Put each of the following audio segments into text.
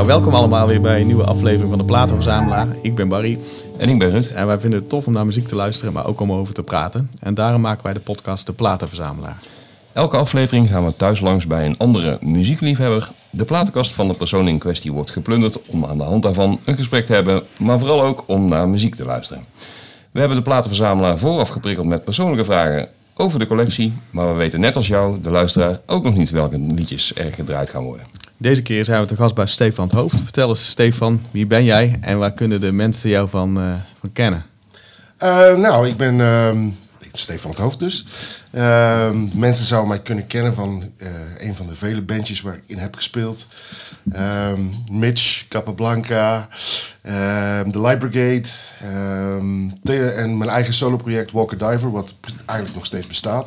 Nou, welkom allemaal weer bij een nieuwe aflevering van de Platenverzamelaar. Ik ben Barry. En ik ben Rut. En wij vinden het tof om naar muziek te luisteren, maar ook om over te praten. En daarom maken wij de podcast De Platenverzamelaar. Elke aflevering gaan we thuis langs bij een andere muziekliefhebber. De platenkast van de persoon in kwestie wordt geplunderd om aan de hand daarvan een gesprek te hebben, maar vooral ook om naar muziek te luisteren. We hebben de Platenverzamelaar vooraf geprikkeld met persoonlijke vragen over de collectie, maar we weten net als jou, de luisteraar, ook nog niet welke liedjes er gedraaid gaan worden. Deze keer zijn we te gast bij Stefan het Hoofd. Vertel eens, Stefan, wie ben jij en waar kunnen de mensen jou van kennen? Ik ben Stefan het Hoofd dus. Mensen zouden mij kunnen kennen van een van de vele bandjes waar ik in heb gespeeld. Mitch, Capablanca, The Light Brigade en mijn eigen soloproject Walker Diver, wat eigenlijk nog steeds bestaat.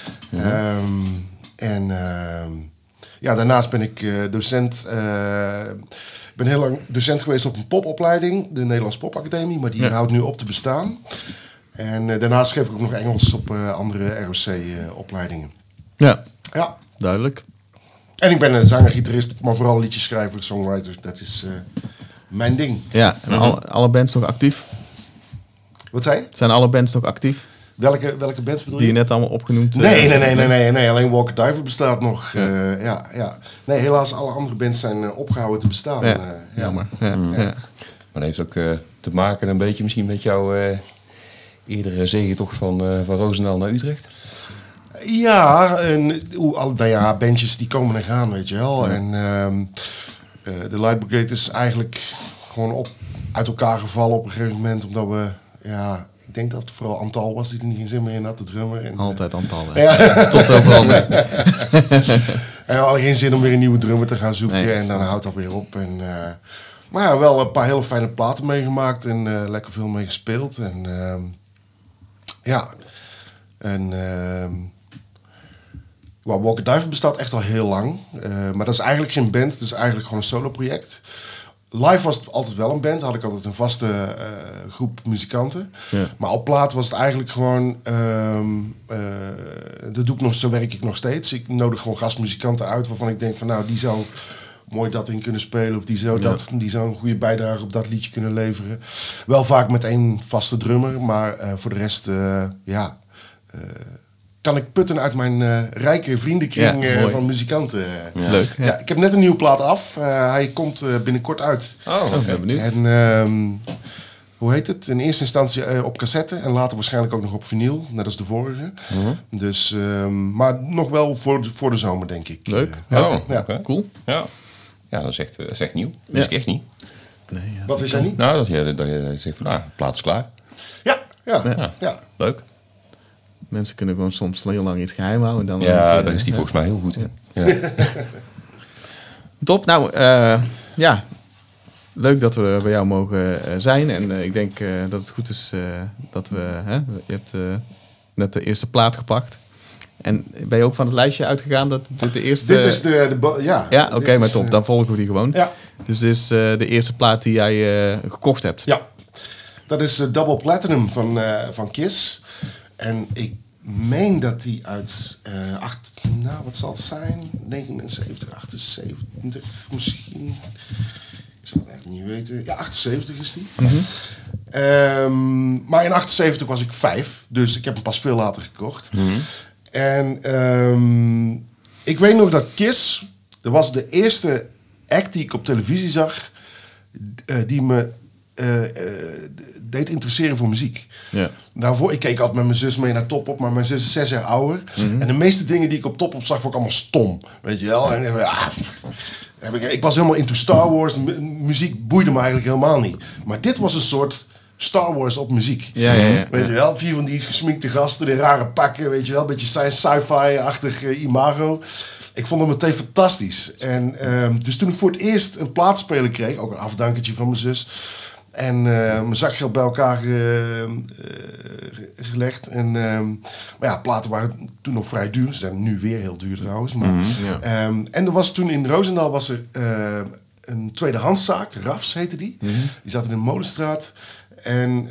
Daarnaast ben ik docent. Ik ben heel lang docent geweest op een popopleiding, de Nederlandse Popacademie, maar die houdt nu op te bestaan. En daarnaast geef ik ook nog Engels op andere ROC-opleidingen. Ja, Ja, duidelijk. en ik ben een zanger, gitarist, maar vooral liedjeschrijver, songwriter. Dat is mijn ding. Ja, en alle bands nog actief? Wat zei je? Zijn alle bands nog actief? Welke bands bedoel Die je? je net allemaal opgenoemd? Nee. Alleen Walker Diver bestaat nog. Ja. Nee, helaas, alle andere bands zijn opgehouden te bestaan. Ja, jammer. Ja. Maar dat heeft ook te maken een beetje misschien met jouw eerdere zegentocht van Roosendaal naar Utrecht? Ja, bandjes die komen en gaan, weet je wel. Ja. En de Light Brigade is eigenlijk gewoon uit elkaar gevallen op een gegeven moment, omdat we, ik denk dat het vooral Antal was die er niet geen zin meer in had, de drummer. En, altijd Antal, hè? Ja. Het stopt overal mee. En we hadden geen zin om weer een nieuwe drummer te gaan zoeken, nee, en dan houdt dat weer op. En, maar ja, wel een paar hele fijne platen meegemaakt en lekker veel mee gespeeld. Walker Diver bestaat echt al heel lang. Maar dat is eigenlijk geen band. Het is eigenlijk gewoon een solo-project. Live was het altijd wel een band. Had ik altijd een vaste groep muzikanten. Ja. Maar op plaat was het eigenlijk gewoon... dat doe ik nog, zo werk ik nog steeds. Ik nodig gewoon gastmuzikanten uit waarvan ik denk van... nou, die zou mooi dat in kunnen spelen. Of die zou een goede bijdrage op dat liedje kunnen leveren. Wel vaak met één vaste drummer. Maar voor de rest, kan ik putten uit mijn rijke vriendenkring van muzikanten. Ja. Leuk. Ja. Ja, ik heb net een nieuwe plaat af. Hij komt binnenkort uit. Ik ben benieuwd. En hoe heet het? In eerste instantie op cassette en later waarschijnlijk ook nog op vinyl, net als de vorige. Dus, maar nog wel voor de zomer, denk ik. Leuk. Okay. Cool. Ja, dat is echt nieuw. Dat is echt niet. Nee, wat wist jij niet? Nou, dat je zegt van, de plaat is klaar. Ja. Leuk. Mensen kunnen gewoon soms heel lang iets geheim houden. Dan daar is die volgens mij heel goed in. Ja. Top. Nou, leuk dat we bij jou mogen zijn. En ik denk dat het goed is dat we... je hebt net de eerste plaat gepakt. En ben je ook van het lijstje uitgegaan dat dit de eerste... Dit is Ja, oké, maar top. Dan volgen we die gewoon. Ja. Dus dit is de eerste plaat die jij gekocht hebt. Ja. Dat is Double Platinum van Kiss. En ik meen dat die uit wat zal het zijn? 79, 78 misschien. Ik zou het echt niet weten. Ja, 78 is die. Maar in 78 was ik 5, dus ik heb hem pas veel later gekocht. En ik weet nog dat Kiss, dat was de eerste act die ik op televisie zag, die me deed interesseren voor muziek. Ja. Daarvoor, ik keek altijd met mijn zus mee naar Top Op, maar mijn zus is 6 jaar ouder. En de meeste dingen die ik op Top Op zag, vond ik allemaal stom. Weet je wel? En, ik was helemaal into Star Wars. Muziek boeide me eigenlijk helemaal niet. Maar dit was een soort Star Wars op muziek. Ja. Weet je wel? 4 van die gesminkte gasten in rare pakken, weet je wel? Een beetje sci-fi-achtig imago. Ik vond het meteen fantastisch. En dus toen ik voor het eerst een plaatspeler kreeg, ook een afdankertje van mijn zus, en mijn zakgeld bij elkaar gelegd. En, maar ja, platen waren toen nog vrij duur. Ze zijn nu weer heel duur trouwens. Maar, en er was toen in Roosendaal was er een tweedehandszaak. Rafs heette die. Die zat in de Molenstraat. En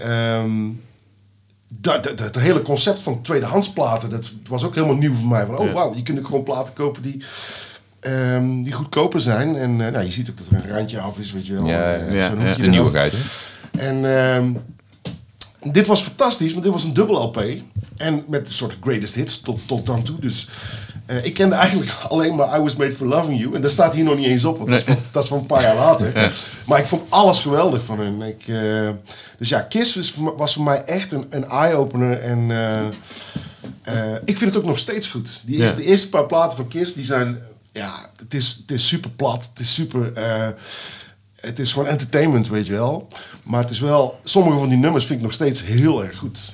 het hele concept van tweedehandsplaten, dat was ook helemaal nieuw voor mij. Van, wauw, je kunt ook gewoon platen kopen die die goedkoper zijn. En je ziet ook dat er een randje af is, weet je wel. Ja, Zo'n dat is hoekje de nieuwigheid, hè? En dit was fantastisch, want dit was een dubbel LP. En met een soort greatest hits tot dan toe. Dus ik kende eigenlijk alleen maar I Was Made For Loving You. En dat staat hier nog niet eens op, want dat is van een paar jaar later. Ja. Maar ik vond alles geweldig van hun. Dus ja, Kiss was voor mij echt een eye-opener. En ik vind het ook nog steeds goed. De eerste paar platen van Kiss, die zijn... Ja, het is super plat. Het is super... het is gewoon entertainment, weet je wel. Maar het is wel... Sommige van die nummers vind ik nog steeds heel erg goed.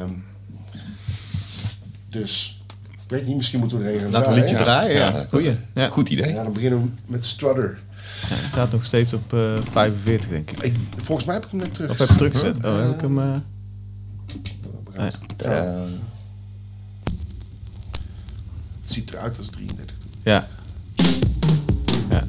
Dus... Ik weet niet, misschien moeten we er een gaan Laten we een liedje draaien, ja. Ja. Goeie. Ja. Goed idee. Ja, dan beginnen we met Strutter. Ja, het staat nog steeds op 45, denk ik. Volgens mij heb ik hem net terug. Of heb je teruggezet? Oh, heb ik hem... Het ziet eruit als 33. Ja. Ja.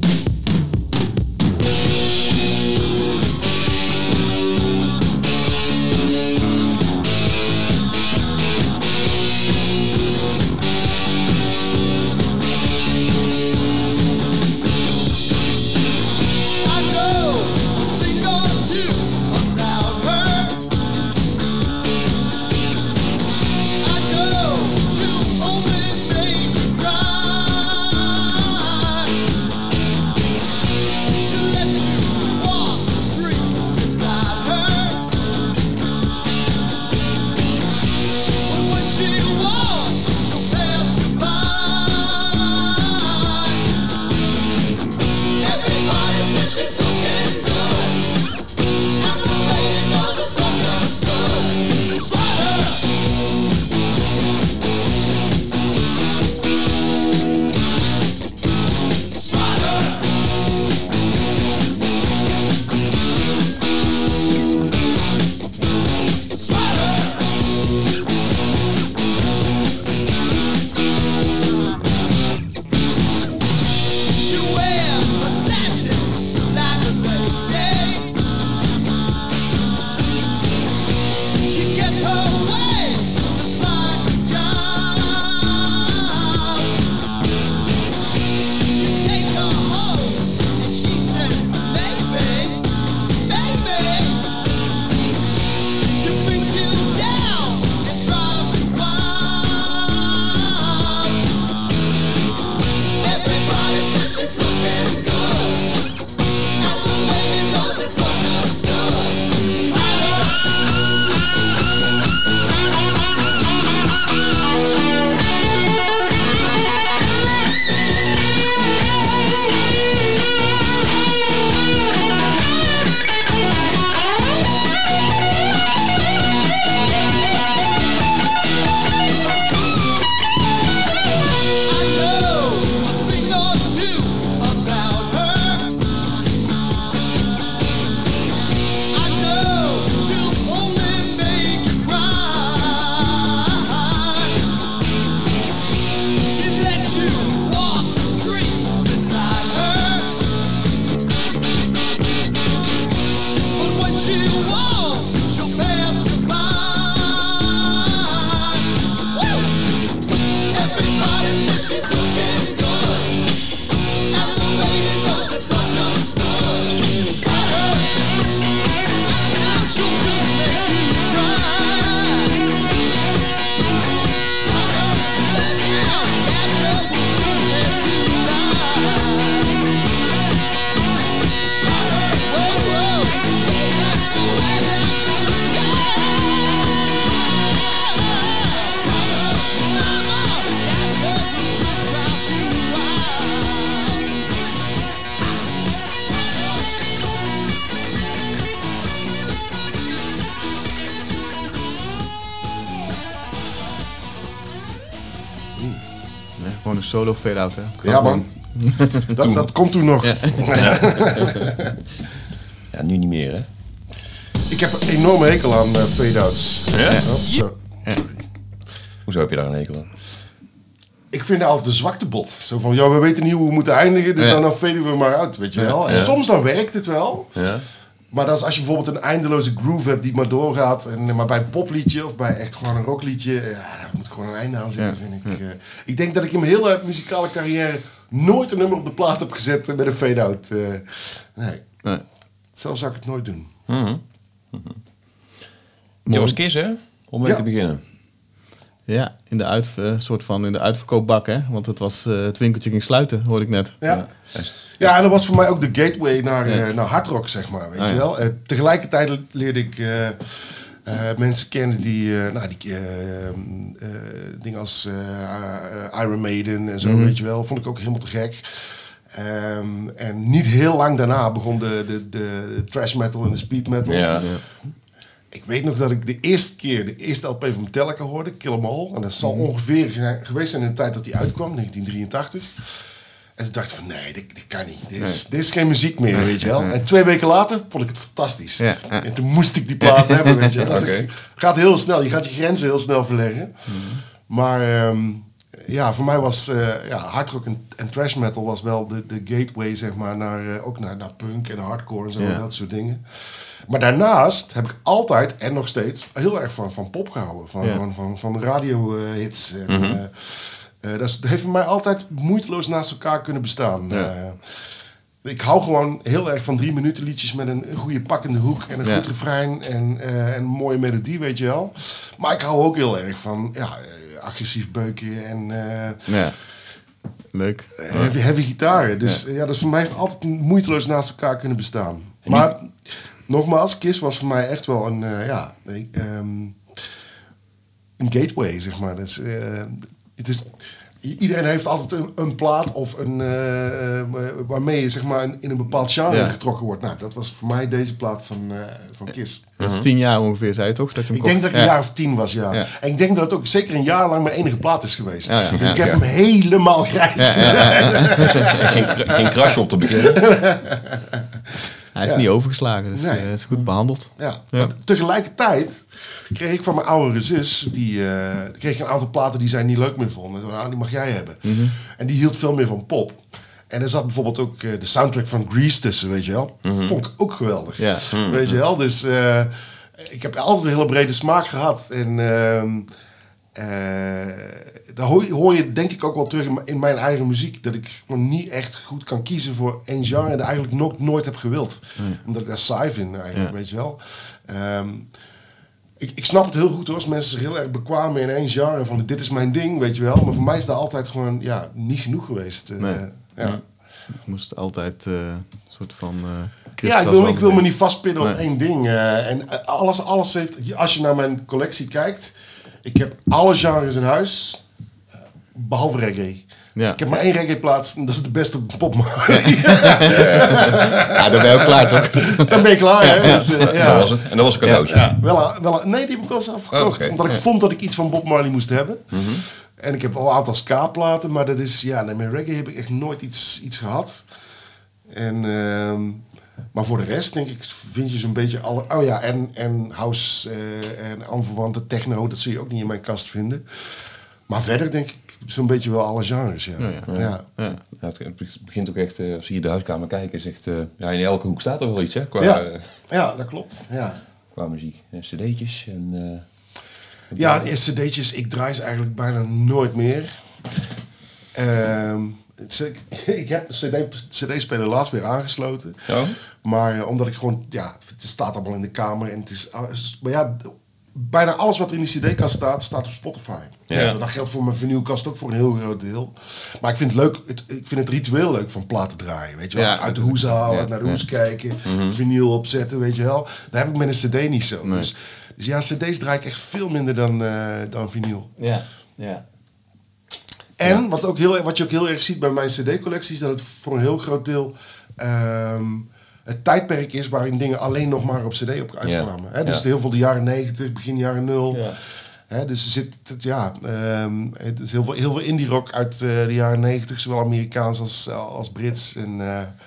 Gewoon een solo fade-out, hè? Ja, man. Dat komt toen nog. Ja, nu niet meer, hè? Ik heb een enorme hekel aan fade-outs. Ja? Zo. Ja. Hoezo heb je daar een hekel aan? Ik vind het altijd een zwaktebod. Zo van, ja, we weten niet hoe we moeten eindigen, dus dan faden we maar uit, weet je wel. En soms dan werkt het wel. Ja. Maar dat is als je bijvoorbeeld een eindeloze groove hebt die maar doorgaat. Maar bij een popliedje of bij echt gewoon een rockliedje... Ja, daar moet gewoon een einde aan zitten, vind ik. Ik denk dat ik in mijn hele muzikale carrière... nooit een nummer op de plaat heb gezet met een fade-out. Nee. Zelf zou ik het nooit doen. Je was Kiss, hè? Om mee te beginnen. Ja, in de uitverkoopbak, hè? Want het winkeltje ging sluiten, hoorde ik net. Ja, en dat was voor mij ook de gateway naar hardrock, zeg maar, weet je wel. Tegelijkertijd leerde ik mensen kennen die dingen als Iron Maiden en zo, weet je wel. Vond ik ook helemaal te gek. En niet heel lang daarna begon de thrash metal en de speed metal. Ja. Ik weet nog dat ik de eerste LP van Metallica hoorde, Kill 'Em All. En dat zal ongeveer geweest zijn in de tijd dat die uitkwam, 1983. En toen dacht ik van, nee, dit kan niet. Dit is geen muziek meer, weet je wel. En 2 weken later vond ik het fantastisch. Ja. En toen moest ik die plaat hebben, weet je wel. Gaat heel snel, je gaat je grenzen heel snel verleggen. Maar voor mij was hardrock en thrash metal was wel de gateway, zeg maar, naar punk en hardcore en zo, dat soort dingen. Maar daarnaast heb ik altijd en nog steeds heel erg van pop gehouden. Van radiohits. Dat heeft voor mij altijd moeiteloos naast elkaar kunnen bestaan. Ik hou gewoon heel erg van 3 minuten liedjes met een goede pakkende hoek en een goed refrein en een mooie melodie, weet je wel. Maar ik hou ook heel erg van agressief beuken en leuk. Heavy gitaren. Dus dus voor mij heeft het altijd moeiteloos naast elkaar kunnen bestaan. Maar nogmaals, Kiss was voor mij echt wel een gateway, zeg maar. Dat is, iedereen heeft altijd een plaat of waarmee je, zeg maar, in een bepaald genre getrokken wordt. Nou, dat was voor mij deze plaat van Kiss. Dat is 10 jaar ongeveer, zei je toch? Dat je hem ik denk dat ik een jaar of 10 was, ja. En ik denk dat het ook zeker een jaar lang mijn enige plaat is geweest. Dus ik heb hem helemaal grijs. Geen crash op te beginnen. Hij is niet overgeslagen, dus het is goed behandeld. Maar tegelijkertijd kreeg ik van mijn oudere zus, kreeg een aantal platen die zij niet leuk meer vonden. Nou, die mag jij hebben. En die hield veel meer van pop. En er zat bijvoorbeeld ook de soundtrack van Grease tussen, weet je wel. Vond ik ook geweldig. Weet je wel, dus ik heb altijd een hele brede smaak gehad. En daar hoor je denk ik ook wel terug in mijn eigen muziek. Dat ik gewoon niet echt goed kan kiezen voor één genre. En dat eigenlijk nooit heb gewild. Omdat ik daar saai vind eigenlijk, weet je wel. Ik snap het heel goed hoor, als mensen zich heel erg bekwamen in één genre. Van dit is mijn ding, weet je wel. Maar voor mij is dat altijd gewoon niet genoeg geweest. Het moest altijd een soort van... ik wil me niet vastpinnen op één ding. En alles heeft... Als je naar mijn collectie kijkt... Ik heb alle genres in huis, behalve reggae. Ik heb maar 1 reggae-plaats en dat is de beste Bob Marley. Dan ben je ook klaar, toch? Dan ben je klaar, hè? Dus, dat was het. En dat was een cadeautje. Nee, die heb ik wel zelf verkocht. Omdat ik vond dat ik iets van Bob Marley moest hebben. En ik heb wel een aantal ska-platen, maar dat is... met reggae heb ik echt nooit iets gehad. En... maar voor de rest, denk ik, vind je zo'n beetje alle... en house en aanverwante techno, dat zul je ook niet in mijn kast vinden. Maar verder denk ik zo'n beetje wel alle genres, Het begint ook echt, als je hier de huiskamer kijkt, is echt... in elke hoek staat er wel iets, hè? Dat klopt, Qua muziek. cd'tjes en... cd'tjes, ik draai ze eigenlijk bijna nooit meer. Ik heb een cd-speler laatst weer aangesloten. Maar omdat ik gewoon... het staat allemaal in de kamer. En het is... Maar bijna alles wat er in die cd-kast staat op Spotify. Dat geldt voor mijn vinylkast ook voor een heel groot deel. Maar ik vind het leuk... Ik vind het ritueel leuk van platen draaien. Weet je wel? Uit de hoes halen, naar de hoes kijken. Vinyl opzetten, weet je wel. Dat heb ik met een cd niet zo. Nee. Dus cd's draai ik echt veel minder dan vinyl. En wat je ook heel erg ziet bij mijn cd-collectie... is dat het voor een heel groot deel... het tijdperk is waarin dingen alleen nog maar op cd uitkwamen. Ja. Dus heel veel de jaren 90, begin jaren 0. Dus er zit het is heel veel indie rock uit de jaren 90, zowel Amerikaans als Brits. En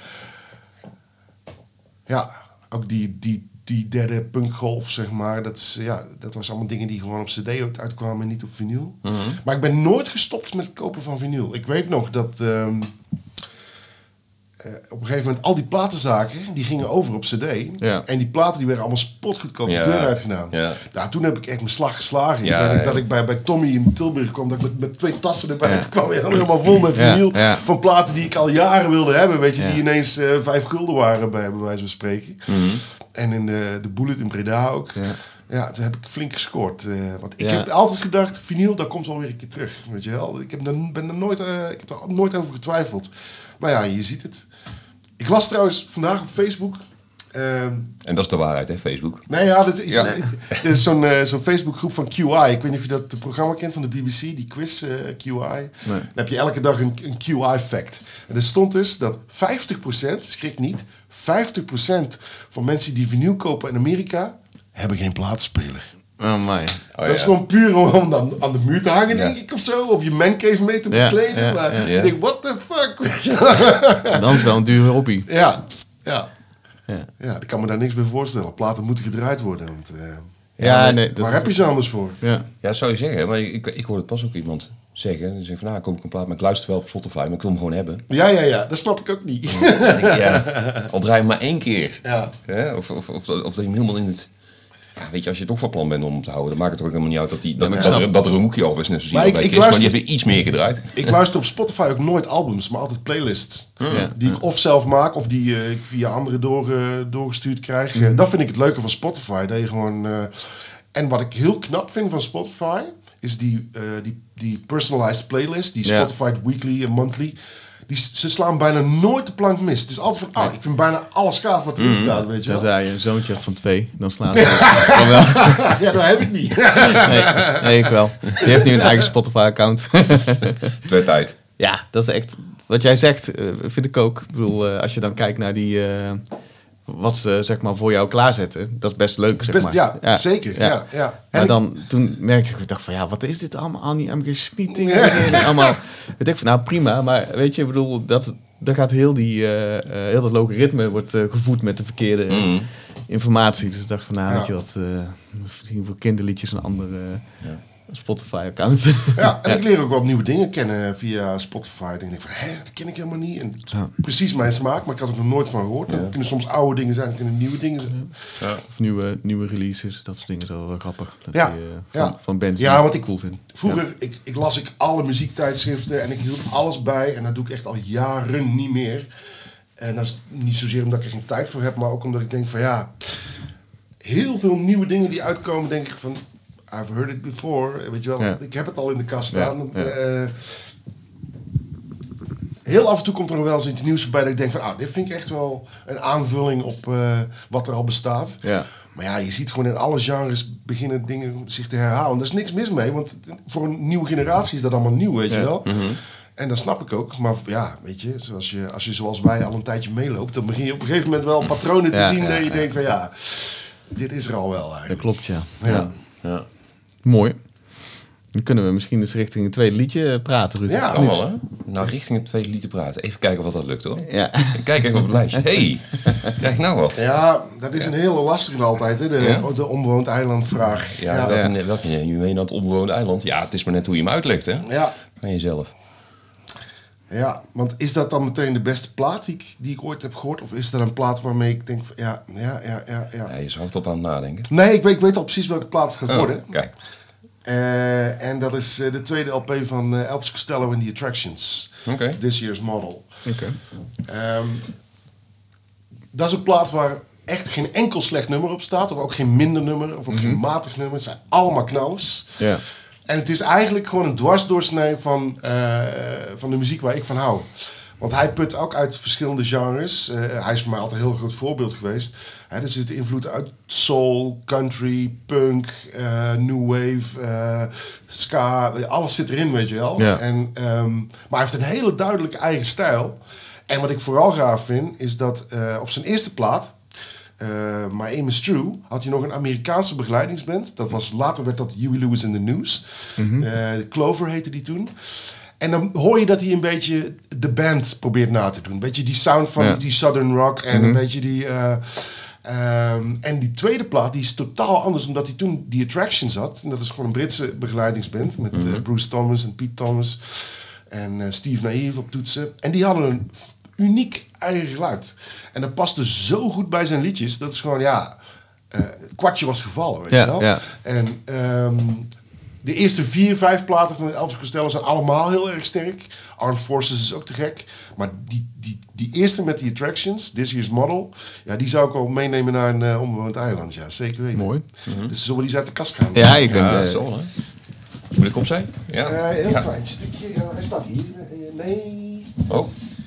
ook die derde punkgolf, zeg maar. Dat was allemaal dingen die gewoon op cd uitkwamen en niet op vinyl. Maar ik ben nooit gestopt met het kopen van vinyl. Ik weet nog dat... op een gegeven moment al die platenzaken, die gingen over op cd. Ja. En die platen die werden allemaal spotgoedkoop de deur uitgedaan. Ja. Nou, toen heb ik echt mijn slag geslagen. Ja, Dat ik bij Tommy in Tilburg kwam, dat ik met 2 tassen erbij kwam. Helemaal vol met vinyl van platen die ik al jaren wilde hebben. Weet je, die ineens 5 gulden waren bij wijze van spreken. En in de Bullet in Breda ook. Ja, toen heb ik flink gescoord. Want ik heb altijd gedacht, vinyl, dat komt wel weer een keer terug. Weet je wel? Ik heb er nooit over getwijfeld. Maar ja, je ziet het. Ik las trouwens vandaag op Facebook... en dat is de waarheid, hè, Facebook. Nee, ja, er is zo'n Facebookgroep van QI. Ik weet niet of je dat programma kent van de BBC, die quiz QI. Nee. Dan heb je elke dag een QI-fact. En er stond dus dat 50%, schrik niet, 50% van mensen die vinyl kopen in Amerika hebben geen plaatspeler. Oh my. Dat is gewoon puur om dan aan de muur te hangen, denk ik, of zo. Of je mancave mee te bekleden. Maar ik denk, what the fuck? Weet je? Dat is wel een dure hobby. Ja, ik kan me daar niks bij voorstellen. Platen moeten gedraaid worden. Want, waar heb je ze anders voor? Ja, dat zou je zeggen. Maar ik hoorde het pas ook iemand zeggen. Dus ik van, koop ik een plaat, maar ik luister wel op Spotify, maar ik wil hem gewoon hebben. Ja, dat snap ik ook niet. Al draai je maar 1 keer. Ja. Ja, of dat je hem helemaal in het... Ja, weet je, als je toch van plan bent om te houden, dan maakt het ook helemaal niet uit dat er een hoekje af is. Net zoals maar die heeft weer iets meer gedraaid. Ik luister op Spotify ook nooit albums, maar altijd playlists. Die ik of zelf maak, of die ik via anderen doorgestuurd krijg. Dat vind ik het leuke van Spotify. Dat je gewoon, en wat ik heel knap vind van Spotify, is die personalized playlist, die Spotify Weekly en Monthly. Ze slaan bijna nooit de plank mis. Het is altijd van, ik vind bijna alles gaaf wat erin staat, weet je wel. Tenzij je een zoontje hebt van 2, dan slaat het wel. Ja, dat heb ik niet. Nee, ik wel. Die heeft nu een eigen Spotify-account. Twee tijd. Ja, dat is echt... Wat jij zegt, vind ik ook. Ik bedoel, als je dan kijkt naar die... wat ze zeg maar voor jou klaarzetten, dat is best leuk, zeg maar. Ja, zeker. Ja. En dan, toen merkte ik dacht van, wat is dit allemaal? Annie M.G. Schmid allemaal. Ik denk van, nou prima, maar weet je, ik bedoel, dat gaat heel dat logaritme wordt gevoed met de verkeerde informatie. Dus ik dacht van, weet je wat, misschien voor kinderliedjes een andere Spotify-account. Ja, en ik leer ook wat nieuwe dingen kennen via Spotify. Dan denk ik van, dat ken ik helemaal niet. En het is precies mijn smaak, maar ik had er nog nooit van gehoord. Het kunnen soms oude dingen zijn, het kunnen nieuwe dingen zijn. Ja. Of nieuwe releases, dat soort dingen. Dat is wel grappig. Van bands die want ik cool vind. Vroeger las ik alle muziektijdschriften en ik hield alles bij. En dat doe ik echt al jaren niet meer. En dat is niet zozeer omdat ik er geen tijd voor heb, maar ook omdat ik denk van heel veel nieuwe dingen die uitkomen, denk ik van... I've heard it before, weet je wel. Ik heb het al in de kast staan. Heel af en toe komt er nog wel eens iets nieuws voorbij dat ik denk van, dit vind ik echt wel een aanvulling op wat er al bestaat. Ja. Maar je ziet gewoon in alle genres beginnen dingen zich te herhalen. Daar is niks mis mee, want voor een nieuwe generatie is dat allemaal nieuw, weet je wel. Mm-hmm. En dat snap ik ook. Maar weet je, als je zoals wij al een tijdje meeloopt, dan begin je op een gegeven moment wel patronen te zien dat je denkt van dit is er al wel eigenlijk. Dat klopt, ja. Mooi. Dan kunnen we misschien dus richting het tweede liedje praten, Ruud. Ja, kan wel, hè? Nou, richting het tweede liedje praten. Even kijken wat dat lukt, hoor. Ja. Kijk even op het lijstje. Krijg nou wat? Ja, dat is een hele lastige altijd, hè? De onbewoond eilandvraag. Welke neem je mee naar het onbewoond eiland? Ja, het is maar net hoe je hem uitlegt, hè? Ja. Van jezelf. Ja, want is dat dan meteen de beste plaat die ik ooit heb gehoord? Of is dat een plaat waarmee ik denk van, ja. Je is hard op aan het nadenken. Nee, ik weet al precies welke plaat het gaat worden. Kijk. En dat is de tweede LP van Elvis Costello and the Attractions. Okay. This Year's Model. Dat is een plaat waar echt geen enkel slecht nummer op staat. Of ook geen minder nummer. Of ook geen matig nummer. Het zijn allemaal knallers. Ja. En het is eigenlijk gewoon een dwarsdoorsnee van de muziek waar ik van hou. Want hij put ook uit verschillende genres. Hij is voor mij altijd een heel groot voorbeeld geweest. Er zitten invloeden uit soul, country, punk, new wave, ska. Alles zit erin, weet je wel. Ja. Maar hij heeft een hele duidelijke eigen stijl. En wat ik vooral gaaf vind, is dat op zijn eerste plaat... My Aim Is True, had hij nog een Amerikaanse begeleidingsband. Later werd dat Huey Lewis and the News. Clover heette die toen. En dan hoor je dat hij een beetje de band probeert na te doen. Een beetje die sound van die Southern Rock. En een beetje die... en die tweede plaat, die is totaal anders. Omdat hij toen The Attractions had. En dat is gewoon een Britse begeleidingsband. Met Bruce Thomas en Pete Thomas. En Steve Naive op toetsen. En die hadden een uniek eigen geluid. En dat paste zo goed bij zijn liedjes. Dat is gewoon, het kwartje was gevallen, weet je wel. Ja. En de eerste 4-5 platen van Elvis Costello zijn allemaal heel erg sterk. Armed Forces is ook te gek. Maar die eerste met die Attractions, This Year's Model... Ja, die zou ik ook meenemen naar een onbewoond eiland. Ja, zeker weten. Mooi. Dus zullen we die eens uit de kast gaan? Ja, ik ben... Zo, hè. Moet ik opzij? Ja. Heel klein stukje. Ja, hij staat hier. Nee. Oh.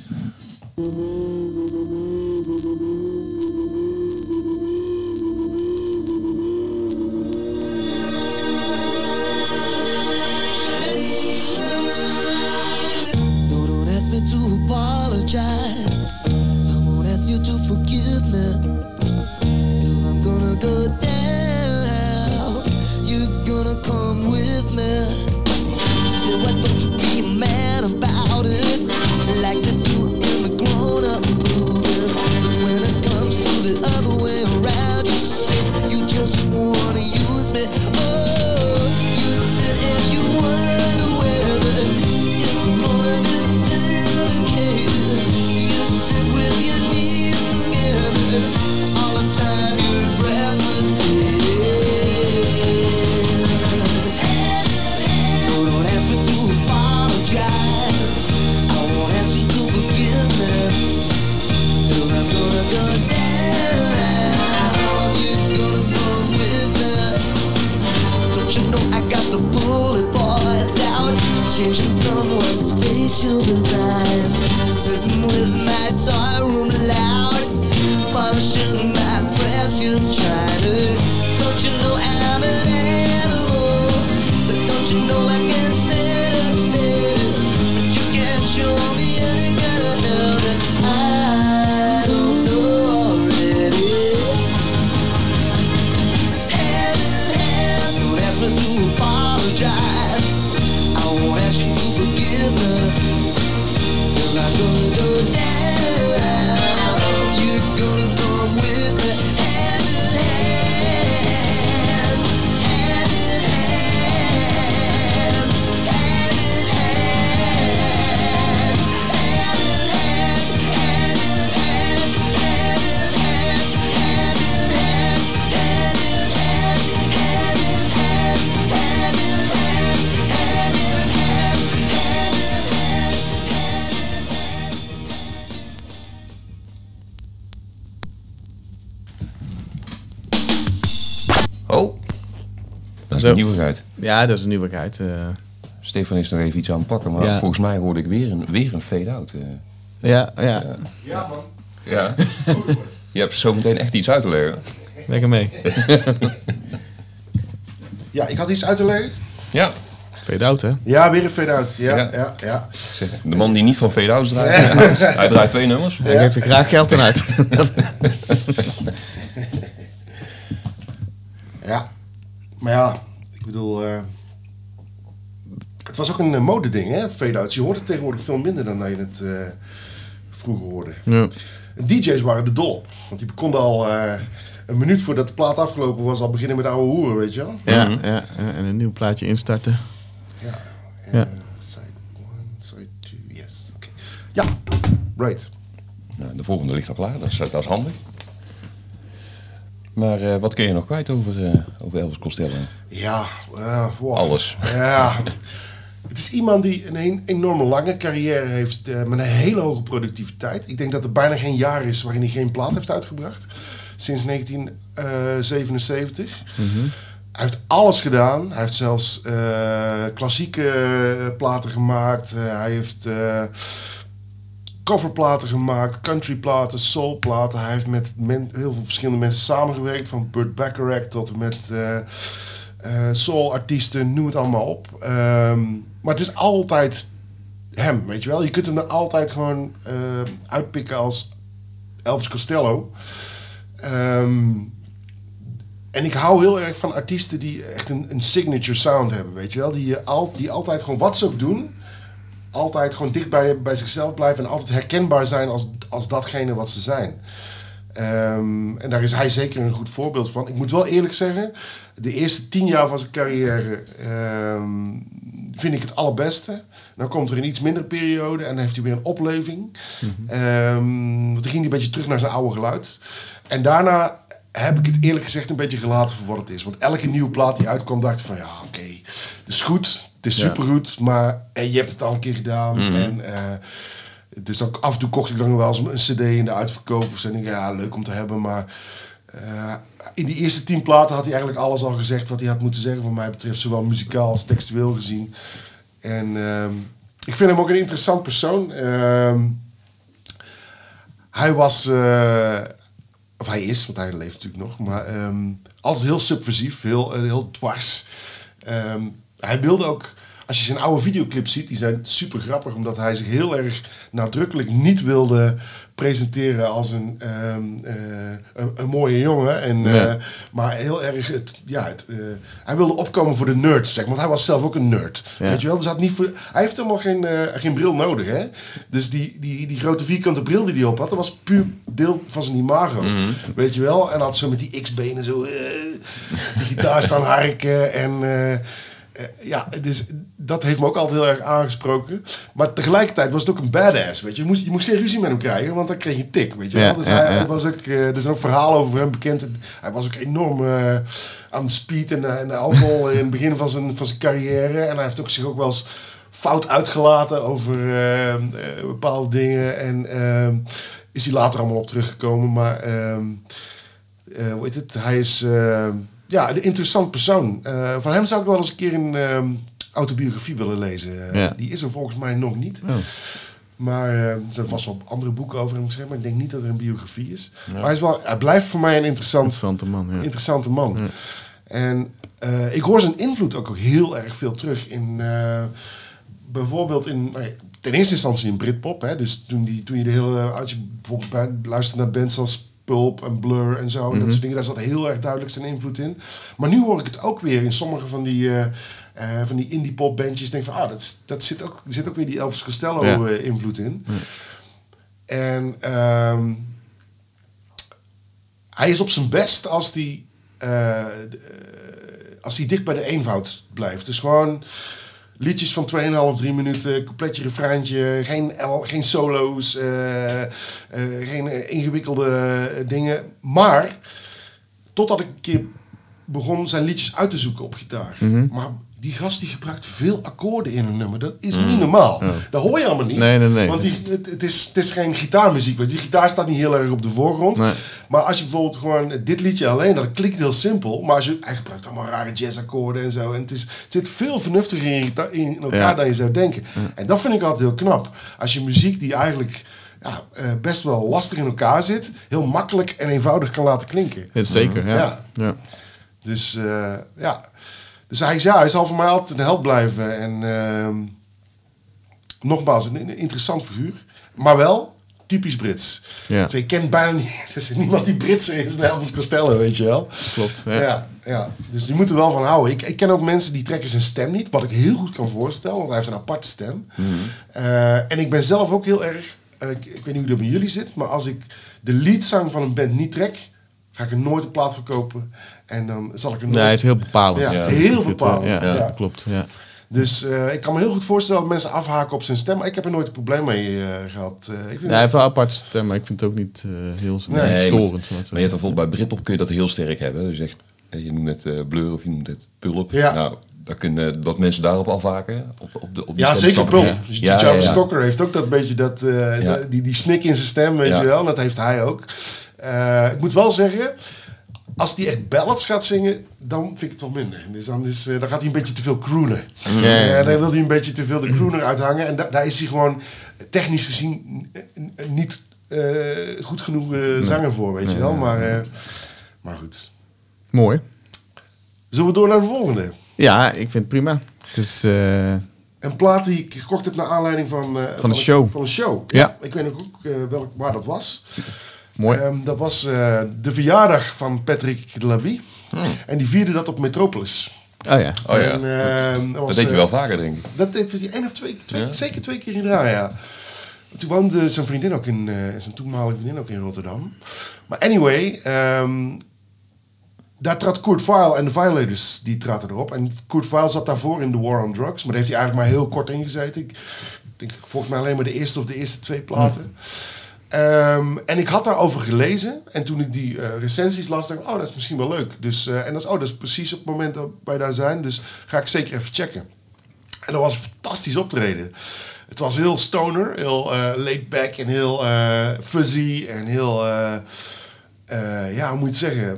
No, don't ask me to apologize. I won't ask you to forgive me. If I'm gonna go down, you're gonna come with me. So why don't you be a man about it, like they do in the grown-up movies? When it comes to the other way around, you say you just wanna use me. Oh, you sit and you wonder whether it's gonna be syndicated. You sit with your knees together all the time your breath was no, don't ask me to apologize. I won't ask you to forgive me. If I'm gonna go down, you're gonna come with me. Don't you know I got the bullet boys out, changing someone's facial design, sitting with my toy room loud, polishing my precious china. Don't you know I'm an animal? But don't you know I can't stand up, but you can't show me any kind of hell that I don't know already. Hand in hand, don't ask me to apologize. I won't ask you to forgive me. If I'm gonna go down, you're gonna come with me. Hand in hand, hand in hand, hand in hand, hand in hand, hand in hand, hand in hand, hand in hand, hand in hand, hand in hand, hand in hand, hand in hand, hand Oh. Dat is Zo. een nieuwigheid. Ja, dat is een nieuwigheid. Stefan is nog even iets aan het pakken, maar Ja. volgens mij hoorde ik weer een fade-out. Ja. Ja, man. Ja. Je hebt zo meteen echt iets uit te leggen. Lekker mee. Ja, ik had iets uit te leggen. Ja. Fade out, hè? Ja, weer een fade-out. Ja. Ja. De man die niet van fade-outs draait. Hij draait 2 nummers. Hij geeft er graag geld aan uit. Ja. Maar ja, ik bedoel... het was ook een modeding, hè, fade-outs. Je hoort het tegenwoordig veel minder dan dat je het vroeger hoorde. Ja. DJ's waren er dol op. Want die konden al een minuut voordat de plaat afgelopen was... al beginnen met oude hoeren, weet je wel. Ja, en een nieuw plaatje instarten. Ja. Ja. Side 1, side 2, yes. Okay. Ja, right. Nou, de volgende ligt al klaar, dat is handig. Maar wat kun je nog kwijt over Elvis Costello? Ja, wow. Alles. Ja. Het is iemand die een enorme lange carrière heeft met een hele hoge productiviteit. Ik denk dat er bijna geen jaar is waarin hij geen plaat heeft uitgebracht. Sinds 1977. Mhm. Hij heeft alles gedaan. Hij heeft zelfs klassieke platen gemaakt. Hij heeft coverplaten gemaakt, countryplaten, soulplaten. Hij heeft met heel veel verschillende mensen samengewerkt. Van Burt Bacharach tot en met soulartiesten, noem het allemaal op. Maar het is altijd hem, weet je wel. Je kunt hem er altijd gewoon uitpikken als Elvis Costello. En ik hou heel erg van artiesten die echt een signature sound hebben, weet je wel. Die altijd gewoon wat ze ook doen, altijd gewoon dicht bij zichzelf blijven en altijd herkenbaar zijn als datgene wat ze zijn. En daar is hij zeker een goed voorbeeld van. Ik moet wel eerlijk zeggen, de eerste 10 jaar van zijn carrière, vind ik het allerbeste. Dan komt er een iets mindere periode en dan heeft hij weer een opleving. Want dan ging hij een beetje terug naar zijn oude geluid. En daarna heb ik het eerlijk gezegd een beetje gelaten voor wat het is. Want elke nieuwe plaat die uitkwam, dacht ik van ja, oké, het is goed. Het is supergoed, maar je hebt het al een keer gedaan. En dus ook af en toe kocht ik dan wel eens een cd in de uitverkoop. Of denk ik, ja, leuk om te hebben, maar in die eerste 10 platen had hij eigenlijk alles al gezegd wat hij had moeten zeggen, wat mij betreft, zowel muzikaal als textueel gezien. En ik vind hem ook een interessant persoon. Hij was, of hij is, want hij leeft natuurlijk nog, maar altijd heel subversief, heel dwars. Hij wilde ook, als je zijn oude videoclips ziet, die zijn super grappig, omdat hij zich heel erg nadrukkelijk niet wilde presenteren als een mooie jongen. En, maar heel erg, hij wilde opkomen voor de nerds, zeg maar. Want hij was zelf ook een nerd. Ja. Weet je wel? Dus hij heeft helemaal geen bril nodig. Hè? Dus die grote vierkante bril die hij op had, dat was puur deel van zijn imago. Weet je wel? En had zo met die X-benen zo de gitaar staan harken en... dus dat heeft me ook altijd heel erg aangesproken. Maar tegelijkertijd was het ook een badass, weet je. Je moest geen ruzie met hem krijgen, want dan kreeg je een tik, weet je wel. Dus hij was ook... er zijn ook verhalen over hem bekend. Hij was ook enorm aan speed en alcohol in het begin van zijn carrière. En hij heeft ook zich ook wel eens fout uitgelaten over bepaalde dingen. En is hij later allemaal op teruggekomen. Maar hoe heet het? Hij is... een interessant persoon. Van hem zou ik wel eens een keer een autobiografie willen lezen. Die is er volgens mij nog niet. Oh. Maar er zijn vast wel andere boeken over hem geschreven. Maar ik denk niet dat er een biografie is. Ja. Maar hij blijft voor mij een interessante man. Ja. Interessante man. Ja. En ik hoor zijn invloed ook heel erg veel terug. In, bijvoorbeeld ten eerste instantie in Britpop. Hè. Dus toen je de hele... Als je bijvoorbeeld luistert naar bands als Pulp en Blur en zo. En dat soort dingen, daar zat heel erg duidelijk zijn invloed in. Maar nu hoor ik het ook weer in sommige van die indie pop bandjes. Denk van, er zit ook weer die Elvis Costello invloed in. En hij is op zijn best als die dicht bij de eenvoud blijft. Dus gewoon liedjes van 2,5, 3 minuten, coupletje, refreintje, geen solo's, geen ingewikkelde dingen. Maar, totdat ik een keer begon zijn liedjes uit te zoeken op gitaar. Maar die gast die gebruikt veel akkoorden in een nummer. Dat is niet normaal. Ja. Dat hoor je allemaal niet. Nee. Want het is geen gitaarmuziek. Want die gitaar staat niet heel erg op de voorgrond. Nee. Maar als je bijvoorbeeld gewoon dit liedje alleen, dat klinkt heel simpel. Maar hij gebruikt allemaal rare jazzakkoorden en zo. En het zit veel vernuftiger in elkaar dan je zou denken. Ja. En dat vind ik altijd heel knap. Als je muziek die eigenlijk best wel lastig in elkaar zit, heel makkelijk en eenvoudig kan laten klinken. Ja, zeker, ja. Dus Dus hij zal voor mij altijd een held blijven. En nogmaals, een interessant figuur. Maar wel typisch Brits. Ja. Dus je kent bijna niet... Er is niemand die Britser is dan Elvis Costello, weet je wel. Klopt, ja. Dus die moeten er wel van houden. Ik ken ook mensen die trekken zijn stem niet. Wat ik heel goed kan voorstellen. Want hij heeft een aparte stem. En ik ben zelf ook heel erg... ik weet niet hoe dat bij jullie zit. Maar als ik de leadzang van een band niet trek... ga ik er nooit een plaat verkopen. En dan zal ik er nooit... Nee, hij is heel bepalend. Ja, het is heel bepalend. Ja, klopt. Ja. Dus ik kan me heel goed voorstellen dat mensen afhaken op zijn stem. Maar ik heb er nooit een probleem mee gehad. Hij heeft wel een aparte stem, maar ik vind het ook niet heel storend. Maar je hebt bijvoorbeeld bij Britpop kun je dat heel sterk hebben. Dus echt, je noemt het Blur of je noemt het Pulp. Ja. Nou, dan kunnen dat mensen daarop afhaken. Op die zeker Pulp. Ja. Jarvis Cocker heeft ook dat beetje die snik in zijn stem, weet je wel. En dat heeft hij ook. Ik moet wel zeggen, als hij echt ballads gaat zingen, dan vind ik het wel minder. Dus dan gaat hij een beetje te veel croonen. Dan wil hij een beetje te veel de crooner uithangen. En daar is hij gewoon technisch gezien niet goed genoeg zanger voor, weet je wel. Maar goed. Mooi. Zullen we door naar de volgende? Ja, ik vind het prima. Dus, een plaat die ik gekocht heb naar aanleiding van de show. Van een show. Ja. Ik weet ook waar dat was. Mooi. Dat was de verjaardag van Patrick Delaby. En die vierde dat op Metropolis. Oh ja. Dat deed je wel vaker, denk ik. Dat deed hij 1 of 2, zeker 2 keer in de jaar, ja. Toen woonde zijn vriendin ook zijn toenmalige vriendin ook in Rotterdam. Maar anyway, daar trad Kurt Weill en de Violators, die traden erop. En Kurt Weill zat daarvoor in The War on Drugs. Maar daar heeft hij eigenlijk maar heel kort in gezeten. Ik denk volgens mij alleen maar de eerste 2 platen. En ik had daarover gelezen. En toen ik die recensies las, dacht ik, dat is misschien wel leuk. Dus, en dat is precies op het moment dat wij daar zijn. Dus ga ik zeker even checken. En dat was een fantastisch optreden. Het was heel stoner, heel laid back en heel fuzzy en heel... hoe moet je het zeggen?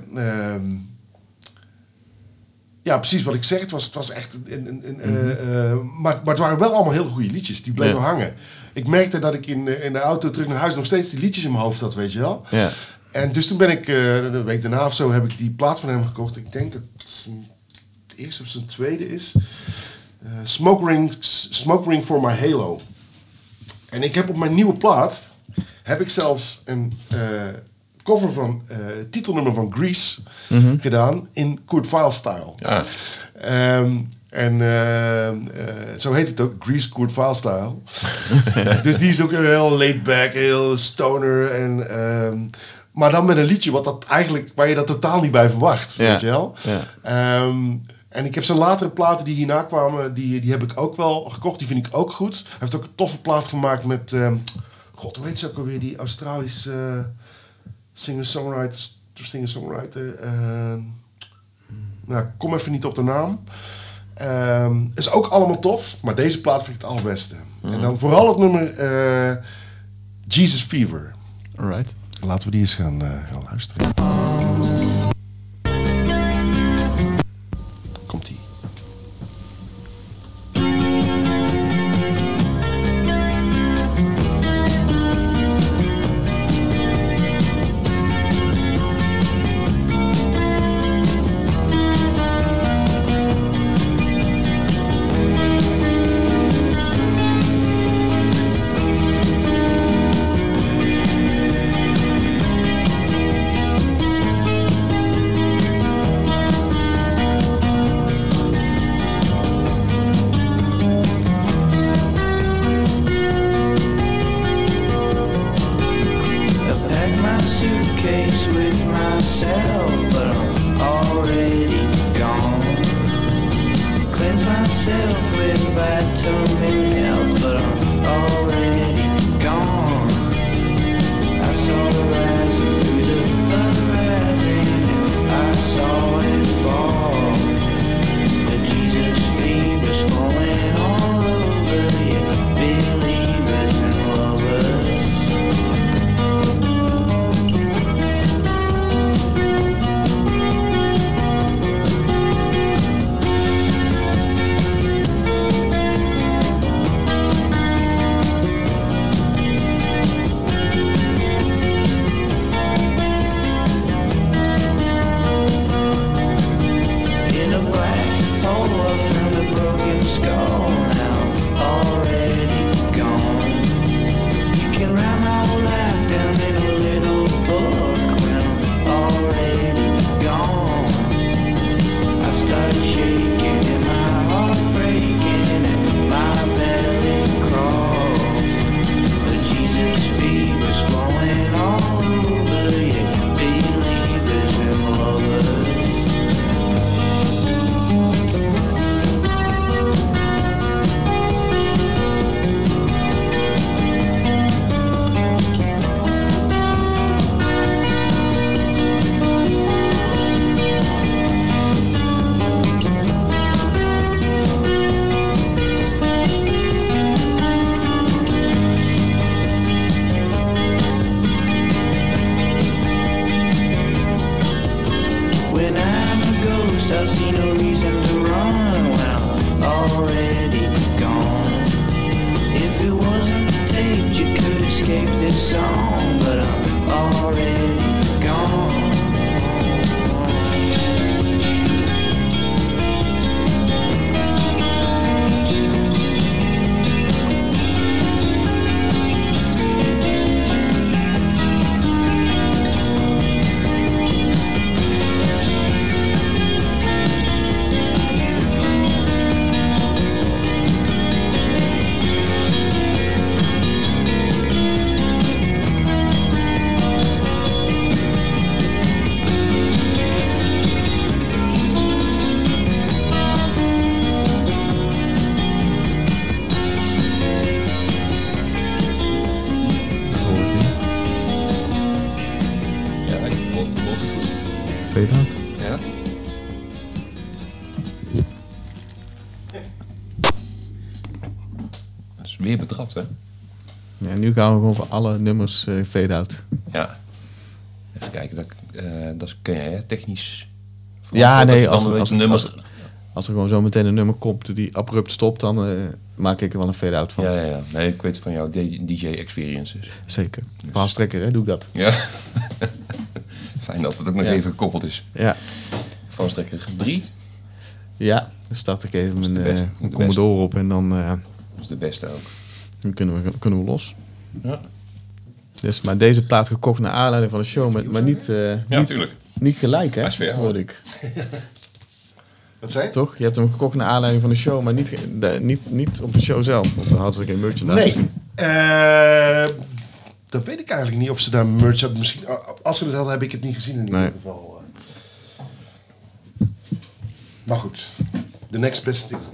Ja, precies wat ik zeg. Het was echt... Maar het waren wel allemaal hele goede liedjes. Die bleven hangen. Ik merkte dat ik in de auto terug naar huis nog steeds die liedjes in mijn hoofd had, weet je wel. Ja. En dus toen ben ik, een week daarna of zo, heb ik die plaat van hem gekocht. Ik denk dat het zijn eerste of zijn tweede is. Smoke Ring for My Halo. En ik heb op mijn nieuwe plaat, heb ik zelfs een cover van het titelnummer van Grease gedaan in Kurt Weill-style. Ja. Zo heet het ook, Grease Kurt Weill-style. Dus die is ook heel laid back, heel stoner. Maar dan met een liedje waar je dat totaal niet bij verwacht. Ja. Weet je wel? Ja. En ik heb zijn latere platen die hierna kwamen, die heb ik ook wel gekocht. Die vind ik ook goed. Hij heeft ook een toffe plaat gemaakt met... hoe heet ze ook alweer? Die Australische singer-songwriter. Nou, ik kom even niet op de naam. Is ook allemaal tof, maar deze plaat vind ik het allerbeste. En dan vooral het nummer Jesus Fever. Alright. Laten we die eens gaan luisteren. Komt-ie. fade-out. Ja? Dat is weer betrapt, hè? Ja, nu gaan we gewoon voor alle nummers fade-out. Ja. Even kijken, dat kun jij, hè? Technisch. Ja, nee, nummers. Als er gewoon zo meteen een nummer komt die abrupt stopt, dan maak ik er wel een fade-out van. Ja. Nee, ik weet van jouw DJ-experiences. Zeker. Fast-trekker, hè, doe ik dat. Ja. Fijn dat het ook nog even gekoppeld is. Ja. Vaststrekker 3. Ja, dan start ik even Dat is de mijn beste. Commodore op en dan Dat is de beste ook. dan kunnen we los. Ja, Dus, maar deze plaat gekocht naar aanleiding van de show, maar niet, natuurlijk. niet gelijk, hè? Hij is weer, hoorde ik. Wat zei je? Toch? Je hebt hem gekocht naar aanleiding van de show, maar niet op de show zelf. Want dan hadden ze geen merchandise. Nee. Dat weet ik eigenlijk niet of ze daar merch hadden. Misschien, als ze het hadden, heb ik het niet gezien in ieder geval. Maar goed, the next best thing.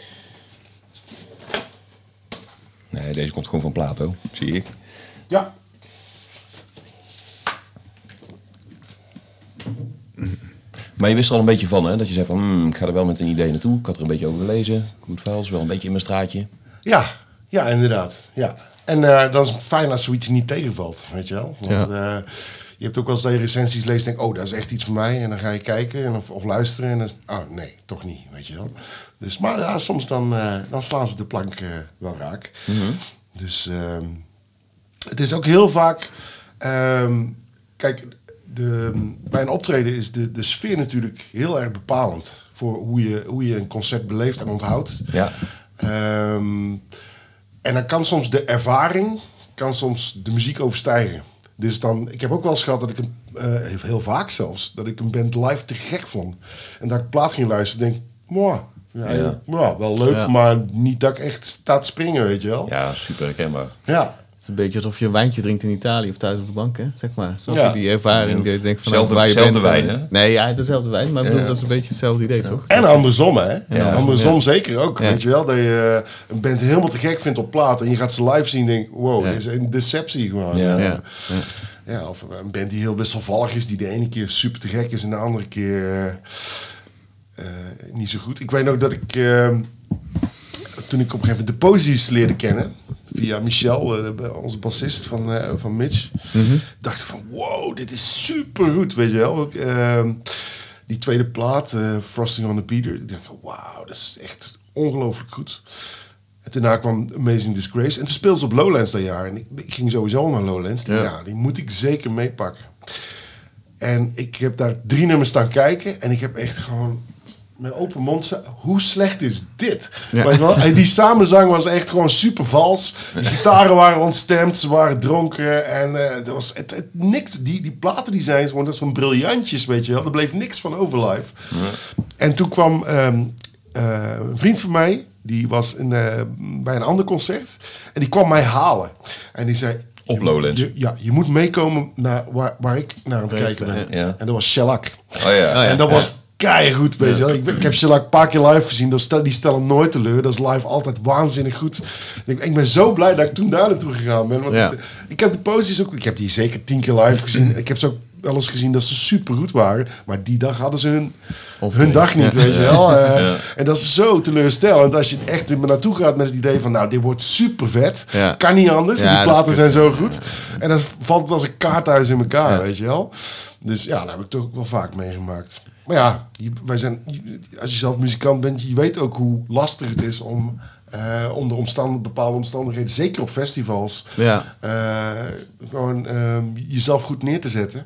Nee, deze komt gewoon van Plato, zie ik. Ja. Maar je wist er al een beetje van, hè? Dat je zei van, ik ga er wel met een idee naartoe. Ik had er een beetje over gelezen. Good Files, wel een beetje in mijn straatje. Ja, inderdaad. Ja. En dan is het fijn als zoiets niet tegenvalt, weet je wel. Want je hebt ook wel eens dat je recensies leest en denk, oh, dat is echt iets voor mij. En dan ga je kijken of luisteren en dan, oh nee, toch niet, weet je wel. Dus, maar ja, soms dan slaan ze de plank wel raak. Mm-hmm. Dus het is ook heel vaak, kijk, bij een optreden is de sfeer natuurlijk heel erg bepalend voor hoe je een concert beleeft en onthoudt. Ja. En dan kan soms de ervaring de muziek overstijgen. Dus dan, ik heb ook wel eens gehad dat ik heel vaak zelfs, dat ik een band live te gek vond. En dat ik plaat ging luisteren en denk, wel leuk, Ja. maar niet dat ik echt sta te springen, weet je wel. Ja, super herkenbaar. Ja. Het is een beetje alsof je een wijntje drinkt in Italië of thuis op de bank, hè? Zeg maar. Zo Ja. die ervaring. Dat je denkt van Zelfde wijn, hè? Nee, ja, dezelfde wijn. Maar ik bedoel, dat is een beetje hetzelfde idee, toch? En andersom, hè? Ja. Andersom Ja. zeker ook, Ja. weet je wel. Dat je een band helemaal te gek vindt op plaat en je gaat ze live zien en denkt, wow, Ja. dit is een deceptie gewoon. Ja. Ja. Ja, of een band die heel wisselvallig is, die de ene keer super te gek is en de andere keer niet zo goed. Ik weet nog dat ik, toen ik op een gegeven moment de Posies leerde kennen, via Michel, onze bassist van Mitch, dacht ik van, wow, dit is super goed, weet je wel. Ook, die tweede plaat, Frosting on the Peter, ik dacht, wauw, dat is echt ongelooflijk goed. En daarna kwam Amazing Disgrace. En toen speelde ze op Lowlands dat jaar. En ik ging sowieso naar Lowlands. Ja, die moet ik zeker meepakken. En ik heb daar 3 nummers staan kijken. En ik heb echt gewoon met open mond... Hoe slecht is dit? Ja. Weet je wel? En die samenzang was echt gewoon super vals. De gitaren waren ontstemd. Ze waren dronken. En het niks. Die platen die zijn gewoon zo'n briljantjes, weet je wel. Er bleef niks van over live. Ja. En toen kwam een vriend van mij... Die was bij een ander concert. En die kwam mij halen. En die zei... Op Lowlands. Je moet meekomen naar waar ik naar aan het kijken ben. Ja. En dat was Shellac. Oh ja. En dat was keigoed, weet je wel. Ik heb Shellac een paar keer live gezien. Die stellen nooit teleur. Dat is live altijd waanzinnig goed. Ik ben zo blij dat ik toen daar naartoe gegaan ben. Want ik heb de Posies ook... Ik heb die zeker 10 keer live gezien. Ik heb ze ook wel eens gezien dat ze super goed waren. Maar die dag hadden ze hun dag niet, weet je wel. En dat is zo teleurstellend als je echt er naartoe gaat met het idee van... Nou, dit wordt super vet. Ja. Kan niet anders, want die platen zijn zo goed. En dan valt het als een kaarthuis in elkaar, weet je wel. Dus ja, dat heb ik toch ook wel vaak meegemaakt. Maar ja, als je zelf muzikant bent, je weet ook hoe lastig het is om... onder bepaalde omstandigheden, zeker op festivals, gewoon jezelf goed neer te zetten.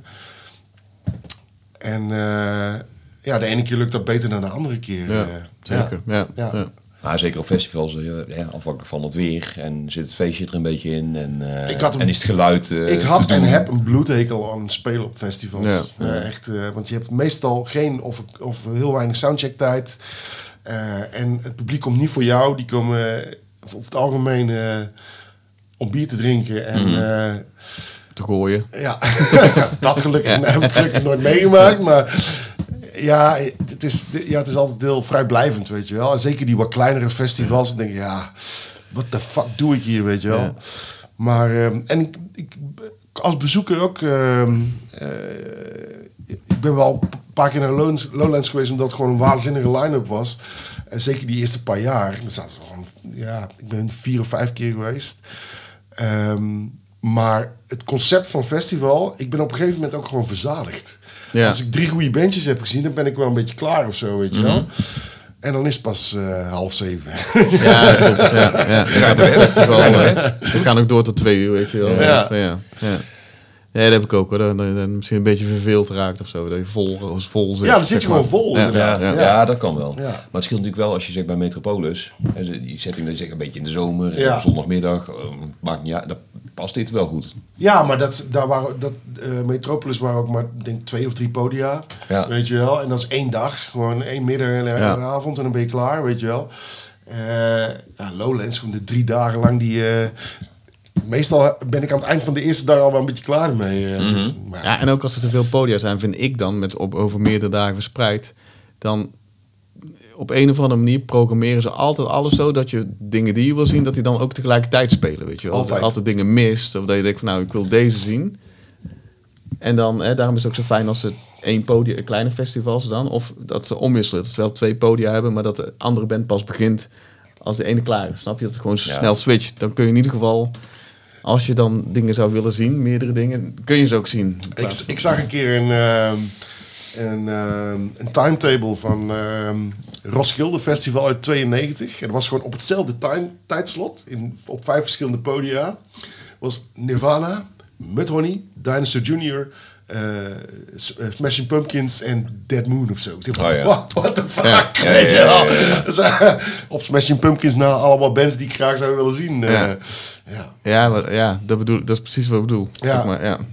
En de ene keer lukt dat beter dan de andere keer. Zeker, ja. Nou, zeker op festivals, afhankelijk van het weer en zit het feestje er een beetje in en is het geluid ik had en heb een bloedhekel aan spelen op festivals. Echt, want je hebt meestal geen of heel weinig soundcheck-tijd. En het publiek komt niet voor jou. Die komen over het algemeen om bier te drinken en... te gooien. Ja, dat heb ik gelukkig nooit meegemaakt. Maar ja, het is altijd heel vrijblijvend, weet je wel. En zeker die wat kleinere festivals. Dan denk je, wat de fuck doe ik hier, weet je wel. Maar, en ik als bezoeker ook... ik ben wel paar keer naar Lowlands geweest, omdat het gewoon een waanzinnige line-up was. En zeker die eerste paar jaar. Dan zaten we gewoon, ik ben 4 of 5 keer geweest. Maar het concept van festival, ik ben op een gegeven moment ook gewoon verzadigd. Ja. Als ik 3 goede bandjes heb gezien, dan ben ik wel een beetje klaar of zo, weet je wel. En dan is het pas 6:30. Ja, klopt. Ja. We gaan ook door tot 2 uur, weet je wel. Ja, dat heb ik ook hoor. Dan misschien een beetje verveeld raakt of zo. Dat je vol zit. Ja, dan zit je gewoon vol inderdaad. Ja, dat kan wel. Ja. Maar het scheelt natuurlijk wel als je zegt bij Metropolis. Die setting dat je zegt een beetje in de zomer. Ja. Op zondagmiddag. Maakt niet uit. Dat past dit wel goed. Ja, maar Metropolis waren ook maar, denk 2 of 3 podia. Ja. Weet je wel. En dat is 1 dag. Gewoon 1 middag en een avond en dan ben je klaar, weet je wel. Lowlands, gewoon de 3 dagen lang die... meestal ben ik aan het eind van de eerste dag al wel een beetje klaar ermee. Ja, en ook als er te veel podia zijn, vind ik dan, over meerdere dagen verspreid, dan op een of andere manier programmeren ze altijd alles zo dat je dingen die je wil zien, dat die dan ook tegelijkertijd spelen, weet je wel. Altijd dingen mist, of dat je denkt van nou, ik wil deze zien. En dan, daarom is het ook zo fijn als ze 1 podium, kleine festivals dan, of dat ze omwisselen. Dat ze wel 2 podia hebben, maar dat de andere band pas begint als de ene klaar is. Snap je? Dat het gewoon snel switcht. Dan kun je in ieder geval, als je dan dingen zou willen zien, meerdere dingen, kun je ze ook zien. Ik zag een keer een timetable van Roskilde Festival uit 92. En dat was gewoon op hetzelfde tijdslot, op 5 verschillende podia. Was Nirvana, Mudhoney, Dinosaur Jr., Smashing Pumpkins en Dead Moon of zo. Ik dacht, what the fuck? Weet je wel? Dus, op Smashing Pumpkins na allemaal bands die ik graag zou willen zien. Dat is precies wat ik bedoel. Ja. Zeg maar, ja.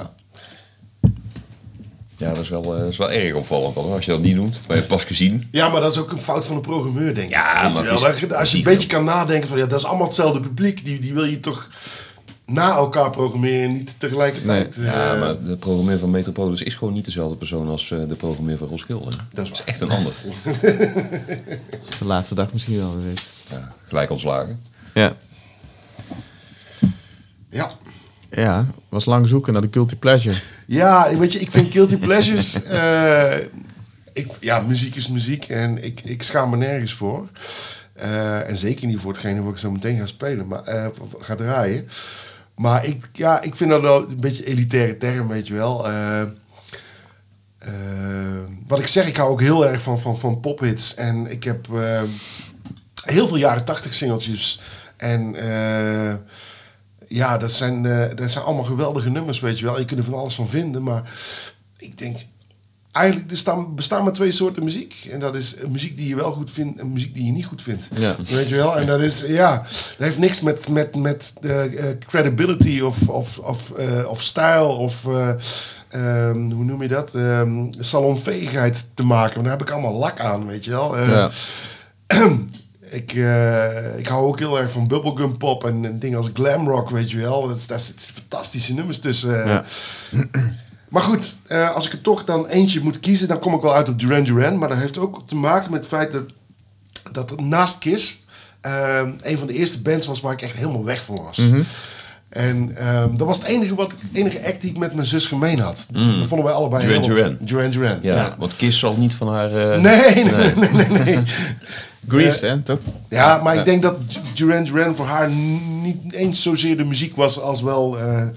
Ja, dat is wel erg opvallend. Hoor. Als je dat niet doet, ben je het pas gezien. Ja, maar dat is ook een fout van de programmeur, denk ik. Ja, maar als je een beetje kan nadenken van, dat is allemaal hetzelfde publiek. Die wil je toch na elkaar programmeren en niet tegelijkertijd. Nee. Maar de programmeur van Metropolis is gewoon niet dezelfde persoon als de programmeur van Roskilde. Dat is echt een ander. Dat is de laatste dag misschien wel geweest. Ja, gelijk ontslagen. Ja. Ja, was lang zoeken naar de Guilty Pleasure. Ja, weet je, ik vind Guilty Pleasures... muziek is muziek en ik schaam me nergens voor. En zeker niet voor hetgene wat ik zo meteen ga spelen, maar ga draaien. Maar ik vind dat wel een beetje elitaire term, weet je wel. Wat ik zeg, ik hou ook heel erg van pophits. En ik heb heel veel jaren 80 singeltjes. En dat zijn allemaal geweldige nummers, weet je wel. Je kunt er van alles van vinden, maar ik denk... Eigenlijk, bestaan maar 2 soorten muziek. En dat is muziek die je wel goed vindt en muziek die je niet goed vindt. Ja. Weet je wel? En dat is, dat heeft niks met credibility of stijl of... hoe noem je dat? Salonveegheid te maken. Want daar heb ik allemaal lak aan, weet je wel. Ik hou ook heel erg van bubblegum pop en dingen als glam rock, weet je wel. Daar zitten fantastische nummers tussen. Maar goed, als ik er toch dan eentje moet kiezen, dan kom ik wel uit op Duran Duran. Maar dat heeft ook te maken met het feit dat naast Kiss een van de eerste bands was waar ik echt helemaal weg van was. Mm-hmm. En dat was het enige act die ik met mijn zus gemeen had. Dat vonden wij allebei Duran Duran. Ja, want Kiss zal niet van haar... Nee. Grease, hè, toch? Ja, maar ik denk dat Duran Duran voor haar niet eens zozeer de muziek was als wel...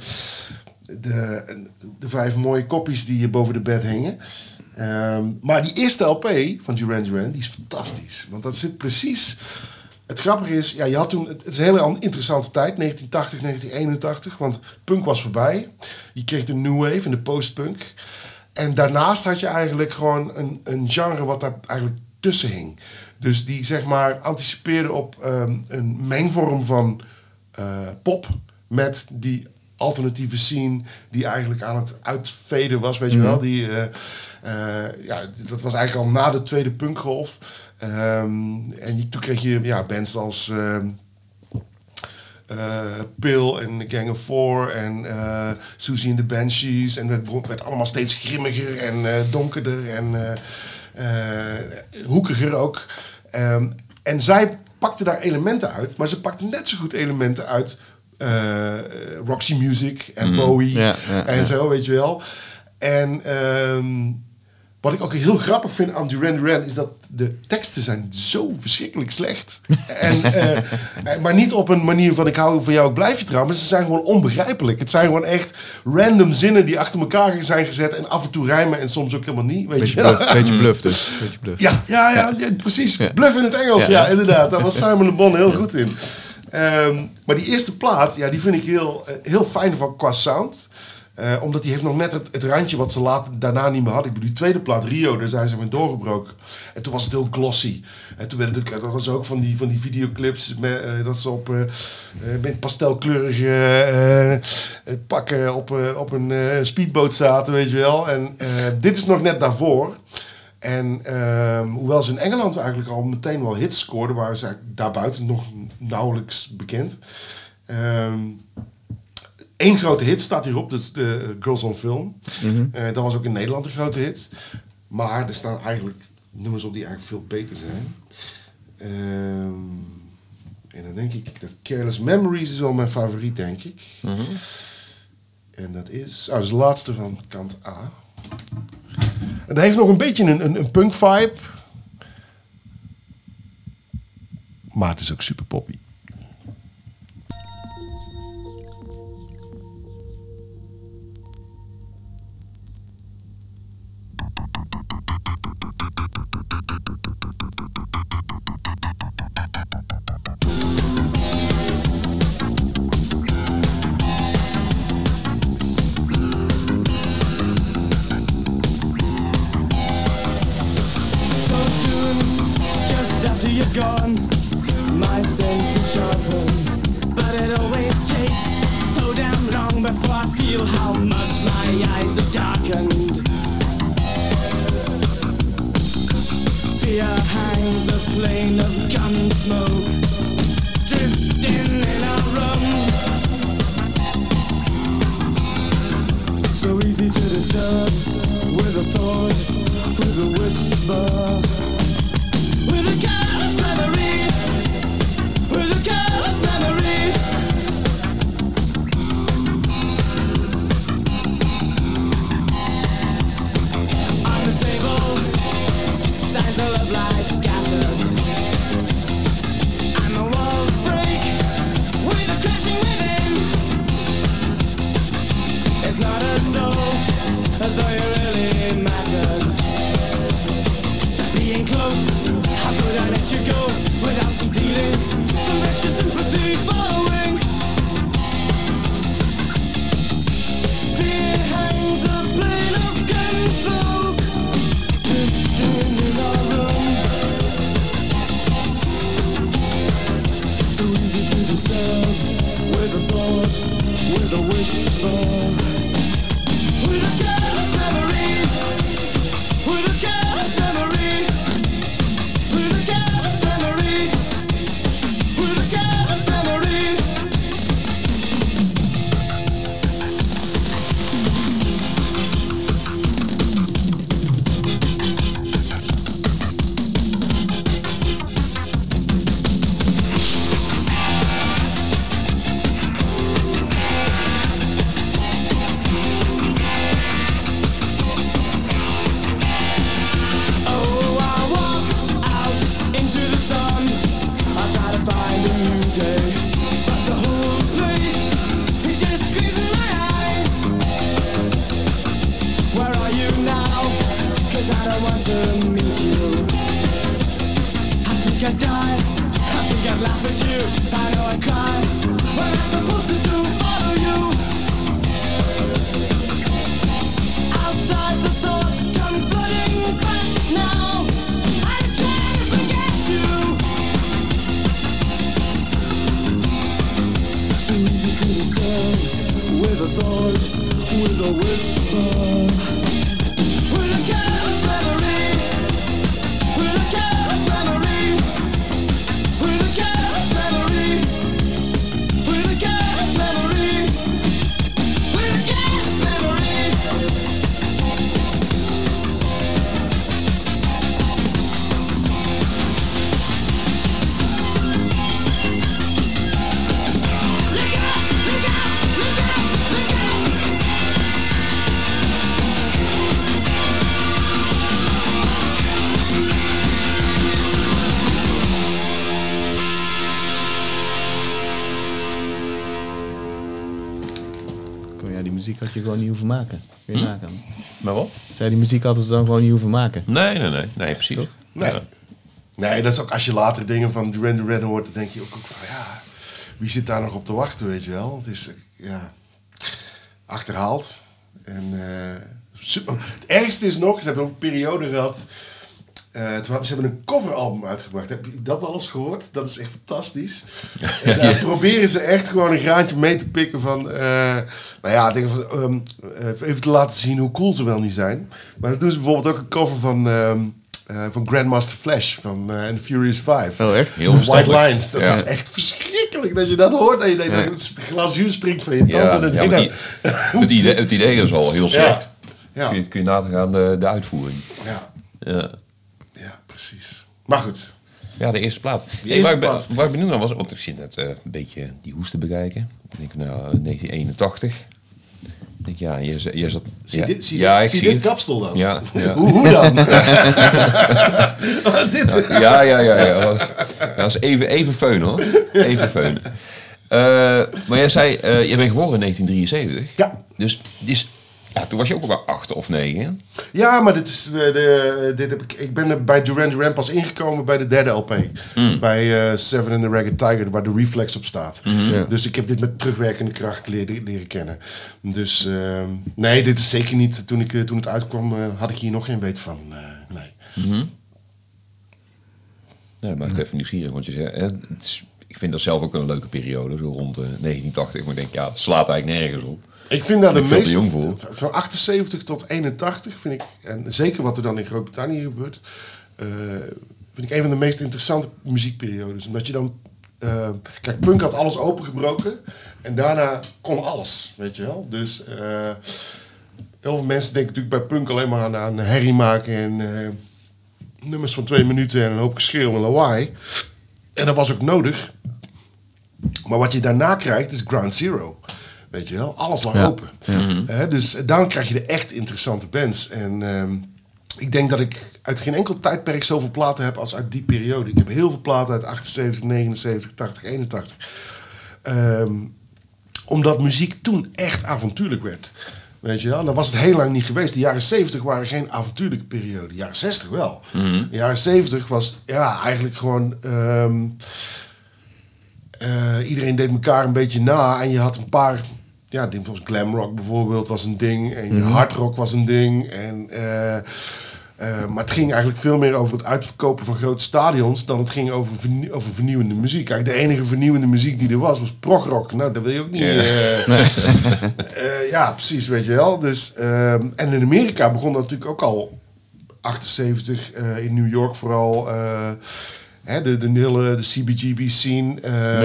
De 5 mooie kopjes die boven de bed hangen. Maar die eerste LP van Duran Duran, die is fantastisch. Want dat zit precies... Het grappige is, je had toen... Het is een hele interessante tijd, 1980, 1981. Want punk was voorbij. Je kreeg de new wave en de postpunk. En daarnaast had je eigenlijk gewoon een genre wat daar eigenlijk tussen hing. Dus die, zeg maar, anticipeerde op een mengvorm van pop met die... alternatieve scene die eigenlijk aan het uitveden was, weet je wel. Dat was eigenlijk al na de tweede punkgolf. En toen kreeg je bands als Pill en Gang of Four en Susie and the Banshees. En het werd allemaal steeds grimmiger en donkerder en hoekiger ook. En zij pakten daar elementen uit, maar ze pakten net zo goed elementen uit Roxy Music en Bowie en zo, weet je wel. En Wat ik ook heel grappig vind aan Duran Duran is dat de teksten zijn zo verschrikkelijk slecht. Maar niet op een manier van ik hou van jou, ik blijf je trouw. Maar ze zijn gewoon onbegrijpelijk. Het zijn gewoon echt random zinnen die achter elkaar zijn gezet en af en toe rijmen en soms ook helemaal niet. Weet je? Beetje bluff dus. Beetje bluff. Ja, precies. Bluff in het Engels, ja, inderdaad. Daar was Simon Le Bon heel goed in. Maar die eerste plaat, die vind ik heel fijn qua sound. Omdat die heeft nog net het randje wat ze daarna niet meer hadden. Ik bedoel, die tweede plaat, Rio, daar zijn ze mee doorgebroken. En toen was het heel glossy. En toen dat was ook van die videoclips dat ze met pastelkleurige pakken op een speedboot zaten, weet je wel. En dit is nog net daarvoor. En hoewel ze in Engeland eigenlijk al meteen wel hits scoorden, waren ze daarbuiten nog nauwelijks bekend. Eén grote hit staat hierop, dat is de Girls on Film. Mm-hmm. Dat was ook in Nederland een grote hit. Maar er staan eigenlijk nummers op die eigenlijk veel beter zijn. En dan denk ik dat Careless Memories is wel mijn favoriet, denk ik. Mm-hmm. En dat is de laatste van kant A. En dat heeft nog een beetje een punk vibe. Maar het is ook super poppy. Gone, my senses sharpen, but it always takes so damn long before I feel how much my eyes have darkened. Fear hangs a plane of gun smoke, drifting in our room, so easy to disturb with a thought, with a whisper. With a careless memory, with a careless memory. On the table, signs of love lie scattered, and the walls break with a crashing within. It's not as though you really mattered. Being close, how could I let you go without some feeling, some extra sympathy following? Fear hangs a plane of gun smoke, drifting in our room, so easy to disturb with a thought, with a whisper. With a careless memory, with a careless memory. With a careless memory, with a careless memory. Oh, I walk out into the sun. I try to find a new day, but the whole place, it just screams in my eyes. Where are you now? 'Cause I don't want to meet you. I think I'd die, I think I'd laugh at you. I know I'd cry. What am I supposed to do? Follow you. Outside the thoughts come flooding back now. I just try to forget you. So easy to disturb with a thought, with a whisper. With a careless memory, with a careless memory, with a careless memory, with a careless memory, with a careless memory. Look out, look out, look out, look out. die muziek had je gewoon niet hoeven maken. Kun je nagaan. Maar wat? Zei die muziek hadden ze dan gewoon niet hoeven maken. Nee, precies. Toch? Nee. Ja. Nee, dat is ook als je later dingen van Duran Duran hoort, dan denk je ook van ja, wie zit daar nog op te wachten, weet je wel? Het is achterhaald. En het ergste is nog, ze hebben ook een periode gehad. Ze hebben een coveralbum uitgebracht. Heb je dat wel eens gehoord? Dat is echt fantastisch. En daar proberen ze echt gewoon een graantje mee te pikken van... even te laten zien hoe cool ze wel niet zijn. Maar dan doen ze bijvoorbeeld ook een cover van Grandmaster Flash van The Furious 5. Oh, echt? Heel White verstandig. Lines. Dat Ja. is echt verschrikkelijk dat je dat hoort. En je denkt dat het glazuur springt van je tanden. Ja, maar het idee is al heel slecht. Ja. Kun je nagaan de uitvoering. Ja, precies. Maar goed. Ja, de eerste plaat. Waar ik benieuwd naar was, want ik zit net een beetje die hoest te bekijken. Ik denk, 1981. Ik denk, ja, je zat... Zie je dit kapsel dan? Ja. Hoe dan? Dit? Ja. Dat is even feun, hoor. Even feun. Maar jij zei, je bent geboren in 1973. Ja. Dus toen was je ook al 8 of 9. Ja, maar ik ben er bij Duran Duran pas ingekomen bij de derde LP. Bij Seven and the Ragged Tiger, waar de Reflex op staat. Ja. Dus ik heb dit met terugwerkende kracht leren kennen. Dus nee, dit is zeker niet... Toen het uitkwam, had ik hier nog geen weet van. Nee. Nee, maar ik ben even nieuwsgierig, want je zei... ik vind dat zelf ook een leuke periode, zo rond 1980. Maar ik denk, ja, het slaat eigenlijk nergens op. Ik vind dat de Ik veel te meest... jong voor. Van 78 tot 81 vind ik... En zeker wat er dan in Groot-Brittannië gebeurt... vind ik een van de meest interessante muziekperiodes. Omdat je dan... kijk, punk had alles opengebroken. En daarna kon alles, weet je wel. Dus... heel veel mensen denken natuurlijk bij punk alleen maar aan herrie maken... en nummers van 2 minuten en een hoop geschreeuw en lawaai. En dat was ook nodig. Maar wat je daarna krijgt is Ground Zero. Weet je wel, alles lag open. Dus dan krijg je de echt interessante bands. En ik denk dat ik uit geen enkel tijdperk zoveel platen heb als uit die periode. Ik heb heel veel platen uit 78, 79, 80, 81. Omdat muziek toen echt avontuurlijk werd. Weet je wel, dat was het heel lang niet geweest. De jaren 70 waren geen avontuurlijke periode. De jaren 60 wel. De jaren 70 was eigenlijk gewoon... iedereen deed elkaar een beetje na. En je had een paar... Ja, dingen zoals glam rock bijvoorbeeld was een ding. En hard rock was een ding. En, maar het ging eigenlijk veel meer over het uitverkopen van grote stadions... dan het ging over vernieuwende muziek. Eigenlijk de enige vernieuwende muziek die er was progrock. Nou, dat wil je ook niet... ja, precies, weet je wel. Dus, en in Amerika begon dat natuurlijk ook al 78. In New York vooral... de hele CBGB scene.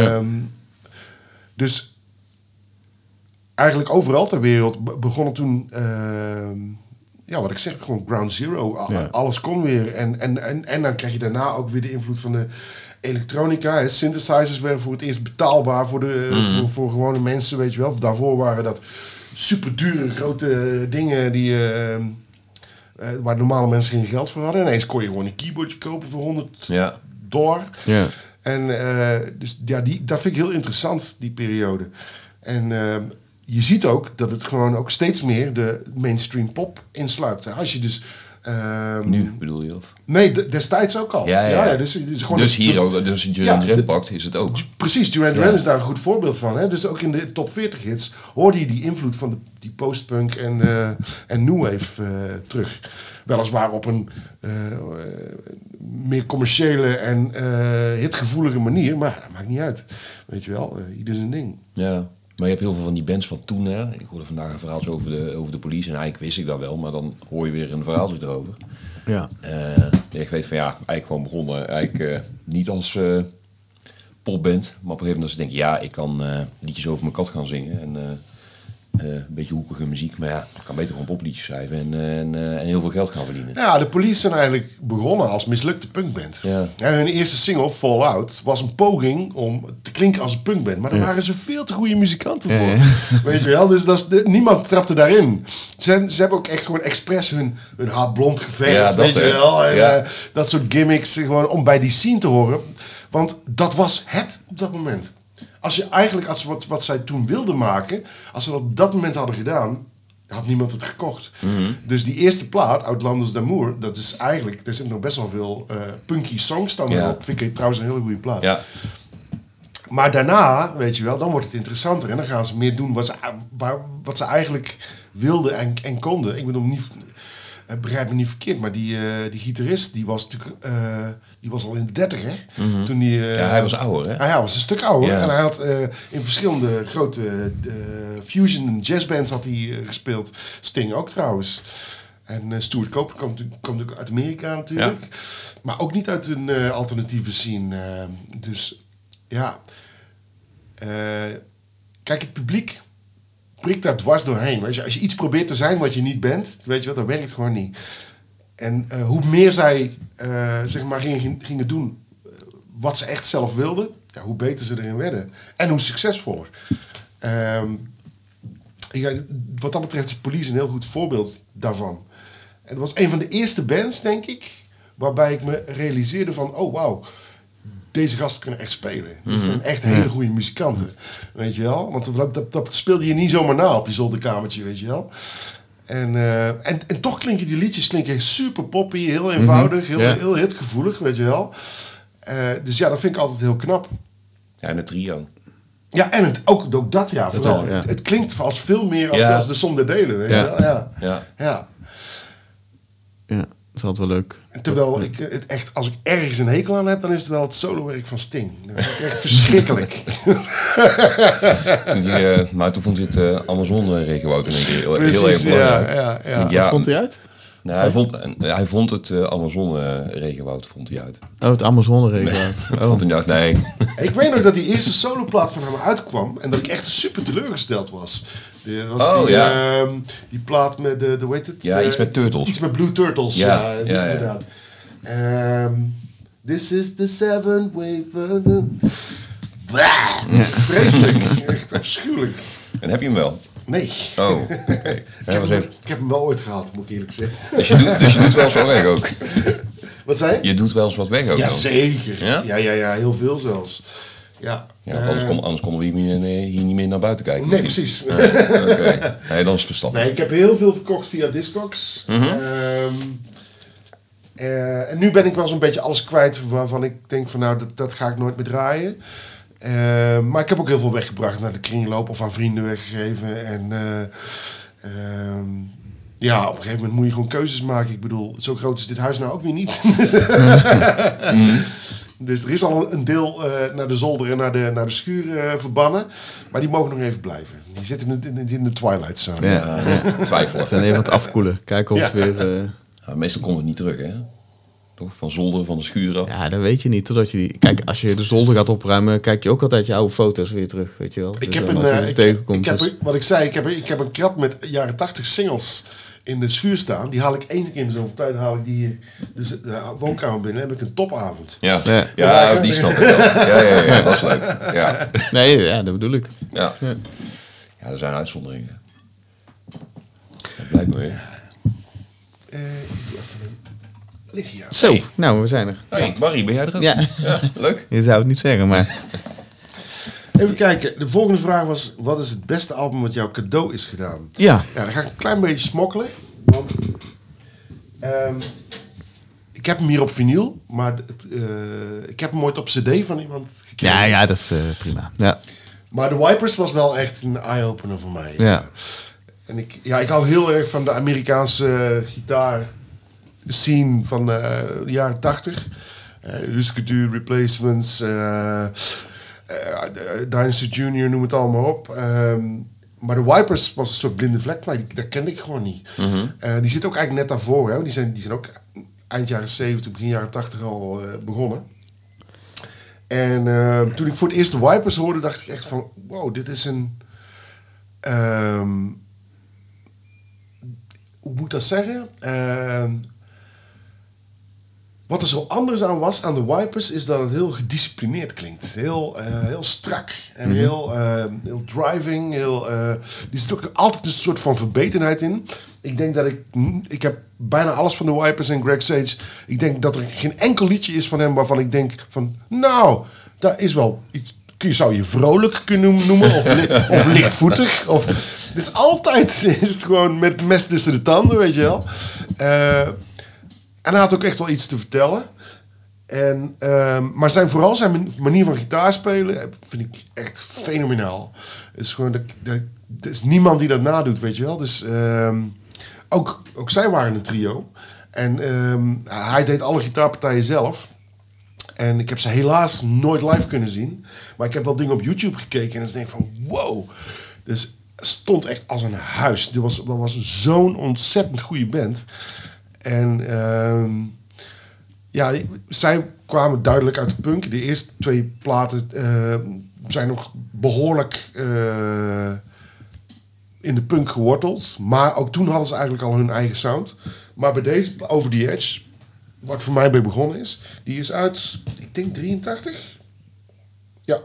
Dus eigenlijk overal ter wereld begonnen toen... wat ik zeg, gewoon ground zero. Alles kon weer. En dan krijg je daarna ook weer de invloed van de elektronica. Synthesizers werden voor het eerst betaalbaar voor gewone mensen, weet je wel. Daarvoor waren dat super dure grote dingen die... waar normale mensen geen geld voor hadden. En ineens kon je gewoon een keyboardje kopen voor $100. Ja. En dus ja, dat vind ik heel interessant, die periode. En je ziet ook dat het gewoon ook steeds meer de mainstream pop insluipt. Als je dus... Nu bedoel je? Of? Nee, destijds ook al. Ja. Dus Hier ook, dus als je Duran Duran pakt, is het ook. Precies, Duran Duran is daar een goed voorbeeld van. Hè? Dus ook in de top 40 hits hoorde je die invloed van die postpunk en new wave terug. Weliswaar op een meer commerciële en hitgevoelige manier, maar dat maakt niet uit. Weet je wel, ieder zijn ding. Ja. Maar je hebt heel veel van die bands van toen. Hè? Ik hoorde vandaag een verhaal over de Police. En eigenlijk wist ik dat wel, maar dan hoor je weer een verhaal erover. Ja. Ik weet van eigenlijk gewoon begonnen. Niet als popband. Maar op een gegeven moment dat ze denken, ik kan liedjes over mijn kat gaan zingen. En een beetje hoekige muziek. Maar ik kan beter gewoon popliedjes schrijven en heel veel geld gaan verdienen. Ja, de Police zijn eigenlijk begonnen als mislukte punkband. Ja. En hun eerste single, Fallout, was een poging om te klinken als een punkband. Maar daar waren ze veel te goede muzikanten voor. Weet je wel? Dus niemand trapte daarin. Ze hebben ook echt gewoon expres hun haar blond geverfd, weet je wel. En dat soort gimmicks, gewoon om bij die scene te horen. Want dat was het op dat moment. als je eigenlijk, wat zij toen wilden maken, als ze dat op dat moment hadden gedaan, had niemand het gekocht. Dus die eerste plaat, Outlanders d'Amour, dat is eigenlijk, er zitten nog best wel veel punky songs dan op. Vind ik trouwens een hele goede plaat. Ja. Maar daarna, weet je wel, dan wordt het interessanter. En dan gaan ze meer doen wat ze eigenlijk wilden en konden. Ik bedoel, begrijp me niet verkeerd, maar die gitarist, die was natuurlijk... die was al in de 30, hè? Toen Hij was ouder, hè? Hij was een stuk ouder. Ja. En hij had in verschillende grote fusion en jazzbands had hij gespeeld. Sting ook trouwens. En Stuart Copeland komt ook uit Amerika natuurlijk. Ja. Maar ook niet uit een alternatieve scene. Dus ja... kijk, het publiek prikt daar dwars doorheen. Als je iets probeert te zijn wat je niet bent, weet je wel, dat werkt gewoon niet. En hoe meer zij zeg maar gingen doen wat ze echt zelf wilden, ja, hoe beter ze erin werden. En hoe succesvoller. Wat dat betreft is Police een heel goed voorbeeld daarvan. En het was een van de eerste bands, denk ik, waarbij ik me realiseerde van, oh wauw, deze gasten kunnen echt spelen. Dat zijn echt hele goede muzikanten. Weet je wel? Want dat speelde je niet zomaar na op je zolderkamertje, weet je wel. En toch klinken die liedjes super poppy, heel eenvoudig, heel hitgevoelig, weet je wel. Dus ja, dat vind ik altijd heel knap. Ja, en het trio. Ja, en ook dat, ja. Vooral. ja. Het klinkt als veel meer als de som der delen, weet je Ja. wel. Ja. Ja. Ja. Ja, dat is altijd wel leuk. En terwijl ik het echt, als ik ergens een hekel aan heb, dan is het wel het solowerk van Sting. Dat vind ik echt verschrikkelijk. Maar toen vond hij het Amazon-regenwoud in één keer heel erg Precies, belangrijk. ja. Ja, Wat vond hij uit? nou, hij vond het Amazon-regenwoud vond hij uit. Oh, het Amazone-regenwoud. Vond hij niet uit, nee. Ik weet nog dat die eerste soloplaat van hem uitkwam en dat ik echt super teleurgesteld was. Dat was die plaat met de hoe heet het? Ja, iets met Turtles. Iets met Blue Turtles, Ja, die inderdaad. This is the seventh wave. Vreselijk, echt afschuwelijk. En heb je hem wel? Nee. Oh, oké. Ik heb hem wel ooit gehad, moet ik eerlijk zeggen. Dus je doet wel eens wat weg ook? Wat zei je? Je doet wel eens wat weg ook? Ja, dan? zeker. Ja? Ja, heel veel zelfs. Ja, Ja, anders konden we hier niet meer naar buiten kijken. nee, precies. Oké. Nee, dan is het verstandig. Nee, ik heb heel veel verkocht via Discogs. En nu ben ik wel zo'n beetje alles kwijt waarvan ik denk van nou, dat ga ik nooit meer draaien. Maar ik heb ook heel veel weggebracht naar de kringloop of aan vrienden weggegeven. En ja, op een gegeven moment moet je gewoon keuzes maken. Ik bedoel, zo groot is dit huis nou ook weer niet. Dus er is al een deel naar de zolder en naar de schuur verbannen. Maar die mogen nog even blijven. Die zitten in de Twilight Zone. Ja, Twijfel. we zijn even aan het afkoelen. Kijken of het weer... Ja, meestal komt het niet terug, hè? Toch? Van zolder, van de schuur af. Ja, dat weet je niet. Totdat je die... Kijk, als je de zolder gaat opruimen, kijk je ook altijd je oude foto's weer terug, weet je wel. Ik Dus heb dan als je ze tegenkomt, dus- wat ik zei, ik heb een krat met jaren 80 singles in de schuur staan. Die haal ik eens keer in de zoveel tijd, haal ik die hier dus de woonkamer binnen. Dan heb ik een topavond. Ja, Ja. ja, die snap ik wel. Ja, dat is leuk. Ja, Nee, ja, dat bedoel ik. ja. Ja, er zijn uitzonderingen. Dat blijkt maar weer. Ik doe even een lichtje. Ja. Zo, nou, we zijn er. Hey, Barry, ben jij er ook? Ja, Leuk. je zou het niet zeggen, maar... Even kijken. De volgende vraag was: wat is het beste album wat jou cadeau is gedaan? Ja. Ja, dan ga ik een klein beetje smokkelen. Want ik heb hem hier op vinyl, maar ik heb hem ooit op cd van iemand gekregen. Ja, dat is prima. Ja. Maar de Wipers was wel echt een eye-opener voor mij. Ja. En ik hou heel erg van de Amerikaanse gitaar scene van de jaren 80. Husker Du, Replacements, Dinosaur Jr., noem het allemaal op. Maar de Wipers was een soort blinde vlek, maar dat kende ik gewoon niet. Die zit ook eigenlijk net daarvoor. Hè? Die zijn ook eind jaren 70, begin jaren 80 al begonnen. En toen ik voor het eerst de Wipers hoorde, dacht ik echt van... Wow, dit is een... hoe moet ik dat zeggen? Wat er zo anders aan was aan de Wipers... is dat het heel gedisciplineerd klinkt. Heel strak. En heel driving. Er zit ook altijd een soort van verbetenheid in. Ik denk dat ik heb bijna alles van de Wipers en Greg Sage. Ik denk dat er geen enkel liedje is van hem waarvan ik denk van... Nou, daar is wel iets zou je vrolijk kunnen noemen. Of lichtvoetig. Dus altijd is het gewoon met mes tussen de tanden, weet je wel. En hij had ook echt wel iets te vertellen. Maar zijn manier van gitaar spelen vind ik echt fenomenaal. Het is gewoon, er is niemand die dat nadoet, weet je wel. Dus ook zij waren een trio. En hij deed alle gitaarpartijen zelf. En ik heb ze helaas nooit live kunnen zien. Maar ik heb wel dingen op YouTube gekeken. En dan denk ik van wow. Dus het stond echt als een huis. Dat was zo'n ontzettend goede band. En zij kwamen duidelijk uit de punk. De eerste 2 platen zijn nog behoorlijk in de punk geworteld. Maar ook toen hadden ze eigenlijk al hun eigen sound. Maar bij deze, Over the Edge, wat voor mij bij begonnen is, die is uit, ik denk 83. Ja.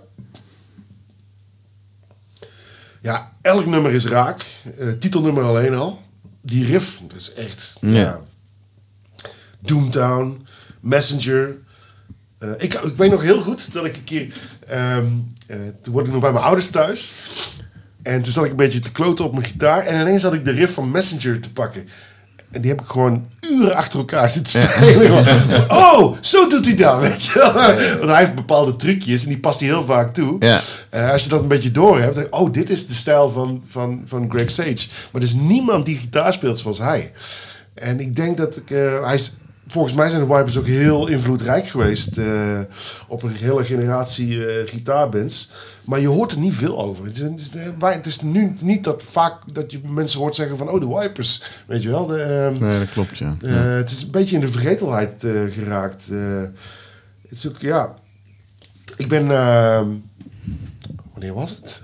Ja, elk nummer is raak. Titelnummer alleen al. Die riff, dat is echt... Ja. Doomtown, Messenger. Ik weet nog heel goed dat ik een keer... toen word ik nog bij mijn ouders thuis. En toen zat ik een beetje te kloten op mijn gitaar. En ineens had ik de riff van Messenger te pakken. En die heb ik gewoon uren achter elkaar zitten spelen. Oh, zo doet hij dat, weet je wel. Want hij heeft bepaalde trucjes en die past hij heel vaak toe. Ja. Als je dat een beetje door hebt, dan denk je, oh, dit is de stijl van Greg Sage. Maar er is niemand die gitaar speelt zoals hij. En ik denk dat volgens mij zijn de Wipers ook heel invloedrijk geweest op een hele generatie gitaarbands. Maar je hoort er niet veel over. Het is nu niet dat vaak dat je mensen hoort zeggen van... Oh, de Wipers, weet je wel. Nee, dat klopt, ja. Het is een beetje in de vergetelheid geraakt. Het is ook, ja... Ik ben... wanneer was het?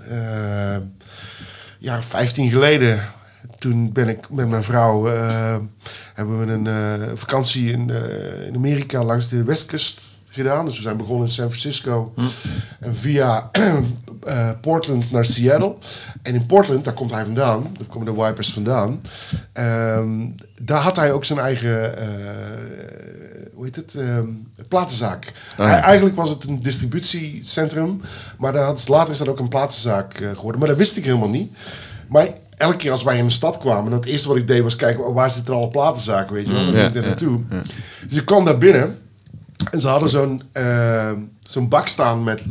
Ja, 15 geleden... Toen ben ik met mijn vrouw... hebben we een vakantie in Amerika langs de westkust gedaan. Dus we zijn begonnen in San Francisco. En via Portland naar Seattle. En in Portland, daar komt hij vandaan. Daar komen de Wipers vandaan. Daar had hij ook zijn eigen... hoe heet het? Platenzaak. Eigenlijk was het een distributiecentrum. Maar later is dat ook een platenzaak geworden. Maar dat wist ik helemaal niet. Maar elke keer als wij in de stad kwamen... het eerste wat ik deed was kijken... waar zitten er alle platenzaken, weet je wel? Dan ging ik daar naartoe. Ja. Dus ik kwam daar binnen... en ze hadden zo'n bak staan met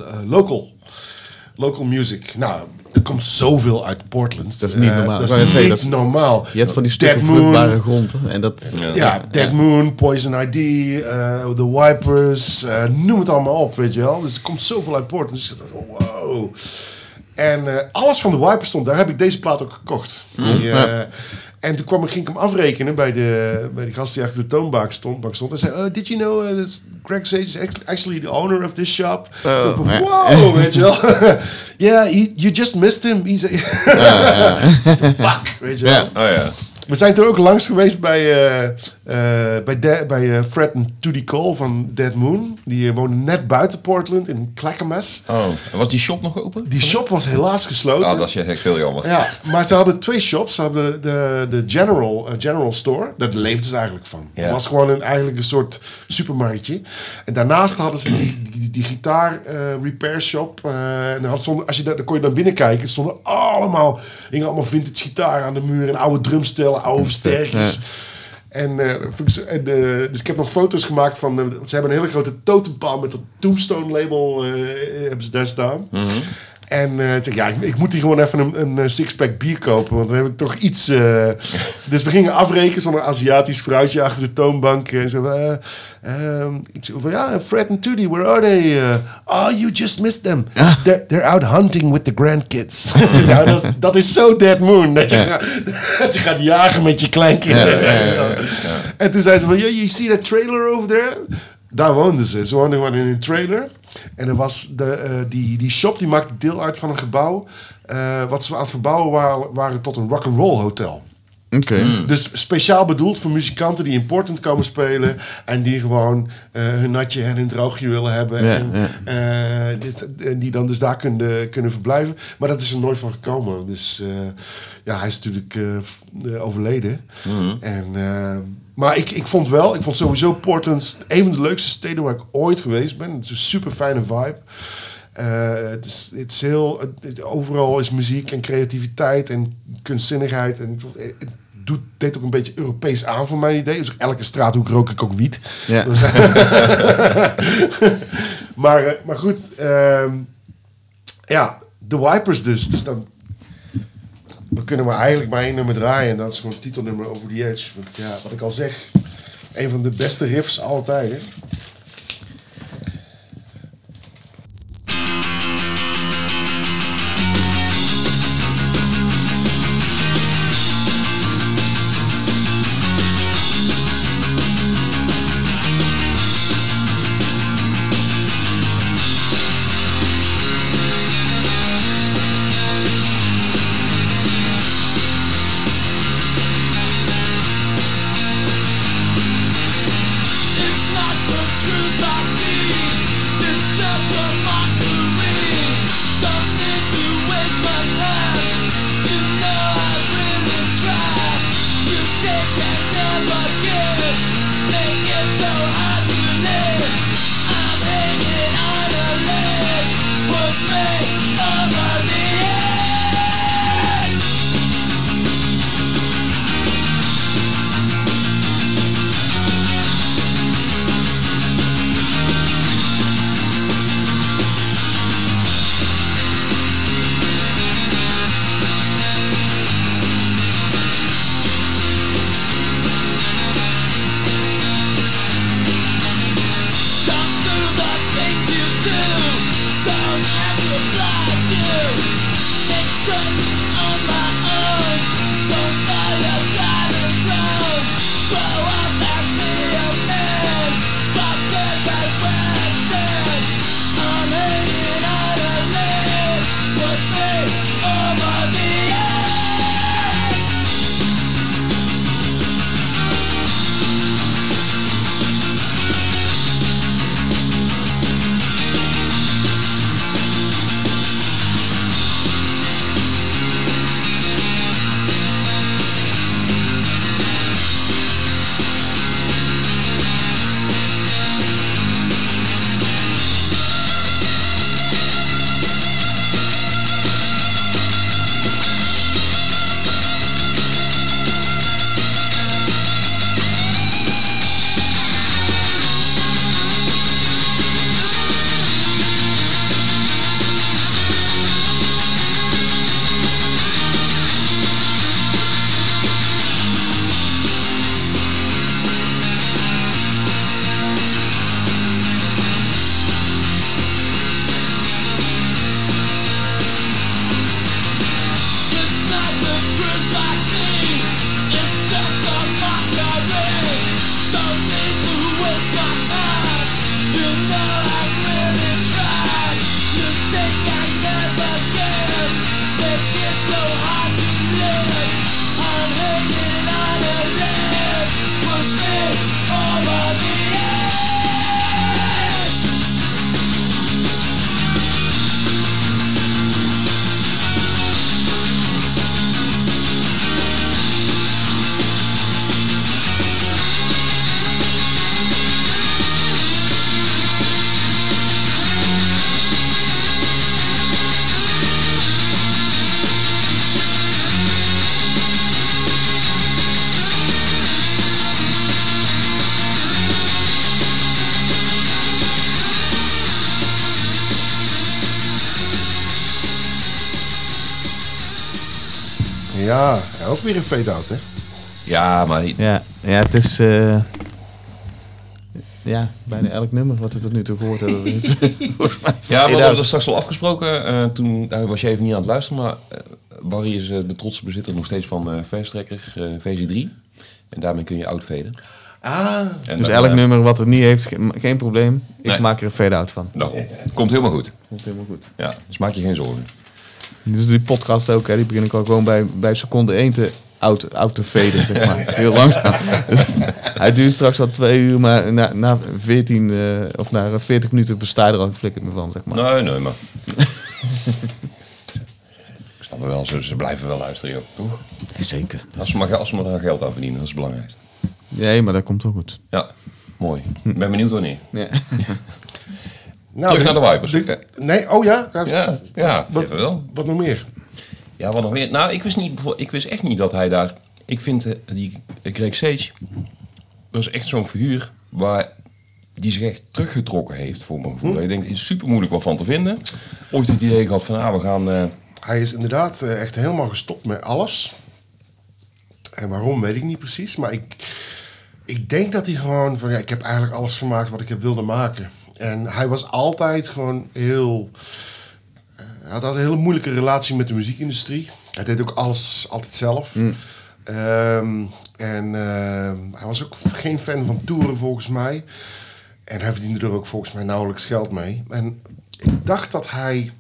local music. Nou, er komt zoveel uit Portland. Dat is niet normaal. Dat is niet normaal. Je hebt van die stukken vruchtbare grond. En dat, Dead Moon, Poison ID, The Wipers... noem het allemaal op, weet je wel. Dus er komt zoveel uit Portland. Dus ik dacht, wow... En alles van de Wipers stond. Daar heb ik deze plaat ook gekocht. En toen ging ik hem afrekenen bij die gast die achter de toonbank stond. En zei, did you know that Greg Sage is actually the owner of this shop? Wow, weet je wel. Yeah, you just missed him. He said, fuck, weet je wel. We zijn toen ook langs geweest bij Fred en Toody Cole van Dead Moon. Die woonden net buiten Portland in Clackamas. Oh, en was die shop nog open? Die shop was helaas gesloten. Ah, dat is echt heel jammer. Ja, maar ze hadden 2 shops. Ze hadden de General Store. Daar leefden ze eigenlijk van. Ja. Het was gewoon eigenlijk een soort supermarktje. En daarnaast hadden ze die gitaar repair shop. En dan kon je naar binnen kijken. Er stonden allemaal vintage gitaar aan de muur. En oude drumstellen, oude versterkers. Ja. Dus ik heb nog foto's gemaakt van... ze hebben een hele grote totempaal met dat Tombstone label hebben ze daar staan. Mm-hmm. En ik moet die gewoon even een sixpack bier kopen. Want dan heb ik toch iets... Dus we gingen afrekenen. Zo'n Aziatisch vrouwtje achter de toonbank. En zo, ik zei van, Fred en Toody, where are they? You just missed them. They're out hunting with the grandkids. Dat is zo Dead Moon. Dat je gaat jagen met je kleinkinderen. En toen zei ze van, you see that trailer over there? Daar woonden ze. Ze woonden gewoon in een trailer. En er was die shop die maakte deel uit van een gebouw. Wat ze aan het verbouwen waren tot een rock'n'roll hotel. Okay. Dus speciaal bedoeld voor muzikanten die in Portland komen spelen. En die gewoon hun natje en hun droogje willen hebben. Ja, en die dan dus daar kunnen verblijven. Maar dat is er nooit van gekomen. Dus hij is natuurlijk overleden. Mm-hmm. Maar ik vond sowieso Portland een van de leukste steden waar ik ooit geweest ben. Het is een super fijne vibe. Het is heel... overal is muziek en creativiteit en kunstzinnigheid. En het deed ook een beetje Europees aan voor mijn idee. Dus elke straathoek rook ik ook wiet. Ja. Dus, maar goed. The Wipers dus. Dus dan kunnen we eigenlijk maar één nummer draaien. En dat is gewoon het titelnummer Over the Edge. Want ja, wat ik al zeg. Een van de beste riffs aller tijden. Ja, ook weer een fade-out, hè? Ja, maar... Ja, het is... bijna elk nummer wat we tot nu toe gehoord hebben. Ja, we hadden er straks al afgesproken. Toen was je even niet aan het luisteren, maar Barry is de trotse bezitter nog steeds van Verstrekker versie 3. En daarmee kun je outfaden. En dus dan, elk nummer wat het niet heeft, geen probleem. Ik Nee. maak er een fade-out van. Nou, komt helemaal goed. Komt helemaal goed. Ja, dus maak je geen zorgen. Dus die podcast ook, hè, die begin ik al gewoon bij seconde 1 te faden, zeg maar. Heel langzaam. Dus hij duurt straks wel 2 uur, maar na 14 of na 40 minuten besta je er al een flikker meer van, zeg maar. Nee, maar... Ik snap het wel, ze blijven wel luisteren, joh. Toch? Ja, zeker. Als ze maar daar geld aan verdienen, dat is het belangrijkste. Nee, maar dat komt wel goed. Ja, mooi. Ik ben benieuwd wanneer. Ja. Nou, Terug naar de Wipers. Oké. Nee, oh ja? Ja, Wat- even wel. Wat nog meer? Ja, wat nog meer? Nou, ik wist echt niet dat hij daar... Ik vind die Greg Sage... Dat is echt zo'n figuur die zich echt teruggetrokken heeft, voor mijn gevoel. Ik denk, het is super moeilijk wat van te vinden. Ooit het idee gehad van, we gaan... Hij is inderdaad echt helemaal gestopt met alles. En waarom, weet ik niet precies. Maar ik denk dat hij gewoon van... Ja, ik heb eigenlijk alles gemaakt wat ik heb wilde maken. En hij was altijd gewoon heel... Hij had altijd een hele moeilijke relatie met de muziekindustrie. Hij deed ook alles altijd zelf. Hij was ook geen fan van toeren volgens mij. En hij verdiende er ook volgens mij nauwelijks geld mee. En ik dacht dat hij...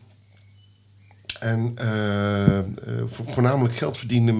voornamelijk geld verdiende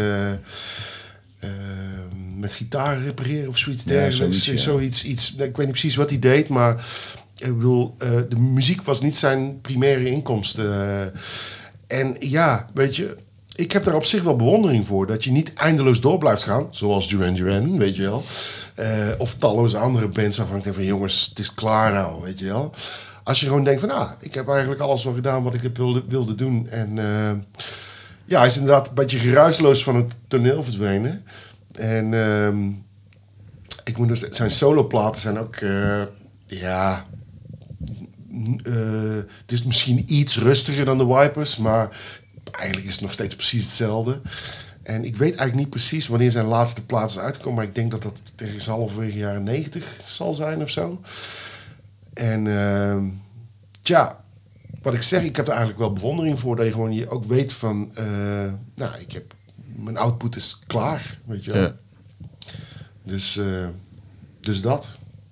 met gitaren repareren of zoiets dergelijks. zoiets, Ik weet niet precies wat hij deed, maar ik bedoel, de muziek was niet zijn primaire inkomsten. En ja, weet je, ik heb daar op zich wel bewondering voor. Dat je niet eindeloos door blijft gaan, zoals Duran Duran, weet je wel. Of talloze andere bands waarvan ik denk van jongens, het is klaar nou, weet je wel. Als je gewoon denkt van, ik heb eigenlijk alles wel gedaan wat ik wilde doen. En hij is inderdaad een beetje geruisloos van het toneel verdwenen. En ik moet dus, zijn soloplaten zijn ook, het is misschien iets rustiger dan de Wipers, maar eigenlijk is het nog steeds precies hetzelfde. En ik weet eigenlijk niet precies wanneer zijn laatste plaat is uitgekomen, maar ik denk dat dat tegen halverwege jaren 90 zal zijn of zo. En wat ik zeg, ik heb er eigenlijk wel bewondering voor dat je gewoon je ook weet van, mijn output is klaar, weet je wel. Ja. Dus dat.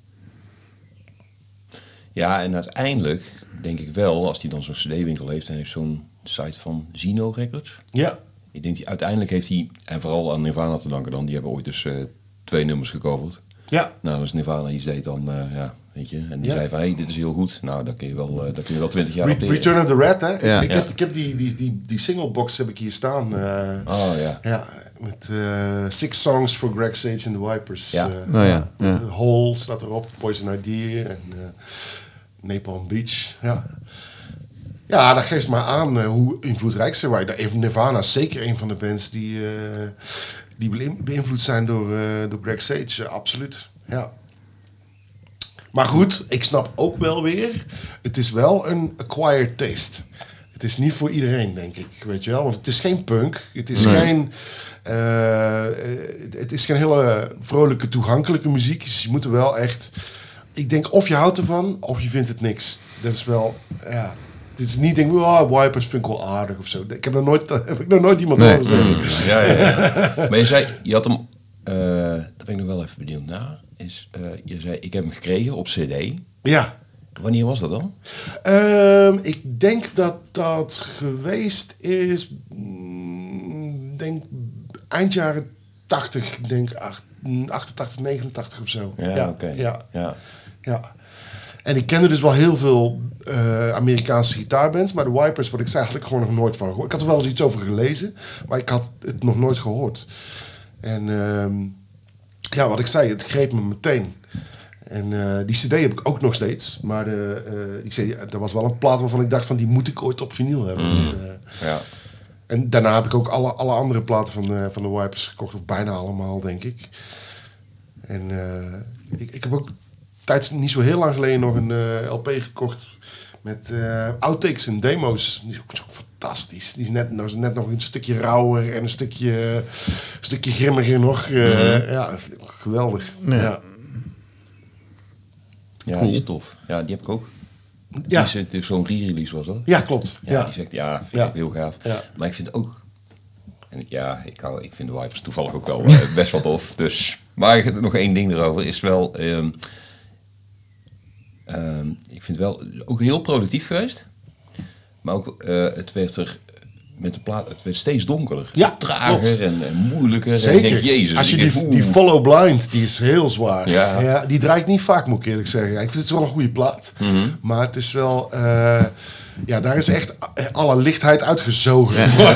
Ja, en uiteindelijk denk ik wel, als hij dan zo'n cd-winkel heeft en heeft zo'n site van Zino Records. Ja. Ik denk, uiteindelijk heeft hij, en vooral aan Nirvana te danken dan, die hebben ooit dus 2 nummers gecoverd. Ja. Nou, als Nirvana iets deed dan, weet je. En die Ja. zei van, dit is heel goed. Nou, dat kun je wel 20 jaar opteren. Return of the Red, hè? Ja. Ik heb die singlebox heb ik hier staan. Ja, met 6 songs for Greg Sage and the Wipers. Ja. Met Hole staat erop, Poison Idea en Napalm Beach. Ja, dat geeft maar aan hoe invloedrijk ze waren. Even Nirvana is zeker een van de bands die beïnvloed zijn door Greg Sage, absoluut. Ja. Maar goed, ik snap ook wel weer, het is wel een acquired taste. Het is niet voor iedereen, denk ik, weet je wel. Want het is geen punk, het is geen hele vrolijke, toegankelijke muziek. Dus je moet er wel echt... Ik denk, of je houdt ervan, of je vindt het niks. Dat is wel, ja... Het is niet, denk ik, Wipers vind ik wel aardig of zo. Ik heb nog nooit iemand horen zeggen. Ja. Maar je zei, je had hem... daar ben ik nog wel even benieuwd naar. Je zei, ik heb hem gekregen op cd. Ja. Wanneer was dat dan? Ik denk dat geweest is... denk eind jaren 80. Denk 88, 89 of zo. Ja, oké. Ja. En ik kende dus wel heel veel Amerikaanse gitaarbands. Maar de Wipers, wat ik zei, had ik gewoon nog nooit van gehoord. Ik had er wel eens iets over gelezen. Maar ik had het nog nooit gehoord. En wat ik zei, het greep me meteen. En die cd heb ik ook nog steeds. Maar er was wel een plaat waarvan ik dacht van... die moet ik ooit op vinyl hebben. En daarna heb ik ook alle andere platen van de Wipers gekocht. Of bijna allemaal, denk ik. En ik heb ook... niet zo heel lang geleden nog een LP gekocht met outtakes en demo's. Die is ook fantastisch. Die is net nog een stukje rauwer en een stukje grimmiger nog. Ja, geweldig. Ja. Ja, die is tof. Ja, die heb ik ook. Ja. Die is zo'n re-release was dat? Ja, klopt. Ja, die zegt, vind ik ook heel gaaf. Ja. Maar ik vind ook... En ik vind de Wipers toevallig ook wel best wel tof. Dus. Maar nog één ding erover is wel... ik vind het wel ook heel productief geweest. Maar ook het werd er met de plaat, het werd steeds donkerder. Ja, trager en moeilijker. Zeker. En ik denk, Jezus, als je die Follow Blind, die is heel zwaar. Ja. Die draait niet vaak, moet ik eerlijk zeggen. Ik vind het wel een goede plaat. Maar het is wel... Ja, daar is echt alle lichtheid uitgezogen. Ja.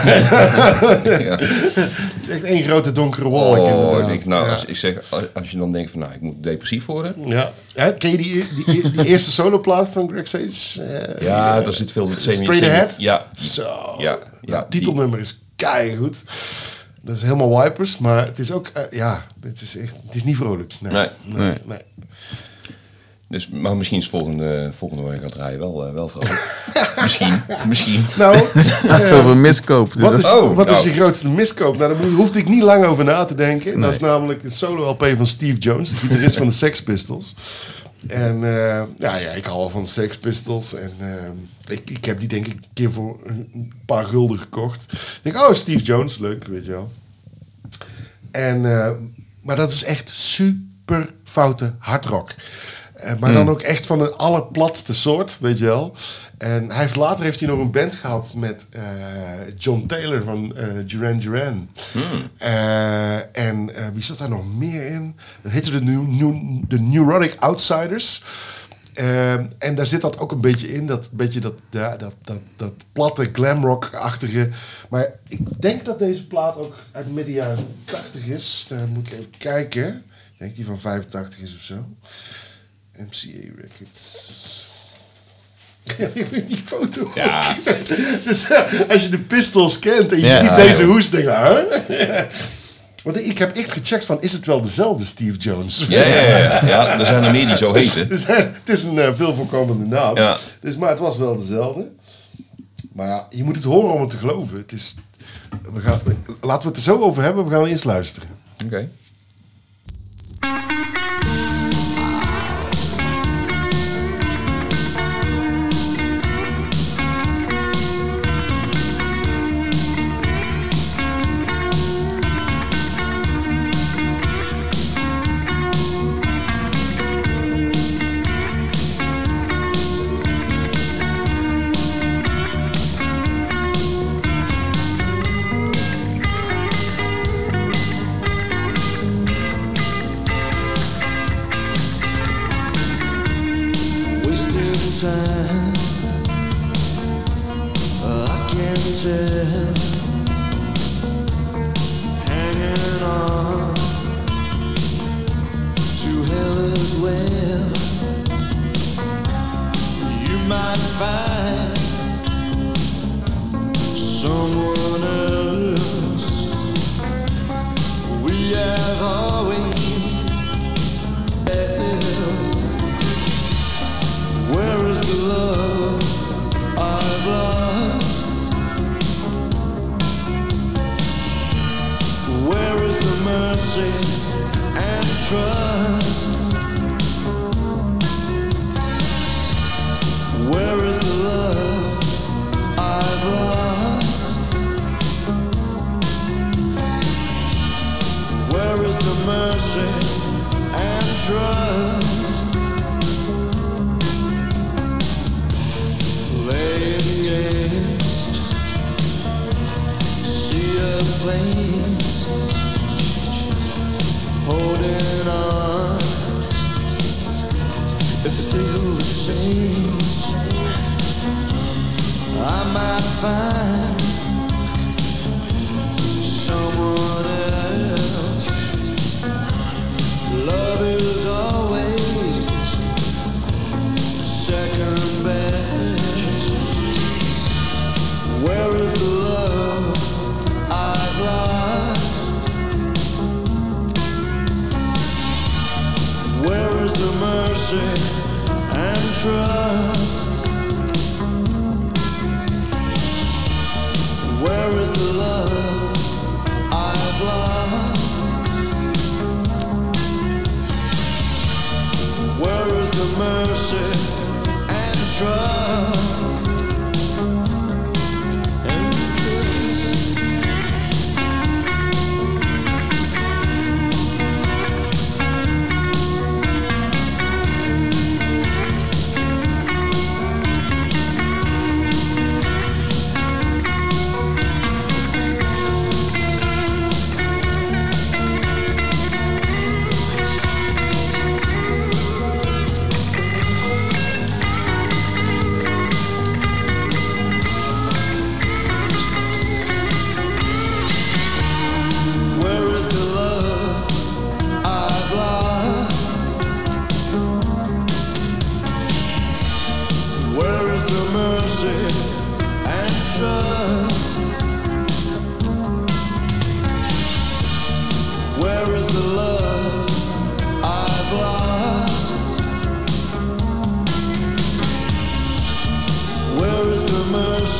Het is echt één grote donkere wolk. Als je dan denkt van, nou, ik moet depressief worden. Ja. Ken je die eerste soloplaat van Greg Sage? Daar zit veel... Straight Ahead? Ja. Zo. Ja, Het titelnummer is keigoed. Dat is helemaal Wipers, maar het is ook... het is niet vrolijk. Nee. Dus, maar misschien is volgende waar je gaat draaien wel vrolijk. misschien. Nou, Het over miskoop. Dus wat is je grootste miskoop? Nou, daar hoefde ik niet lang over na te denken. Nee. Dat is namelijk een solo-LP van Steve Jones, de gitarist van de Sex Pistols. En ik hou al van de Sex Pistols. En ik heb die denk ik een keer voor een paar gulden gekocht. Ik denk, Steve Jones, leuk, weet je wel. En, maar dat is echt super foute hardrock. Maar dan ook echt van de allerplatste soort, weet je wel. En later heeft hij nog een band gehad met John Taylor van Duran Duran. Wie zat daar nog meer in? Dat heette de Neurotic Outsiders. En daar zit dat ook een beetje in. Dat platte glamrock-achtige. Maar ik denk dat deze plaat ook uit midden jaren 80 is. Daar moet ik even kijken. Ik denk die van 85 is of zo. MCA Records. Ja, ik weet die foto. Ja. Dus als je de Pistols kent en je ziet deze hoes, denk je, huh? Want ik heb echt gecheckt van, is het wel dezelfde Steve Jones? Ja, er zijn er meer die zo heten. Het is een veel voorkomende naam. Ja. Dus, maar het was wel dezelfde. Maar ja, je moet het horen om het te geloven. Laten we het er zo over hebben, we gaan eerst luisteren. Oké.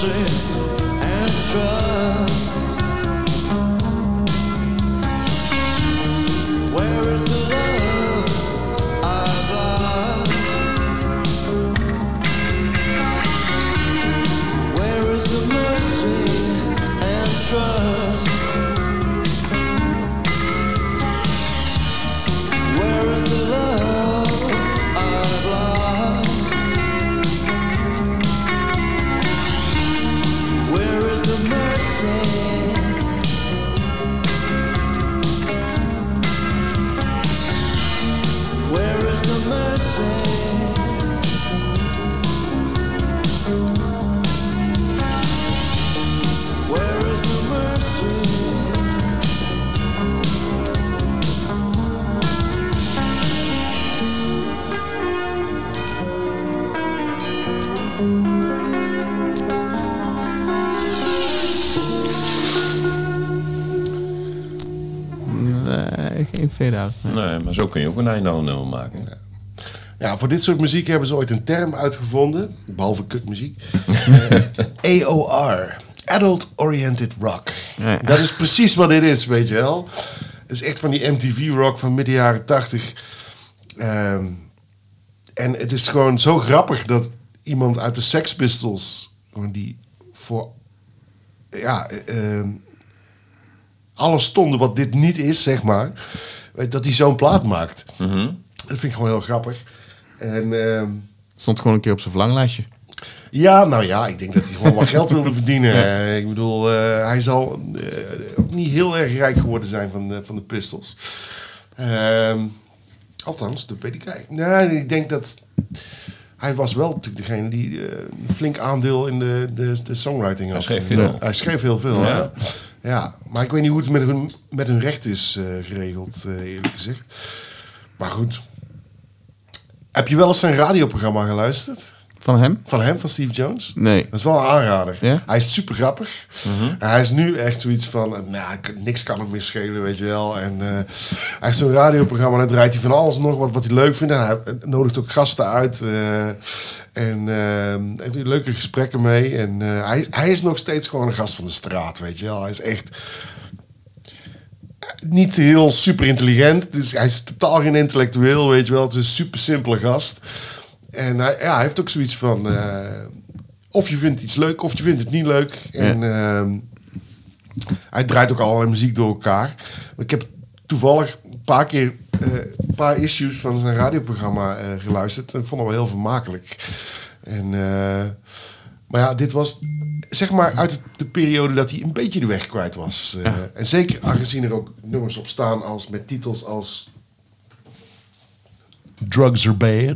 mercy and trust? Where is the love I've lost? Where is the mercy and trust? Where is the love I've lost? Where is the mercy? Where is the mercy? Where is the mercy? Nee, geen fade-out. Nee. Nee, maar zo kun je ook een einde aan een nummer maken. Ja, voor dit soort muziek hebben ze ooit een term uitgevonden, behalve kutmuziek. AOR, Adult Oriented Rock. Ja. Dat is precies wat dit is, weet je wel. Het is echt van die MTV-rock van midden jaren 80. En het is gewoon zo grappig dat iemand uit de Sex Pistols, die voor alles stonden wat dit niet is, zeg maar, dat hij zo'n plaat maakt. Dat vind ik gewoon heel grappig. En Stond gewoon een keer op zijn verlanglijstje. ja, nou ja, ik denk dat hij gewoon wat geld wilde verdienen. Ik bedoel, hij zal ook niet heel erg rijk geworden zijn van de Pistols. Althans, dat weet ik eigenlijk. Nee, ik denk dat hij was wel natuurlijk degene die een flink aandeel in de songwriting had. Hij schreef veel. Hij schreef heel veel, Ja. Ja, maar ik weet niet hoe het met hun recht is geregeld, eerlijk gezegd. Maar goed. Heb je wel eens zijn radioprogramma geluisterd? Van hem? Van hem, van Steve Jones? Nee. Dat is wel een aanrader. Ja? Hij is super grappig. En hij is nu echt zoiets van, niks kan hem meer schelen, weet je wel. En hij heeft zo'n radioprogramma en dan draait hij van alles nog wat hij leuk vindt. En hij nodigt ook gasten uit. En heeft hij leuke gesprekken mee. En hij is nog steeds gewoon een gast van de straat, weet je wel. Hij is echt niet heel super intelligent. Dus hij is totaal geen intellectueel, weet je wel. Het is een super simpele gast. En hij heeft ook zoiets van, of je vindt iets leuk, of je vindt het niet leuk. En hij draait ook allerlei muziek door elkaar. Ik heb toevallig een paar keer een paar issues van zijn radioprogramma geluisterd. En ik vond het wel heel vermakelijk. En, maar ja, dit was zeg maar uit de periode dat hij een beetje de weg kwijt was. En zeker aangezien er ook nummers op staan als, met titels als Drugs Are Bad.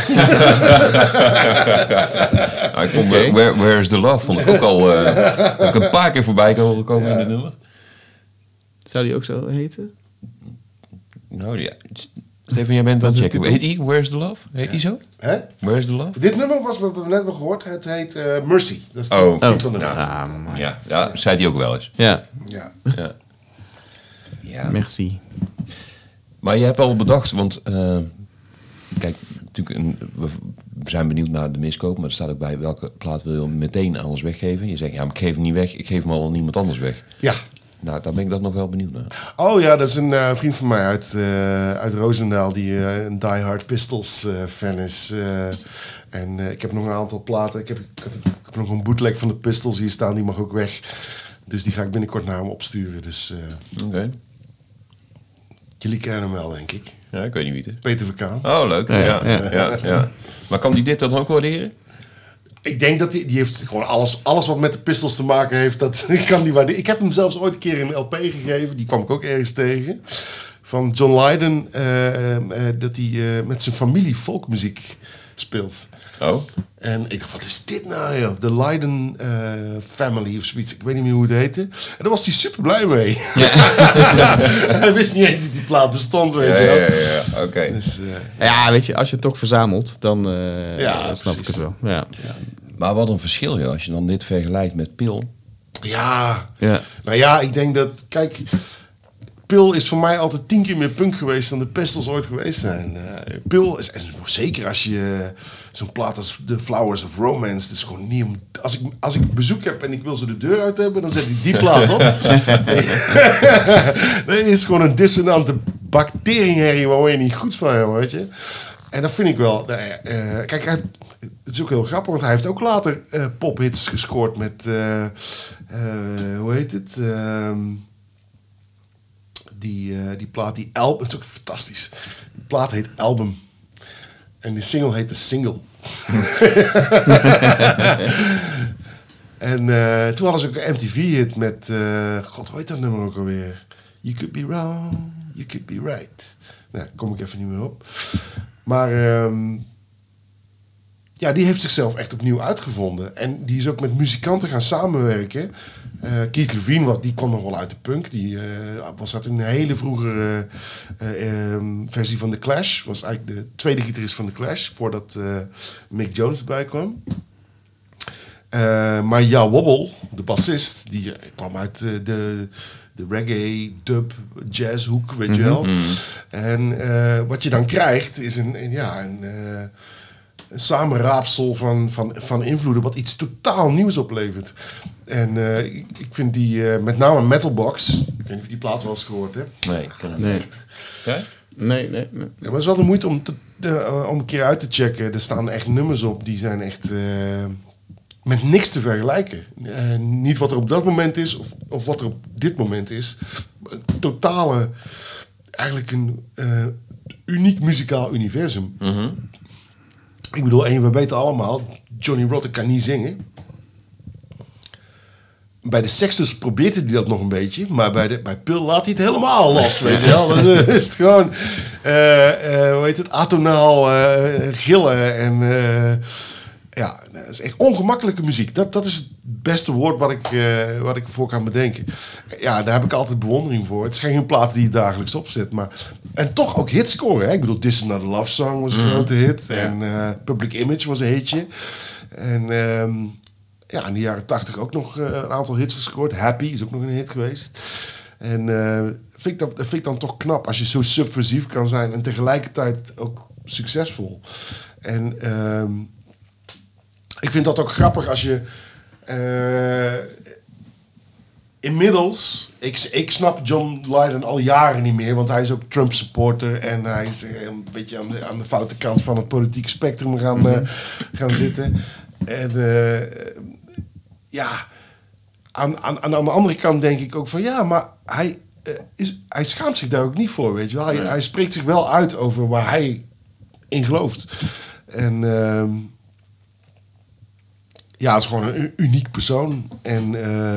Nou, ik vond Where is the Love vond ik ook al ook een paar keer voorbij komen in het nummer. Zou die ook zo heten? Nou ja, Steven, jij bent aan het checken. Heet hij Where is the Love? Heet hij zo? Hè? Where is the Love? Dit nummer was wat we net hebben gehoord. Het heet Mercy. Dat is Oh. de titelnummer. Ja, zei hij ook wel eens. Ja, Ja. Ja. merci. Maar je hebt al bedacht, want kijk, natuurlijk we zijn benieuwd naar de miskoop, maar er staat ook bij welke plaat wil je meteen aan ons weggeven. Je zegt, ja, maar ik geef hem niet weg, ik geef hem al aan iemand anders weg. Ja. Nou, daar ben ik dan nog wel benieuwd naar. Oh ja, dat is een vriend van mij uit Roosendaal die een diehard Pistols fan is. En ik heb nog een aantal platen. Ik heb nog een bootleg van de Pistols hier staan, die mag ook weg. Dus die ga ik binnenkort naar hem opsturen. Dus Oké. jullie kennen hem wel, denk ik. Ja, ik weet niet wie het is. Peter Verkaan. Oh, leuk. Ja. Maar kan die dit dan ook waarderen? Ik denk dat die heeft gewoon alles wat met de Pistols te maken heeft, dat kan die waarderen. Ik heb hem zelfs ooit een keer een LP gegeven, die kwam ik ook ergens tegen. Van John Lydon, dat hij met zijn familie folkmuziek speelt. Oh. En ik dacht, wat is dit nou, joh? The Lydon Family of zoiets. Ik weet niet meer hoe het heette. En daar was hij super blij mee. Hij wist niet eens dat die plaat bestond, weet je wel. Ja, oké. Dus, Ja, weet je, als je het toch verzamelt, dan Ja, snap ik precies. het wel. Ja. Maar wat een verschil, joh, als je dan dit vergelijkt met Pil. ja. Ja. Nou ja, ik denk dat... Kijk, Pil is voor mij altijd 10 keer meer punk geweest dan de Pistols ooit geweest zijn. Pil is, en zeker als je zo'n plaat als The Flowers of Romance, dat is gewoon niet om... Als ik bezoek heb en ik wil ze de deur uit hebben, dan zet ik die plaat op. Dat is gewoon een dissonante bacteriënherrie waar je niet goed van hebt, weet je. En dat vind ik wel... kijk, het is ook heel grappig, want hij heeft ook later pophits gescoord met... hoe heet het? Die plaat, die album... Het is ook fantastisch. Die plaat heet Album. En die single heet The Single. En toen hadden ze ook een MTV-hit met... God, hoe heet dat nummer ook alweer? You could be wrong, you could be right. Nou, daar kom ik even niet meer op. Maar... ja, die heeft zichzelf echt opnieuw uitgevonden. En die is ook met muzikanten gaan samenwerken. Keith Levine, die kwam nog wel uit de punk. Die was dat in een hele vroegere versie van The Clash. Was eigenlijk de tweede gitarist van The Clash. Voordat Mick Jones erbij kwam. Maar Ja Wobble, de bassist, die kwam uit de reggae, dub, jazzhoek, weet je wel. En wat je dan krijgt is een samenraapsel van invloeden wat iets totaal nieuws oplevert. En ik vind die, met name Metalbox, ik weet niet of je die plaat wel eens gehoord hebt. Nee, ik ken het Nee. niet. Ja? Nee. Ja, maar het is wel de moeite om een keer uit te checken. Er staan echt nummers op die zijn echt met niks te vergelijken. Niet wat er op dat moment is of wat er op dit moment is. Een totale, eigenlijk een uniek muzikaal universum. Ik bedoel, en we weten allemaal, Johnny Rotten kan niet zingen. Bij de Sexters probeert hij dat nog een beetje, maar bij Pil laat hij het helemaal los, weet je wel. Dan is het gewoon, hoe heet het, atonaal gillen en ja, dat is echt ongemakkelijke muziek. Dat is het beste woord wat ik ervoor kan bedenken. Ja, daar heb ik altijd bewondering voor. Het zijn geen platen die je dagelijks opzet, maar... En toch ook hits scoren, hè? Ik bedoel, This Is Not a Love Song was een grote hit. Ja. En Public Image was een hitje. En ja, in de jaren 80 ook nog een aantal hits gescoord. Happy is ook nog een hit geweest. En dat vind ik dan toch knap als je zo subversief kan zijn en tegelijkertijd ook succesvol. En ik vind dat ook grappig als je... inmiddels, ik snap John Lydon al jaren niet meer, want hij is ook Trump-supporter en hij is een beetje aan de foute kant van het politieke spectrum gaan zitten. En ja, aan de andere kant denk ik ook van ja, maar hij schaamt zich daar ook niet voor, weet je wel. Hij spreekt zich wel uit over waar hij in gelooft. En ja, het is gewoon een uniek persoon. En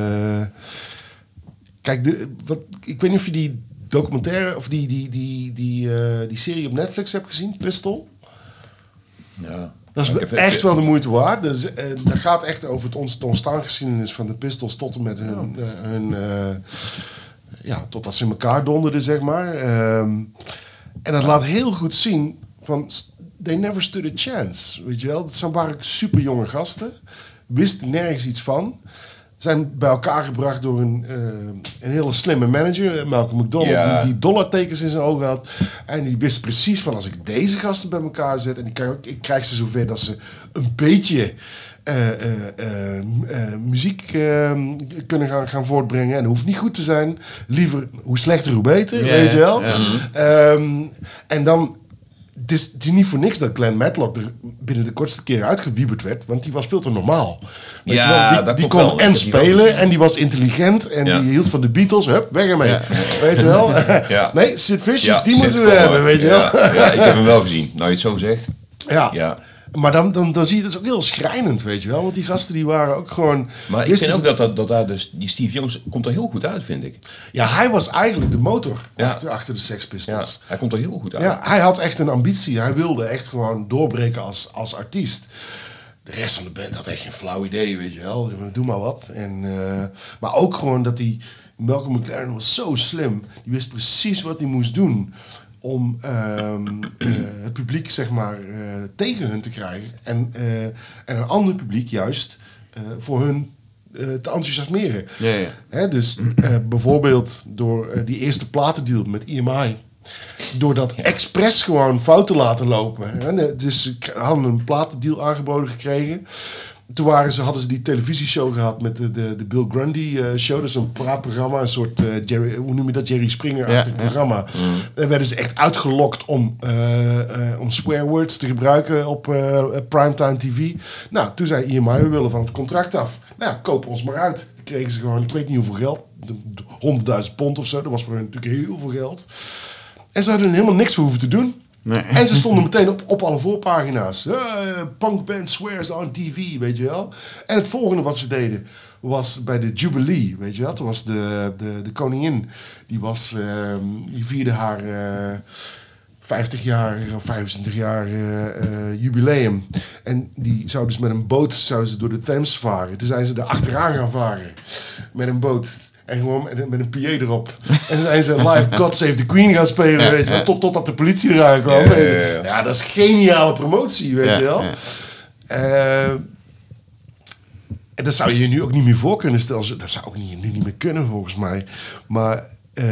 kijk, ik weet niet of je die documentaire of die serie op Netflix hebt gezien, Pistol. Ja. Dat is echt wel de moeite waard. Dus, dat gaat echt over de ontstaansgeschiedenis van de Pistols tot en met hun ja, totdat ze in elkaar donderden, zeg maar. En dat laat heel goed zien van they never stood a chance, weet je wel. Dat waren super jonge gasten, wisten nergens iets van. Zijn bij elkaar gebracht door een hele slimme manager, Malcolm McDonald, Ja. die dollartekens in zijn ogen had. En die wist precies van, als ik deze gasten bij elkaar zet en ik krijg ze zover dat ze een beetje muziek kunnen gaan voortbrengen. En dat hoeft niet goed te zijn. Liever, hoe slechter, hoe beter, weet je wel. Ja. En dan... Het is niet voor niks dat Glenn Matlock er binnen de kortste keer uitgewieberd werd, want die was veel te normaal. Weet Ja, je wel? dat Die klopt kon wel. en Dat die spelen wel. en die was intelligent en Ja. die hield van de Beatles. Hup, weg ermee. Ja. Weet je wel? Ja. Nee, Sid Vicious, Ja, die Sid moeten we kwam hebben, wel. weet je wel? Ja, ik heb hem wel gezien. Nou, je het zo zegt. Ja. Ja. Maar dan zie je, dat is ook heel schrijnend, weet je wel. Want die gasten die waren ook gewoon... Maar ik wisten- vind ook dat daar dus... Die Steve Jones komt er heel goed uit, vind ik. Ja, hij was eigenlijk de motor Ja. achter de Sex Ja, Pistols. hij komt er heel goed uit. Ja, hij had echt een ambitie. Hij wilde echt gewoon doorbreken als artiest. De rest van de band had echt geen flauw idee, weet je wel. Doe maar wat. En, maar ook gewoon dat die... Malcolm McLaren was zo slim. Die wist precies wat hij moest doen om het publiek, zeg maar, tegen hun te krijgen. En een ander publiek juist voor hun te enthousiasmeren. Ja, ja. Hè, dus bijvoorbeeld door die eerste platendeal met EMI. Door dat expres gewoon fout te laten lopen. Hè. Dus ze hadden een platendeal aangeboden gekregen. Toen hadden ze die televisieshow gehad met de Bill Grundy show. Dat is een praatprogramma, een soort hoe noem je dat? Jerry Springer-achtig programma. En werden ze echt uitgelokt om swear words te gebruiken op primetime TV. Nou, toen zei EMI, we willen van het contract af. Nou ja, kopen ons maar uit. Dan kregen ze gewoon, ik weet niet hoeveel geld. £100.000 of zo. Dat was voor hen natuurlijk heel veel geld. En ze hadden er helemaal niks voor hoeven te doen. Nee. En ze stonden meteen op alle voorpagina's. Punkband swears on TV, weet je wel. En het volgende wat ze deden was bij de Jubilee, weet je wel. Toen was de koningin, die vierde haar 50 jaar of 25 jaar jubileum. En die zou dus met een boot door de Thames varen. Toen zijn ze er achteraan gaan varen met een boot. En gewoon met een PA erop. En zijn ze live God Save the Queen gaan spelen, weet je wel. Totdat de politie eraan kwam. Ja, dat is geniale promotie, weet je wel. En dat zou je nu ook niet meer voor kunnen stellen. Dat zou ook nu niet meer kunnen, volgens mij. Maar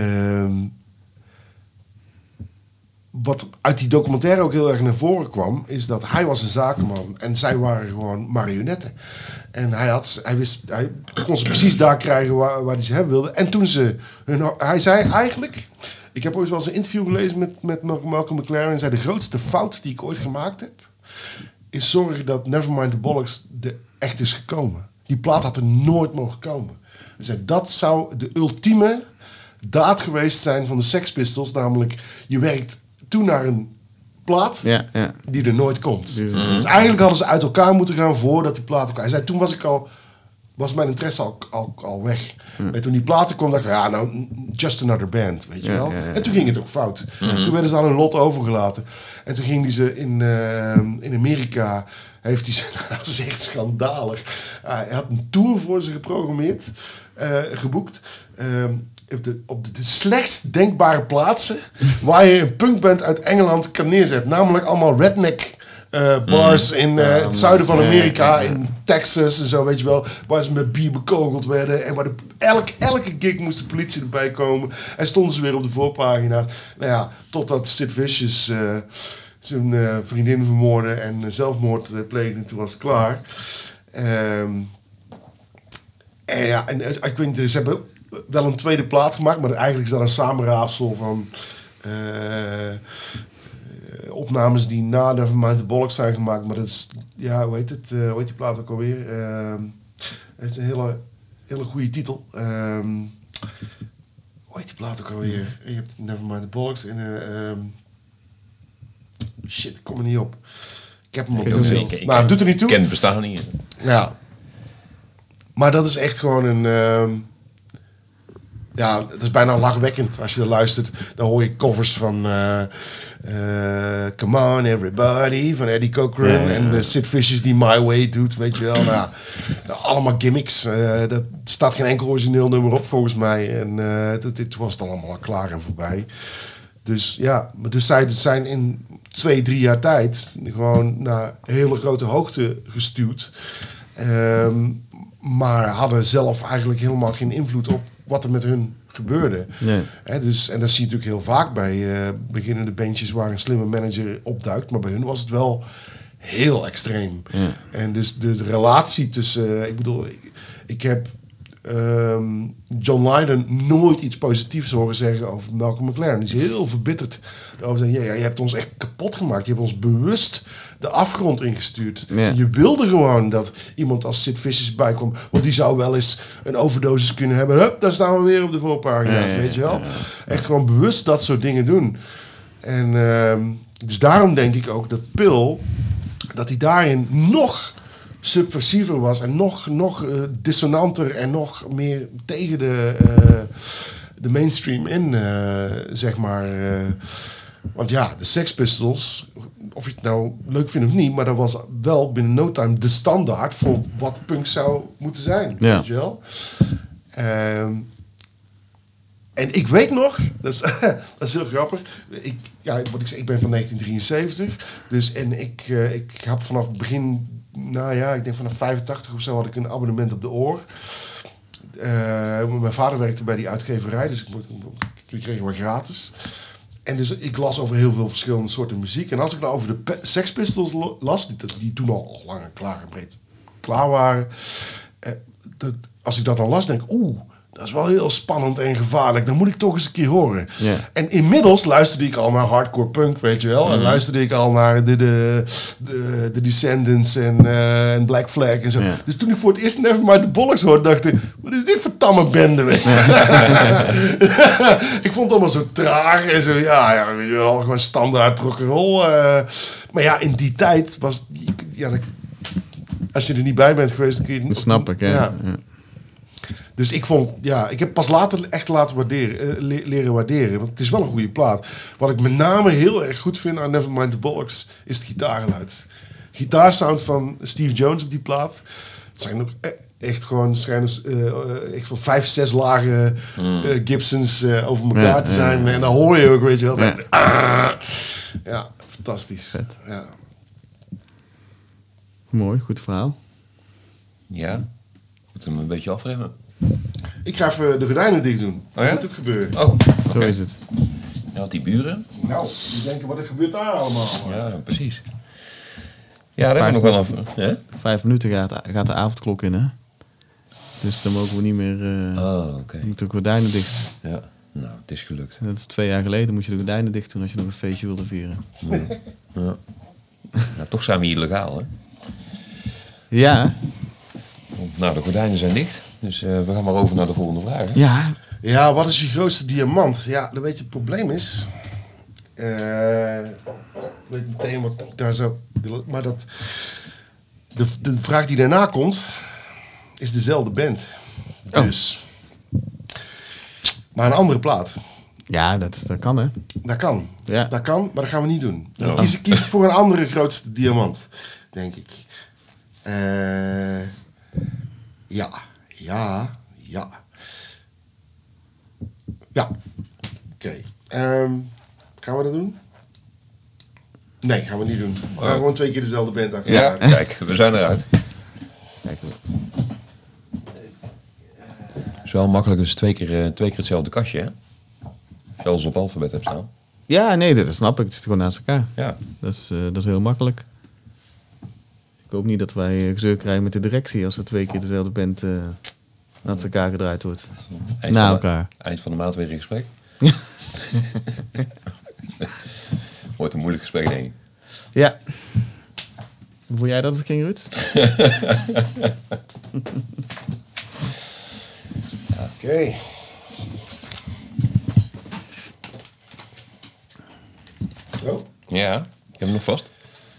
wat uit die documentaire ook heel erg naar voren kwam, is dat hij was een zakenman en zij waren gewoon marionetten. En hij kon ze precies daar krijgen waar hij ze hebben wilde. En toen hij zei eigenlijk, ik heb ooit wel eens een interview gelezen met Malcolm McLaren, en zei de grootste fout die ik ooit gemaakt heb, is zorgen dat Nevermind the Bollocks er echt is gekomen. Die plaat had er nooit mogen komen. Hij zei, dat zou de ultieme daad geweest zijn van de Sex Pistols, namelijk je werkt toe naar een plaat die er nooit komt. Dus eigenlijk hadden ze uit elkaar moeten gaan voordat die platen kwamen. Hij zei, toen was mijn interesse al weg. En toen die platen kwam, dacht ik, just another band, weet je wel. En toen ging het ook fout. Toen werden ze aan hun lot overgelaten. En toen ging hij ze in Amerika, dat is echt schandalig. Hij had een tour voor ze geprogrammeerd, geboekt. Op de slechtst denkbare plaatsen waar je een punkband uit Engeland kan neerzetten. Namelijk allemaal redneck bars in het zuiden van Amerika, in Texas en zo, weet je wel. Waar ze met bier bekogeld werden. En waar elke gig moest de politie erbij komen. En stonden ze weer op de voorpagina's. Nou ja, totdat Sid Vicious zijn vriendin vermoordde en zelfmoord pleegde. Toen was het klaar. En ik weet niet, ze hebben wel een tweede plaat gemaakt, maar eigenlijk is dat een samenraapsel van opnames die na Nevermind the Bollocks zijn gemaakt. Maar dat is, hoe heet die plaat ook alweer? Het heeft een hele goede titel. Hoe heet die plaat ook alweer? Je hebt Nevermind the Bollocks en shit, ik kom er niet op. Ik heb hem op de mail. Maar het doet er niet toe. Ik ken het bestaan niet. Ja. Maar dat is echt gewoon een... dat is bijna lachwekkend als je er luistert. Dan hoor je covers van Come On Everybody van Eddie Cochran. En Sid Vicious die My Way doet, weet je wel. Allemaal gimmicks. Dat staat geen enkel origineel nummer op volgens mij. En dit was dan allemaal al klaar en voorbij. Dus zij zijn in 2-3 jaar tijd gewoon naar hele grote hoogte gestuurd. Maar hadden zelf eigenlijk helemaal geen invloed op wat er met hun gebeurde. Nee. En dat zie je natuurlijk heel vaak bij beginnende bandjes waar een slimme manager opduikt. Maar bij hun was het wel heel extreem. Ja. En dus de relatie tussen... ik heb John Lydon nooit iets positiefs horen zeggen over Malcolm McLaren. Die is heel verbitterd over zeggen, je hebt ons echt kapot gemaakt. Je hebt ons bewust de afgrond ingestuurd. Ja. Dus je wilde gewoon dat iemand als Sid Vicious bij kwam. Want die zou wel eens een overdosis kunnen hebben. Hup, daar staan we weer op de voorpagina. Weet je wel? Echt gewoon bewust dat soort dingen doen. En dus daarom denk ik ook dat Pil, dat hij daarin nog subversiever was en nog dissonanter en nog meer tegen de mainstream in, zeg maar. Want de Sex Pistols, of je het nou leuk vindt of niet, maar dat was wel binnen no time de standaard voor wat punk zou moeten zijn. Ja. Weet je wel? En ik weet nog, dat is heel grappig. Wat ik zei, ik ben van 1973. Dus, en ik heb vanaf het begin nou ja, ik denk vanaf 85 of zo had ik een abonnement op de Oor. Mijn vader werkte bij die uitgeverij, dus ik kreeg wat gratis. En dus ik las over heel veel verschillende soorten muziek. En als ik nou over de Sex Pistols las, die toen al lang en klaar en breed klaar waren. Als ik dat dan las, denk ik, dat is wel heel spannend en gevaarlijk. Dat moet ik toch eens een keer horen. Ja. En inmiddels luisterde ik al naar hardcore punk, weet je wel. En luisterde ik al naar de Descendants en Black Flag en zo. Ja. Dus toen ik voor het eerst Nevermind the Bollocks hoorde, dacht ik, wat is dit voor tamme bende? Weet je? Ik vond het allemaal zo traag en zo, ja weet je wel, gewoon standaard rock'n'roll. Maar ja, in die tijd was... als je er niet bij bent geweest... kun je, Dat snap ik, ja. Dus ik vond, ik heb pas later echt leren waarderen. Want het is wel een goede plaat. Wat ik met name heel erg goed vind aan Nevermind the Bollocks is het gitaargeluid. Gitaarsound van Steve Jones op die plaat. Het zijn ook echt gewoon echt van 5, 6 lagen Gibsons over elkaar te zijn. En dan hoor je ook, weet je wel. Ja, fantastisch. Vet. Ja. Mooi, goed verhaal. Ja, moet hem een beetje afremmen. Ik ga even de gordijnen dicht doen. Oh ja? Dat moet ook gebeuren. Oh, Zo oké. is het. Ja, want die buren. Nou, die denken, wat er gebeurt daar allemaal? Ja, precies. Ja, daar hebben we nog wel af. Ja? 5 minuten gaat de avondklok in, hè? Dus dan mogen we niet meer... Oh, oké. Dan moeten de gordijnen dicht. Ja, nou, het is gelukt. Dat is 2 jaar geleden. Moest je de gordijnen dicht doen als je nog een feestje wilde vieren. Ja. Nou, toch zijn we hier legaal, hè? Ja. Nou, de gordijnen zijn dicht. Dus we gaan maar over naar de volgende vraag. Hè? Ja. Ja, wat is je grootste diamant? Ja, dan weet je, het probleem is... ik weet meteen wat ik daar zou... Maar dat... De vraag die daarna komt... is dezelfde band. Dus... Maar een andere plaat. Ja, dat kan, hè? Dat kan. Ja. Dat kan, maar dat gaan we niet doen. Dan Oh. kies ik voor een andere grootste diamant. Denk ik. Ja. Oké. Gaan we dat doen? Nee, gaan we niet doen. We gaan gewoon 2 keer dezelfde band achter Ja, elkaar. kijk, we zijn eruit. Kijk, Het is wel makkelijk als 2 keer hetzelfde kastje, hè? Als je alles op alfabet hebt staan. ja, nee, dat snap ik. Het zit gewoon naast elkaar. Ja. Dat is heel makkelijk. Ik hoop niet dat wij gezeur krijgen met de directie als er 2 keer dezelfde band naast elkaar gedraaid wordt. Na elkaar. Eind van de maand weer in gesprek. Wordt een moeilijk gesprek, denk ik. Ja. Hoe vond jij dat het ging, Ruud? Oké. Zo. Ja, je hebt hem nog vast.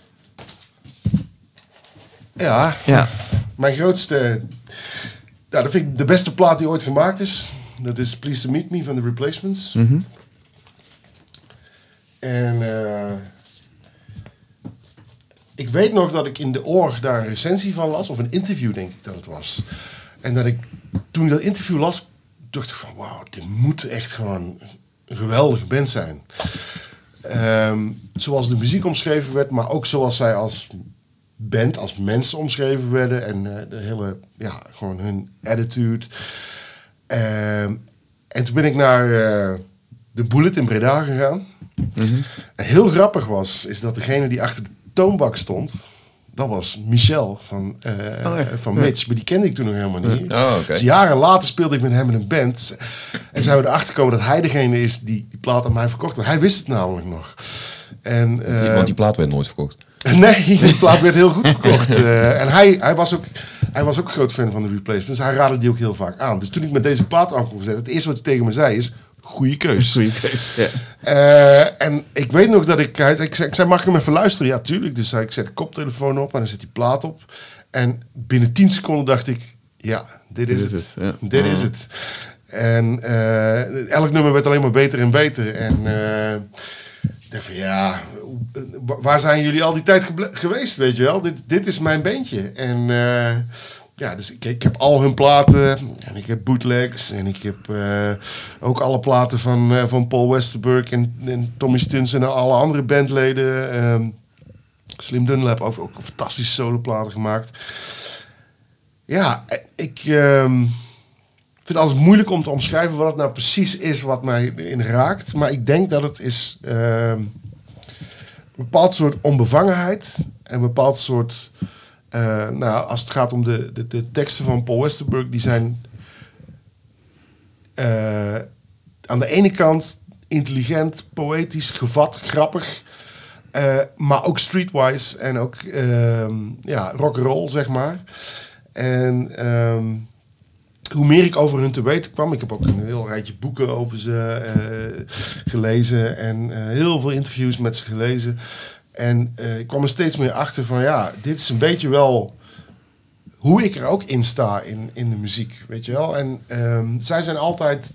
Ja. Ja. Mijn grootste... Ja, dat vind ik de beste plaat die ooit gemaakt is. Dat is Pleased to Meet Me van The Replacements. En ik weet nog dat ik in de Oor daar een recensie van las. Of een interview, denk ik dat het was. En dat ik, toen ik dat interview las, dacht ik van... Wauw, dit moet echt gewoon een geweldige band zijn. Zoals de muziek omschreven werd, maar ook zoals zij als band, als mensen omschreven werden. En de hele, gewoon hun attitude. En toen ben ik naar de Bullet in Breda gegaan. En heel grappig is dat degene die achter de toonbak stond, dat was Michel van Mitch. Maar die kende ik toen nog helemaal niet. Oh, oké. Dus jaren later speelde ik met hem in een band. En zijn we erachter gekomen dat hij degene is die plaat aan mij verkocht. En hij wist het namelijk nog. En, Want die plaat werd nooit verkocht. Nee, die plaat werd heel goed verkocht. En hij was ook een groot fan van de Replacements. Hij raadde die ook heel vaak aan. Dus toen ik met deze plaat aan kon zetten, het eerste wat hij tegen me zei is... Goeie keus. Goeie keus, ja. En ik weet nog dat ik zei, mag ik hem even luisteren? Ja, tuurlijk. Dus ik zet de koptelefoon op en dan zet die plaat op. En binnen 10 seconden dacht ik, ja, dit is het. ja. Dit is het. En elk nummer werd alleen maar beter en beter. En ik dacht van, ja, waar zijn jullie al die tijd geweest, weet je wel? Dit is mijn bandje. En dus ik heb al hun platen en ik heb bootlegs en ik heb ook alle platen van Paul Westerberg en Tommy Stunz en alle andere bandleden. Slim Dunlap heeft ook een fantastische soloplaten gemaakt. Ja, ik vind het altijd moeilijk om te omschrijven wat het nou precies is wat mij in raakt. Maar ik denk dat het is een bepaald soort onbevangenheid. En een bepaald soort... als het gaat om de teksten van Paul Westerberg, die zijn aan de ene kant intelligent, poëtisch, gevat, grappig. Maar ook streetwise en ook rock'n'roll, zeg maar. En hoe meer ik over hun te weten kwam... Ik heb ook een heel rijtje boeken over ze gelezen... en heel veel interviews met ze gelezen. En ik kwam er steeds meer achter van... ja, dit is een beetje wel hoe ik er ook in sta in de muziek, weet je wel. En zij zijn altijd...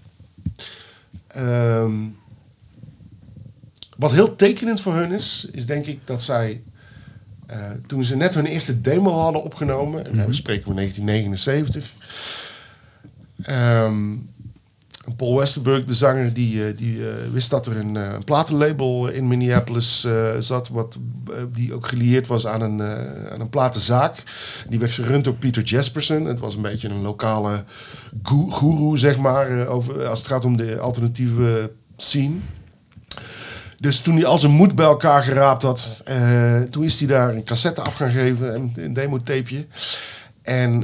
wat heel tekenend voor hun is denk ik dat zij... toen ze net hun eerste demo hadden opgenomen... en we spreken van 1979... Paul Westerberg, de zanger, die wist dat er een platenlabel in Minneapolis zat... die ook gelieerd was aan een platenzaak. Die werd gerund door Peter Jesperson. Het was een beetje een lokale goeroe, zeg maar... als het gaat om de alternatieve scene... Dus toen hij al zijn moed bij elkaar geraapt had... toen is hij daar een cassette af gaan geven, een demotapeje. En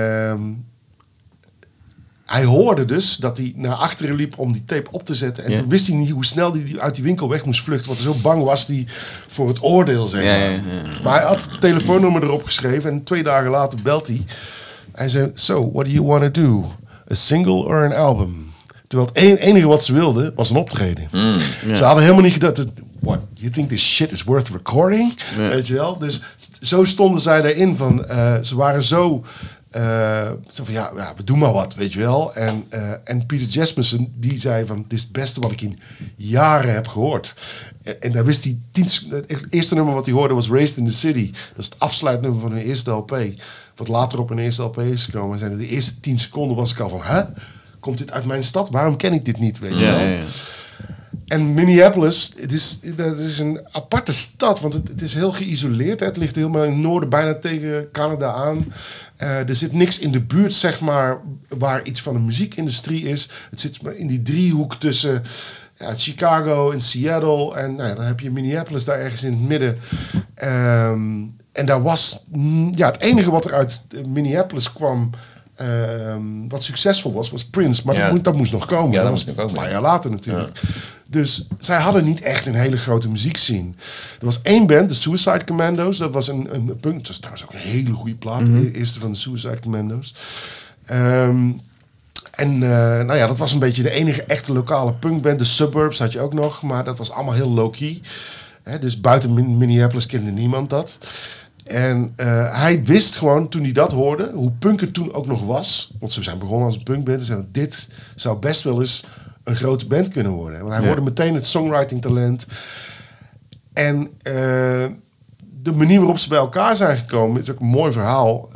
hij hoorde dus dat hij naar achteren liep om die tape op te zetten. En toen wist hij niet hoe snel hij uit die winkel weg moest vluchten. Want hij zo bang was hij voor het oordeel, zeg maar. Ja. Maar hij had het telefoonnummer erop geschreven. En 2 dagen later belt hij. Hij zei, so, what do you want to do? A single or an album? Terwijl het enige wat ze wilden was een optreden. Ze hadden helemaal niet gedacht... What, you think this shit is worth recording? Ja. Weet je wel? Dus zo stonden zij daarin van... ze waren zo van ja, we doen maar wat, weet je wel. En Peter Jesperson, die zei van... Dit is het beste wat ik in jaren heb gehoord. En daar wist hij... Het eerste nummer wat hij hoorde was Raised in the City. Dat is het afsluitnummer van hun eerste LP. Wat later op hun eerste LP is gekomen. En de eerste 10 seconden was ik al van... Komt dit uit mijn stad? Waarom ken ik dit niet? Weet je wel? Ja. En Minneapolis, dat is een aparte stad, want het is heel geïsoleerd. Hè? Het ligt helemaal in het noorden, bijna tegen Canada aan. Er zit niks in de buurt, zeg maar, waar iets van een muziekindustrie is. Het zit in die driehoek tussen Chicago en Seattle. En dan heb je Minneapolis daar ergens in het midden. En daar was... het enige wat er uit Minneapolis kwam... wat succesvol was Prince. Maar dat moest nog komen. Ja, dat was moest nog een paar jaar later natuurlijk. Ja. Dus zij hadden niet echt een hele grote muziekscene. Er was 1 band, de Suicide Commandos. Dat was een punk. Dat was trouwens ook een hele goede plaat. De eerste van de Suicide Commandos. Dat was een beetje de enige echte lokale punkband. De Suburbs had je ook nog. Maar dat was allemaal heel low-key. Dus buiten Minneapolis kende niemand dat. En hij wist gewoon, toen hij dat hoorde, hoe punk het toen ook nog was. Want ze zijn begonnen als een punkband. En zeiden, dit zou best wel eens een grote band kunnen worden. Want hij hoorde meteen het songwriting talent. En de manier waarop ze bij elkaar zijn gekomen is ook een mooi verhaal.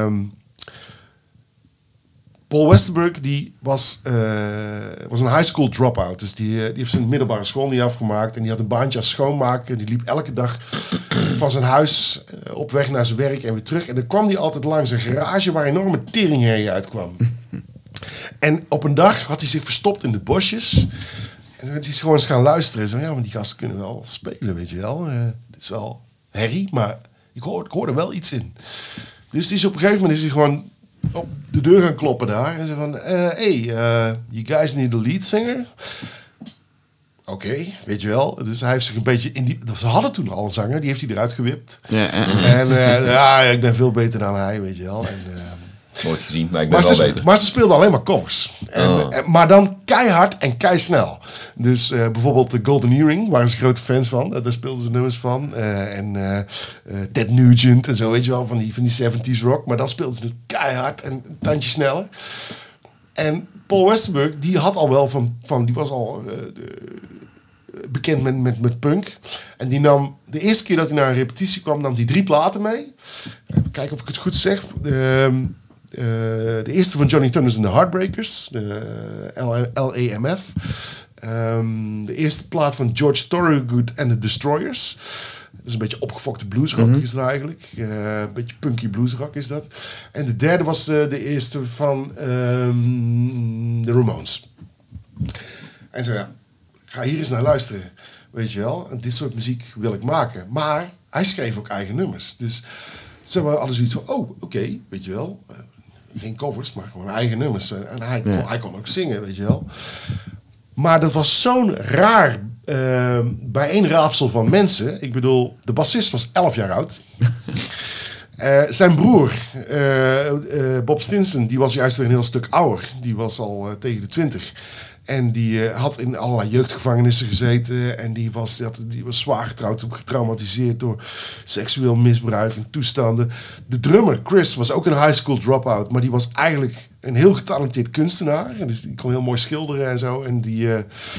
Paul Westerberg, die was een high school dropout. Dus die heeft zijn middelbare school niet afgemaakt. En die had een baantje als schoonmaker. Die liep elke dag van zijn huis op weg naar zijn werk en weer terug. En dan kwam hij altijd langs een garage waar enorme teringherrie uitkwam. En op een dag had hij zich verstopt in de bosjes. En toen is hij gewoon eens gaan luisteren. En zo, ja, maar die gasten kunnen wel spelen, weet je wel. Het is wel herrie, maar ik hoor er wel iets in. Dus die is op een gegeven moment is hij gewoon op de deur gaan kloppen daar. En ze van, you guys need a lead singer? Oké, weet je wel. Dus hij heeft zich een beetje ze hadden toen al een zanger, die heeft hij eruit gewipt. En ik ben veel beter dan hij, weet je wel. Nooit gezien, maar ik ben wel beter. Maar ze speelden alleen maar covers. Maar dan keihard en keisnel. Dus bijvoorbeeld de Golden Earring, waren ze grote fans van. Daar speelden ze nummers van. Ted Nugent en zo, weet je wel, van die 70s rock. Maar dan speelden ze het keihard en een tandje sneller. En Paul Westerberg, die had al wel die was al bekend met punk. En die nam, de eerste keer dat hij naar een repetitie kwam, nam hij 3 platen mee. Kijken of ik het goed zeg. De eerste van Johnny Thunders and the Heartbreakers, de LAMF. De eerste plaat van George Thorogood and the Destroyers. is een beetje opgefokte bluesrock is dat eigenlijk. Een beetje punky bluesrock is dat. En de derde was de eerste van de Ramones. En zo ga hier eens naar luisteren. Weet je wel. En dit soort muziek wil ik maken. Maar hij schreef ook eigen nummers. Dus ze hebben alles zoiets van, oké, weet je wel. Geen covers, maar gewoon eigen nummers. En hij kon ook zingen, weet je wel. Maar dat was zo'n raar bijeenraapsel van mensen. Ik bedoel, de bassist was 11 jaar oud. Zijn broer, Bob Stinson, die was juist weer een heel stuk ouder. Die was al tegen de 20. En die had in allerlei jeugdgevangenissen gezeten. En die was zwaar getraumatiseerd door seksueel misbruik en toestanden. De drummer, Chris, was ook een high school dropout. Maar die was eigenlijk een heel getalenteerd kunstenaar. En dus die kon heel mooi schilderen en zo. En die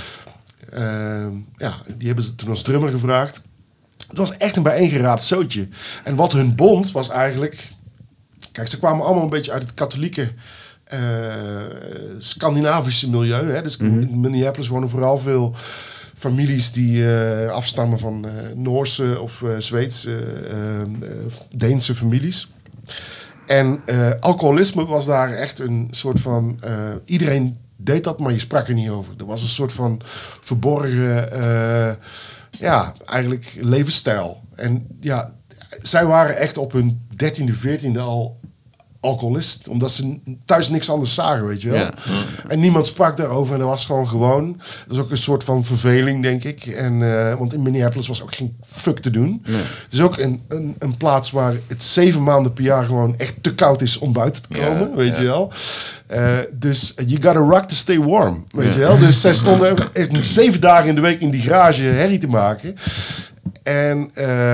hebben ze toen als drummer gevraagd. Het was echt een bijeengeraapt zootje. En wat hun bond was eigenlijk... Kijk, ze kwamen allemaal een beetje uit het katholieke... Scandinavische milieu. Hè? Dus in Minneapolis wonen vooral veel families die afstammen van Noorse of Zweedse, Deense families. En alcoholisme was daar echt een soort van... iedereen deed dat, maar je sprak er niet over. Er was een soort van verborgen, eigenlijk levensstijl. En ja, zij waren echt op hun 13e, 14e al... alcoholist, omdat ze thuis niks anders zagen, weet je wel. Ja. En niemand sprak daarover en dat was gewoon. Dat is ook een soort van verveling, denk ik. En, want in Minneapolis was ook geen fuck te doen. Nee. Het is ook een plaats waar het 7 maanden per jaar gewoon echt te koud is om buiten te komen, weet je wel. Dus you gotta rock to stay warm, weet je wel. Dus zij stonden echt 7 dagen in de week in die garage herrie te maken. En...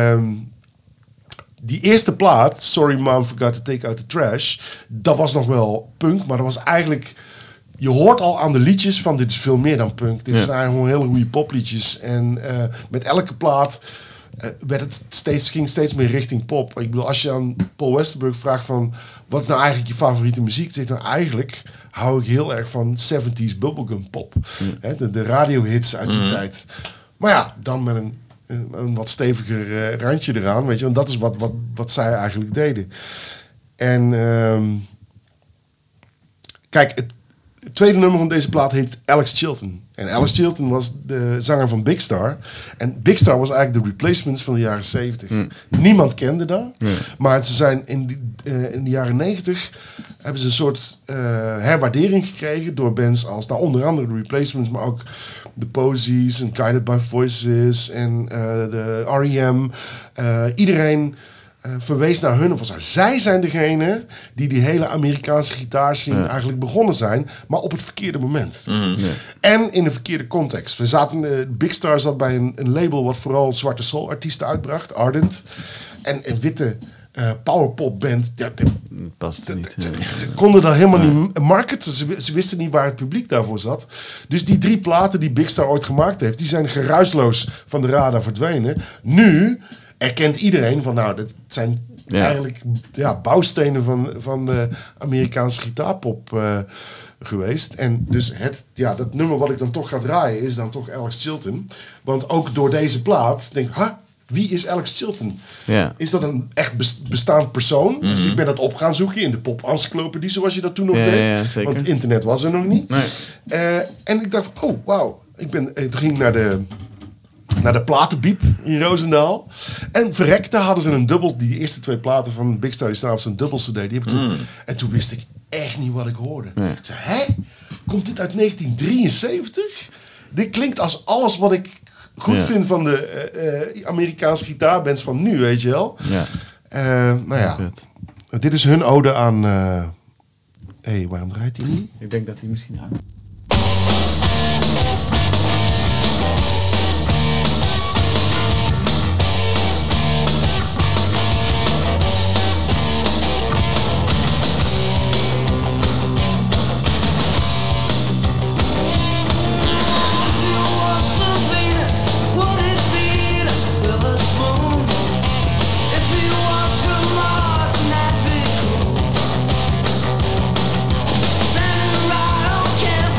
die eerste plaat, Sorry Mom Forgot to Take Out the Trash... dat was nog wel punk, maar dat was eigenlijk... Je hoort al aan de liedjes van dit is veel meer dan punk. Dit zijn gewoon hele goede popliedjes. En met elke plaat ging steeds meer richting pop. Ik bedoel, als je aan Paul Westerberg vraagt van... wat is nou eigenlijk je favoriete muziek? Zegt nou eigenlijk hou ik heel erg van 70s bubblegum pop. De radiohits uit die tijd. Maar ja, dan met een wat steviger randje eraan, weet je. Want dat is wat zij eigenlijk deden. En kijk, het tweede nummer van deze plaat heet Alex Chilton. En Alex Chilton was de zanger van Big Star. En Big Star was eigenlijk de Replacements van de jaren 70. Niemand kende dat. Maar ze zijn in de jaren 90... hebben ze een soort herwaardering gekregen... door bands als onder andere de Replacements... maar ook de Posies en Guided by Voices... en de R.E.M. Iedereen... verwees naar hun of zij zijn degene die hele Amerikaanse gitaarscene eigenlijk begonnen zijn, maar op het verkeerde moment. En in de verkeerde context. Big Star zat bij een label wat vooral zwarte soul artiesten uitbracht, Ardent. En een witte powerpop band. Past niet. Ze konden dat helemaal niet marketen. Ze wisten niet waar het publiek daarvoor zat. Dus die 3 platen die Big Star ooit gemaakt heeft, die zijn geruisloos van de radar verdwenen. Nu erkent iedereen van, nou, dat zijn eigenlijk bouwstenen van de Amerikaanse gitaarpop geweest. En dus dat nummer wat ik dan toch ga draaien is dan toch Alex Chilton. Want ook door deze plaat denk ik, wie is Alex Chilton? Ja. Is dat een echt bestaand persoon? Dus ik ben dat op gaan zoeken in de pop-encyclopedie, zoals je dat toen nog deed. Ja, zeker. Want internet was er nog niet. Nee. En ik dacht, oh, wauw. Toen ging ik naar de platenbiep in Roosendaal. En verrekte hadden ze een dubbel... Die eerste 2 platen van Big Star, die staan op zo'n dubbel CD. Die en toen wist ik echt niet wat ik hoorde. Nee. Ik zei, komt dit uit 1973? Dit klinkt als alles wat ik goed vind van de Amerikaanse gitaarbands van nu, weet je wel. Dit is hun ode aan... waarom draait hij niet? Ik denk dat hij misschien uit... Can't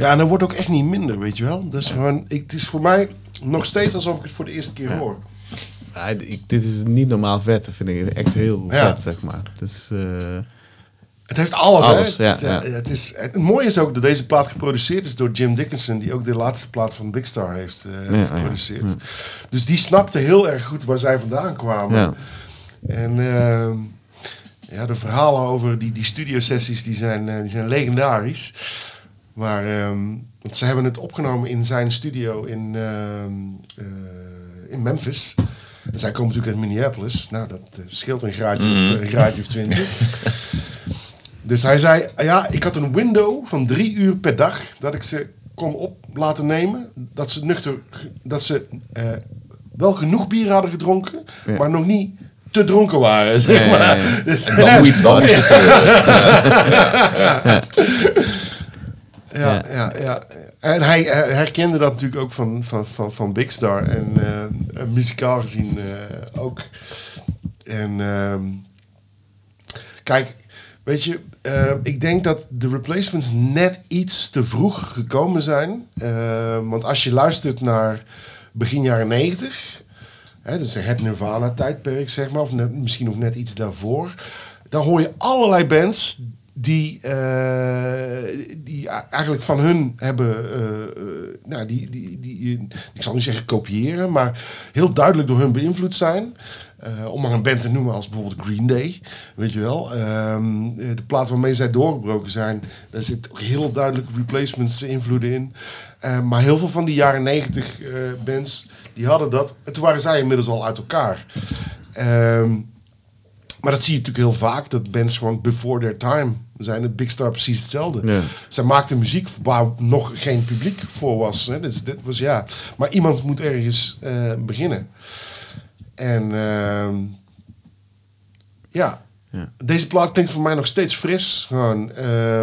Ja, en dat wordt ook echt niet minder, weet je wel. Dus gewoon, het is voor mij nog steeds alsof ik het voor de eerste keer hoor. Ja, dit is niet normaal vet. Dat vind ik echt heel vet, zeg maar. Dus, het heeft alles, hè? Ja. Het mooie is ook dat deze plaat geproduceerd is door Jim Dickinson, die ook de laatste plaat van Big Star heeft geproduceerd. Ja. Dus die snapte heel erg goed waar zij vandaan kwamen. Ja. En de verhalen over die studiosessies die zijn legendarisch. Maar want ze hebben het opgenomen in zijn studio in Memphis. En zij komen natuurlijk uit Minneapolis. Nou, dat scheelt een graadje of 20. Dus hij zei, ik had een window van 3 uur per dag dat ik ze kon op laten nemen. Dat ze wel genoeg bier hadden gedronken, maar nog niet te dronken waren, zeg maar. Ja. Dus, sweet spot. Ja. En hij herkende dat natuurlijk ook van Big Star. En muzikaal gezien ook. En kijk, weet je, ik denk dat de Replacements net iets te vroeg gekomen zijn. Want als je luistert naar begin jaren 90... dat is het Nirvana-tijdperk, zeg maar. Of misschien nog net iets daarvoor. Dan hoor je allerlei bands die eigenlijk van hun hebben... ik zal niet zeggen kopiëren, maar heel duidelijk door hun beïnvloed zijn. Om maar een band te noemen als bijvoorbeeld Green Day, weet je wel. De plaat waarmee zij doorgebroken zijn, daar zit ook heel duidelijk Replacements invloeden in. Maar heel veel van die jaren 90 bands, die hadden dat. En toen waren zij inmiddels al uit elkaar. Maar dat zie je natuurlijk heel vaak, dat bands gewoon before their time zijn. Het Big Star precies hetzelfde. Ja. Zij maakten muziek waar nog geen publiek voor was. Hè. Dus dit was maar iemand moet ergens beginnen. En deze plaat klinkt voor mij nog steeds fris. Gewoon.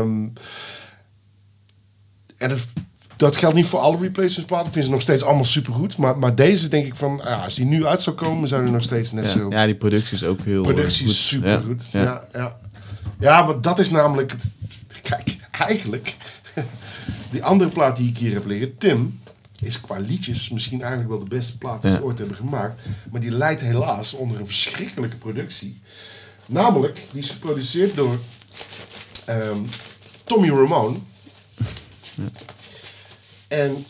En dat geldt niet voor alle Replacements platen. Ik vind ze nog steeds allemaal supergoed. Maar deze denk ik van... als die nu uit zou komen, zou die nog steeds net zo... Ja, die productie is ook heel productie goed. Is supergoed. Ja, maar dat is namelijk... Kijk, eigenlijk... Die andere plaat die ik hier heb liggen, Tim... is qua liedjes misschien eigenlijk wel de beste plaat die ze ooit hebben gemaakt. Maar die leidt helaas onder een verschrikkelijke productie. Namelijk, die is geproduceerd door Tommy Ramone. En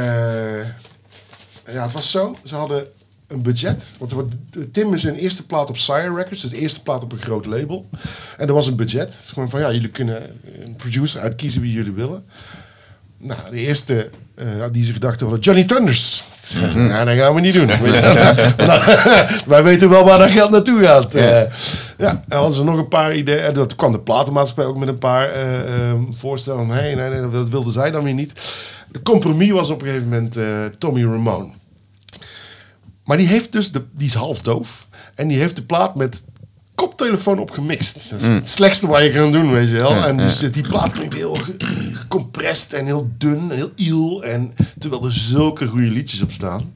het was zo. Ze hadden een budget. Want Tim is hun eerste plaat op Sire Records. Dus de eerste plaat op een groot label. En er was een budget. Het is gewoon van, jullie kunnen een producer uitkiezen wie jullie willen. Nou, de eerste die ze gedacht hadden, Johnny Thunders. Ja, dat gaan we niet doen. Wij weten wel waar dat geld naartoe gaat. En hadden ze nog een paar ideeën. En dat kwam de platenmaatschappij ook met een paar voorstellen. Nee, dat wilden zij dan weer niet. De compromis was op een gegeven moment Tommy Ramone. Maar die heeft dus, die is half doof. En die heeft de plaat met koptelefoon op gemixt. Dat is het slechtste wat je kan doen, weet je wel. En dus die plaat klinkt heel gecompressed en heel dun, heel iel. En terwijl er zulke goede liedjes op staan.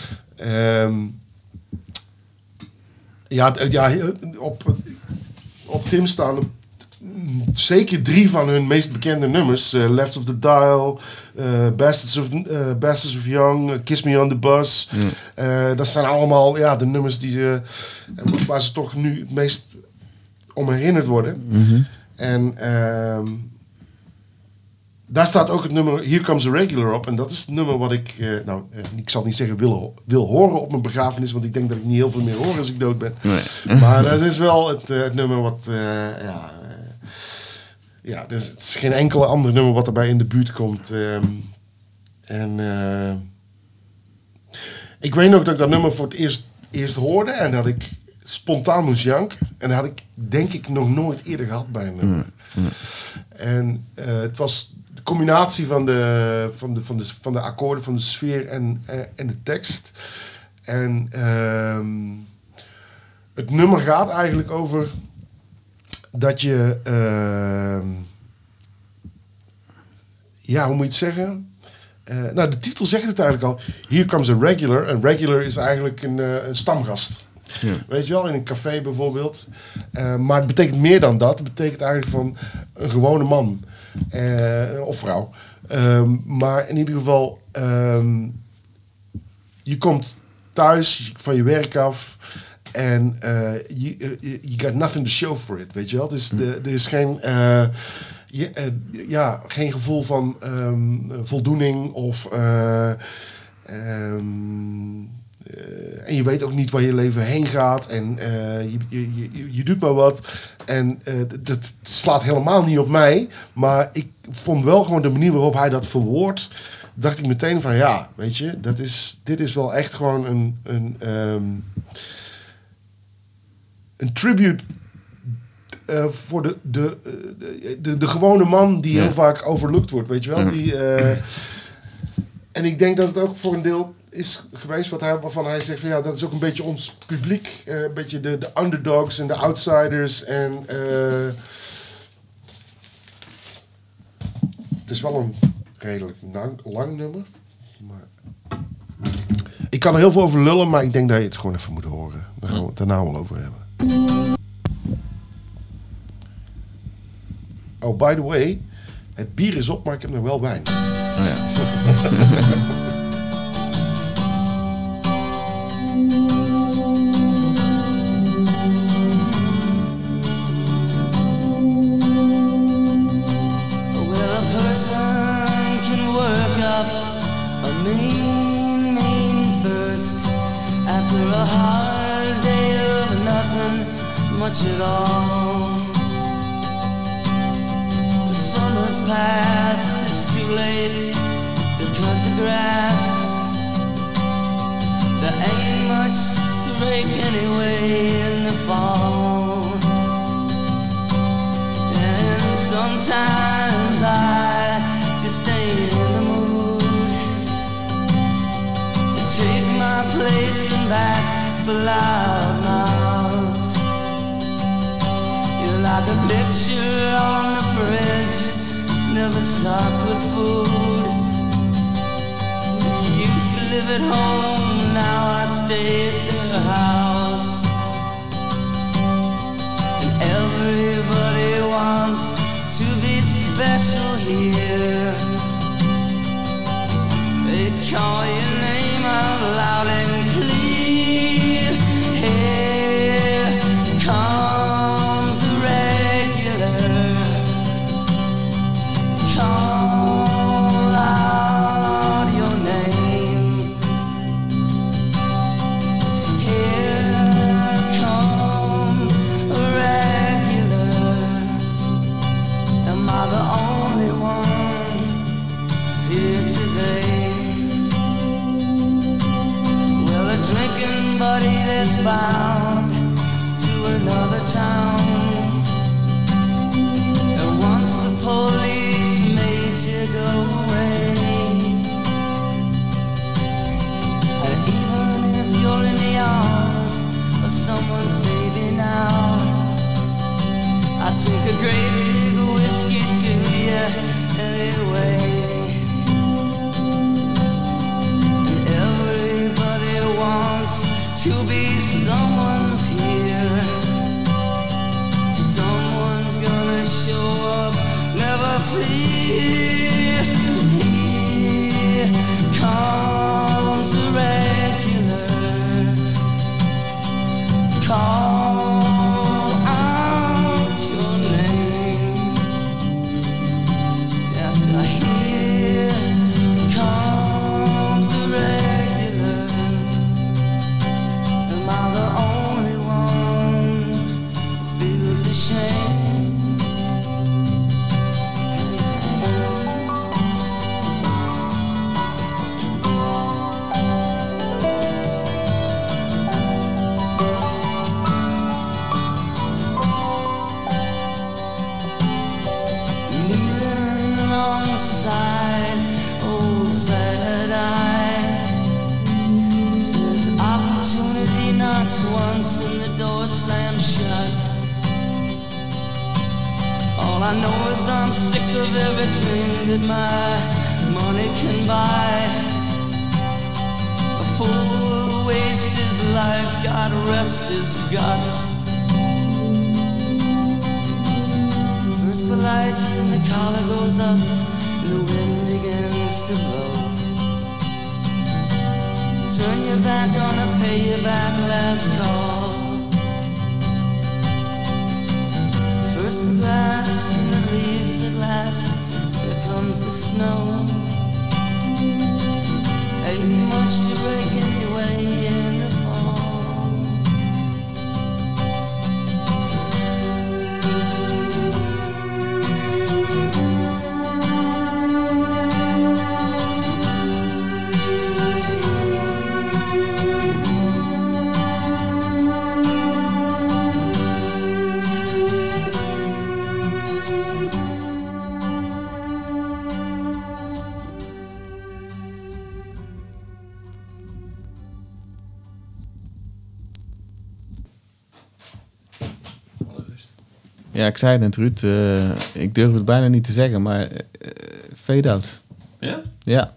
Op Tim staan zeker 3 van hun meest bekende nummers. Left of the Dial, Bastards of Young, Kiss Me on the Bus. Dat zijn allemaal de nummers waar ze toch nu het meest om herinnerd worden. En daar staat ook het nummer Here Comes a Regular op. En dat is het nummer wat ik, ik zal niet zeggen wil horen op mijn begrafenis. Want ik denk dat ik niet heel veel meer hoor als ik dood ben. Nee. Maar dat is wel het nummer wat... dus het is geen enkele ander nummer wat erbij in de buurt komt. Ik weet nog dat ik dat nummer voor het eerst hoorde. En dat ik spontaan moest janken. En dat had ik denk ik nog nooit eerder gehad bij een nummer. En het was de combinatie van de akkoorden, van de sfeer en de tekst. En het nummer gaat eigenlijk over dat je... hoe moet je het zeggen? De titel zegt het eigenlijk al. Here comes a regular. Een regular is eigenlijk een stamgast. Ja. Weet je wel, in een café bijvoorbeeld. Maar het betekent meer dan dat. Het betekent eigenlijk van een gewone man of vrouw. Maar in ieder geval, je komt thuis van je werk af en you got nothing to show for it, weet je wel? Dus er is geen, geen gevoel van voldoening of... en je weet ook niet waar je leven heen gaat. En je doet maar wat. En dat slaat helemaal niet op mij. Maar ik vond wel gewoon de manier waarop hij dat verwoordt. Dacht ik meteen van ja, weet je. Dit is wel echt gewoon een tribute voor de gewone man die heel vaak overlooked wordt. Weet je wel. En ik denk dat het ook voor een deel is geweest waarvan hij zegt van ja, dat is ook een beetje ons publiek, een beetje de underdogs en de outsiders en het is wel een redelijk lang nummer, maar ik kan er heel veel over lullen, maar ik denk dat je het gewoon even moet horen. Daar gaan we het daarna wel over hebben. Oh, by the way, het bier is op, maar ik heb nog wel wijn. Oh ja. Much at all. The summer's past, it's too late to cut the grass. There ain't much to break anyway in the fall. And sometimes I just ain't in the mood to take my place and back for loud mouths. Like a picture on the fridge, it's never stocked with food. Used to live at home, now I stay at their house. And everybody wants to be special here. They call your name out loud and clear. Here comes a call out your name. Here come a regular. Am I the only one here today? Well, a drinking buddy that's bound to another town. And once the police go away, and even if you're in the arms of someone's baby now, I take a great big whiskey to you anyway. And everybody wants to be someone's here. Someone's gonna show up, never fear. Comes a regular. Call out your name. Yes, I hear. Comes a regular. Am I the only one who feels ashamed? Old sad eye says opportunity knocks once and the door slams shut. All I know is I'm sick of everything that my money can buy. A fool will waste his life, God rest his guts. First the lights and the collar goes up, the wind begins to blow. Turn your back, gonna pay you back, last call. First the grass and the leaves at last, there comes the snow. Ain't much to break anyway in the fall. Ja, ik zei het net, Ruud. Ik durf het bijna niet te zeggen, maar Fade Out. Ja? Ja.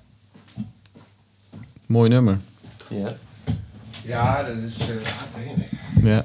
Mooi nummer. Ja. Ja, dat is hard erin. Ja.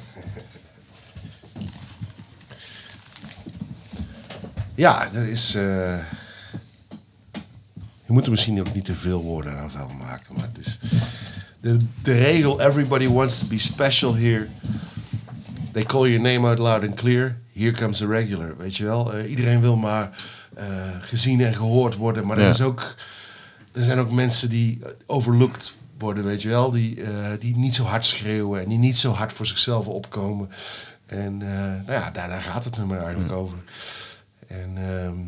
Ja, er is... je moet er misschien ook niet te veel woorden aan vuil maken, maar het is... De regel, everybody wants to be special here. They call your name out loud and clear. Here comes the regular, weet je wel. Iedereen wil maar gezien en gehoord worden. Maar Ja. er zijn ook mensen die overlooked worden, weet je wel. Die niet zo hard schreeuwen en die niet zo hard voor zichzelf opkomen. En nou ja, daar gaat het nummer eigenlijk over. En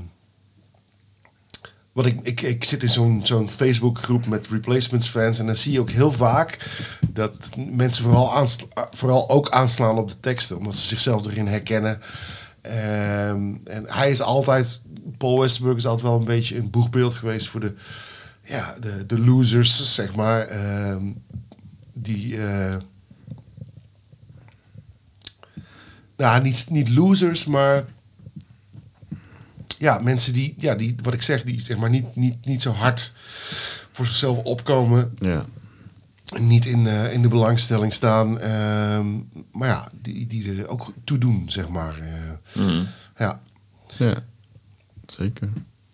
wat ik zit in zo'n Facebookgroep met Replacements fans en dan zie je ook heel vaak dat mensen vooral ook aanslaan op de teksten, omdat ze zichzelf erin herkennen. En hij is altijd, Paul Westerberg is altijd wel een beetje een boegbeeld geweest voor de losers, zeg maar. Niet losers, maar ja, mensen die wat ik zeg, die zeg maar niet zo hard voor zichzelf opkomen. Ja. Niet in de belangstelling staan. Maar ja, die er ook toe doen, zeg maar. Ja. Ja. Zeker.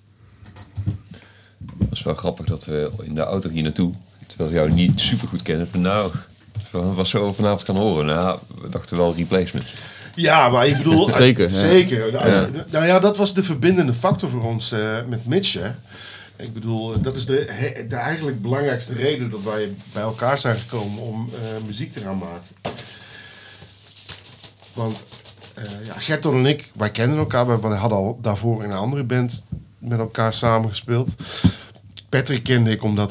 Dat is wel grappig dat we in de auto hier naartoe, terwijl we jou niet super goed kennen, van nou, wat zo vanavond kan horen. Nou, we dachten wel Replacements. Ja, maar ik bedoel... Zeker, ja. Zeker. Ja. Nou ja, dat was de verbindende factor voor ons met Mitch, hè. Ik bedoel, dat is de eigenlijk belangrijkste reden dat wij bij elkaar zijn gekomen om muziek te gaan maken. Want Gerton en ik, wij kenden elkaar. We hadden al daarvoor in een andere band met elkaar samengespeeld. Patrick kende ik omdat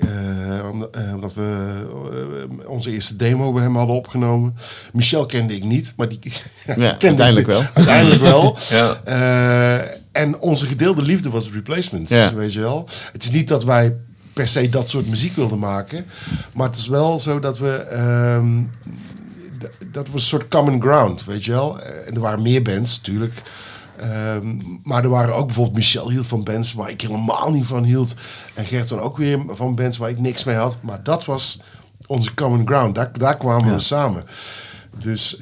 we onze eerste demo bij hem hadden opgenomen. Michel kende ik niet, maar die Ja, kende uiteindelijk ik wel. Uiteindelijk wel. Ja. En onze gedeelde liefde was Replacements, Ja. weet je wel. Het is niet dat wij per se dat soort muziek wilden maken, maar het is wel zo dat we dat was een soort common ground, weet je wel. En er waren meer bands, natuurlijk. Maar er waren ook bijvoorbeeld Michel hield van bands waar ik helemaal niet van hield. En Gert dan ook weer van bands waar ik niks mee had. Maar dat was onze common ground. Daar kwamen we samen. Dus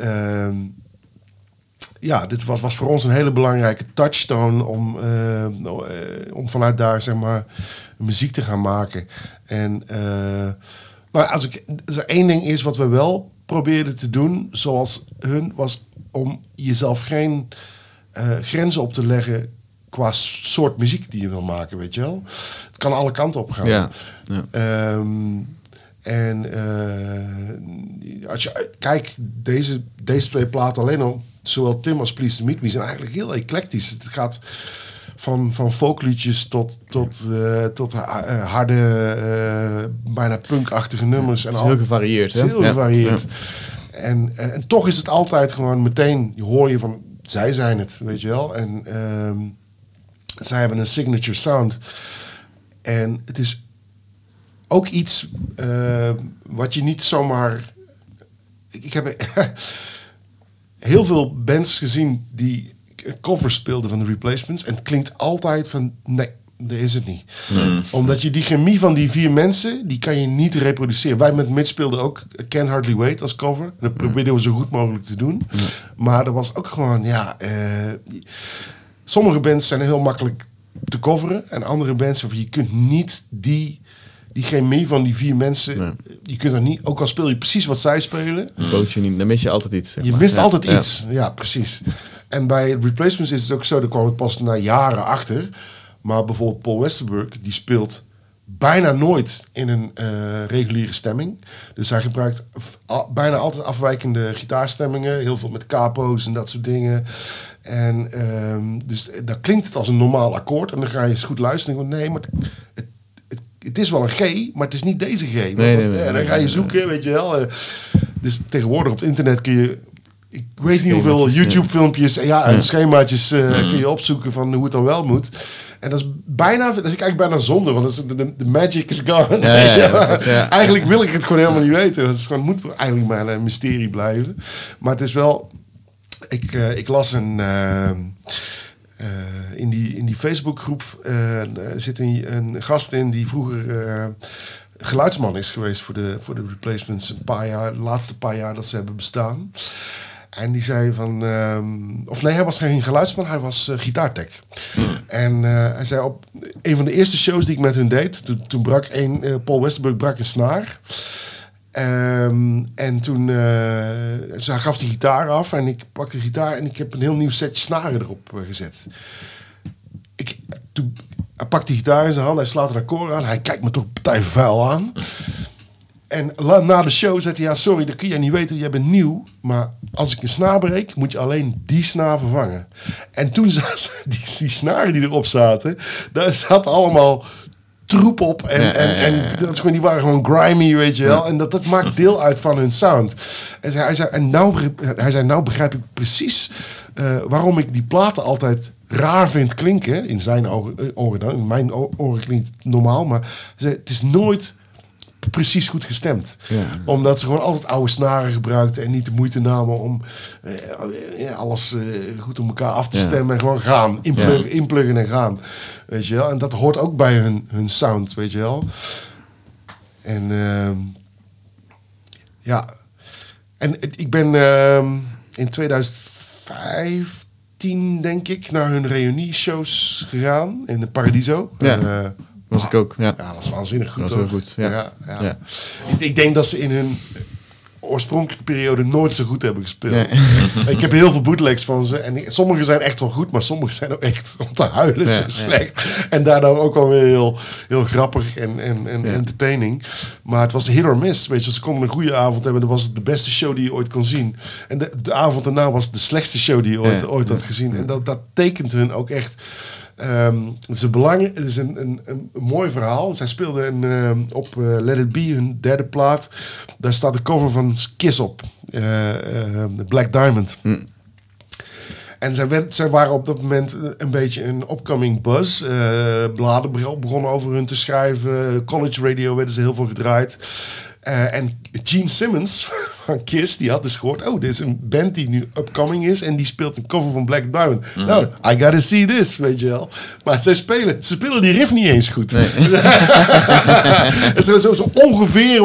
dit was voor ons een hele belangrijke touchstone om vanuit daar, zeg maar, muziek te gaan maken. En als er één ding is wat we wel probeerden te doen, zoals hun, was om jezelf geen grenzen op te leggen qua soort muziek die je wil maken, weet je wel. Het kan alle kanten op gaan. Ja. Als je kijkt, deze twee platen alleen al, zowel Tim als Please to Meet Me, zijn eigenlijk heel eclectisch. Het gaat van folkliedjes tot harde, bijna punkachtige nummers. Het is heel gevarieerd. Het is hè? heel gevarieerd. Ja. En toch is het altijd gewoon meteen, hoor je van, zij zijn het, weet je wel. En zij hebben een signature sound. En het is ook iets wat je niet zomaar... Ik heb heel veel bands gezien die covers speelden van de Replacements. En het klinkt altijd van, nee, dat is het niet. Omdat je die chemie van die 4 mensen, die kan je niet reproduceren. Wij met Mitch speelden ook Can't Hardly Wait als cover. Dat probeerden we zo goed mogelijk te doen. Maar er was ook gewoon, sommige bands zijn heel makkelijk te coveren. En andere bands, je kunt niet die chemie van die 4 mensen... Nee. Je kunt er niet... Ook al speel je precies wat zij spelen... Bootje niet, dan mis je altijd iets. Zeg Je maar. mist altijd iets. Ja, precies. En bij Replacements is het ook zo, daar kwam het pas na jaren achter. Maar bijvoorbeeld Paul Westerberg, die speelt bijna nooit in een reguliere stemming. Dus hij gebruikt bijna altijd afwijkende gitaarstemmingen. Heel veel met capo's en dat soort dingen. En dus dan klinkt het als een normaal akkoord. En dan ga je eens goed luisteren en denk je, nee, maar het is wel een G, maar het is niet deze G. En dan ga je zoeken, weet je wel. Dus tegenwoordig op het internet kun je... Ik weet niet hoeveel YouTube-filmpjes en schemaatjes kun je opzoeken van hoe het dan wel moet. En dat is eigenlijk bijna zonde, want dat is, de magic is gone. Eigenlijk wil ik het gewoon helemaal niet weten. Het is gewoon, moet eigenlijk maar een mysterie blijven. Maar het is wel... Ik las in die Facebookgroep zit een gast in die vroeger... geluidsman is geweest voor de Replacements de laatste paar jaar dat ze hebben bestaan. En die zei van... hij was geen geluidsman, hij was gitaartech. En hij zei op een van de eerste shows die ik met hun deed... Toen brak Paul Westerberg brak een snaar. En toen hij gaf die gitaar af en ik pakte de gitaar... en ik heb een heel nieuw setje snaren erop gezet. Hij pakt die gitaar in zijn hand, hij slaat een akkoord aan... hij kijkt me toch partij vuil aan... En na de show zei hij, ja, sorry, dat kun jij niet weten, jij bent nieuw. Maar als ik een snaar breek, moet je alleen die snaar vervangen. En toen zaten die snaren die erop zaten, daar zat allemaal troep op. En dat is gewoon, die waren gewoon grimy, weet je wel. En dat maakt deel uit van hun sound. En hij zei, nou begrijp ik precies waarom ik die platen altijd raar vind klinken. In zijn oren dan. In mijn oren klinkt het normaal. Maar hij zei, het is nooit... precies goed gestemd. Omdat ze gewoon altijd oude snaren gebruikten... en niet de moeite namen om alles goed op elkaar af te stemmen... en gewoon gaan, inpluggen en gaan. Weet je wel? En dat hoort ook bij hun sound, weet je wel. En ik ben in 2015, denk ik... naar hun reunie-shows gegaan in de Paradiso. Was ik ook, ja. Ja, dat was waanzinnig goed. Dat was heel goed, ja. Ik denk dat ze in hun oorspronkelijke periode nooit zo goed hebben gespeeld. Nee. Ik heb heel veel bootlegs van ze. En sommige zijn echt wel goed, maar sommige zijn ook echt om te huilen zo slecht. En daardoor ook wel weer heel grappig en entertaining. Maar het was hit or miss. Weet je, ze konden een goede avond hebben. Dat was de beste show die je ooit kon zien. En de avond daarna was de slechtste show die je ooit had gezien. En dat tekent hun ook echt... het is een mooi verhaal. Zij speelden op Let It Be, hun derde plaat. Daar staat de cover van Kiss op. Black Diamond. En zij waren op dat moment een beetje een upcoming buzz. Bladen begonnen over hun te schrijven. College radio werden ze heel veel gedraaid. En Gene Simmons van Kiss, die had dus gehoord... dit is een band die nu upcoming is... en die speelt een cover van Black Diamond. Nou, I gotta see this, weet je wel. Maar ze spelen die riff niet eens goed. Nee. zo ongeveer...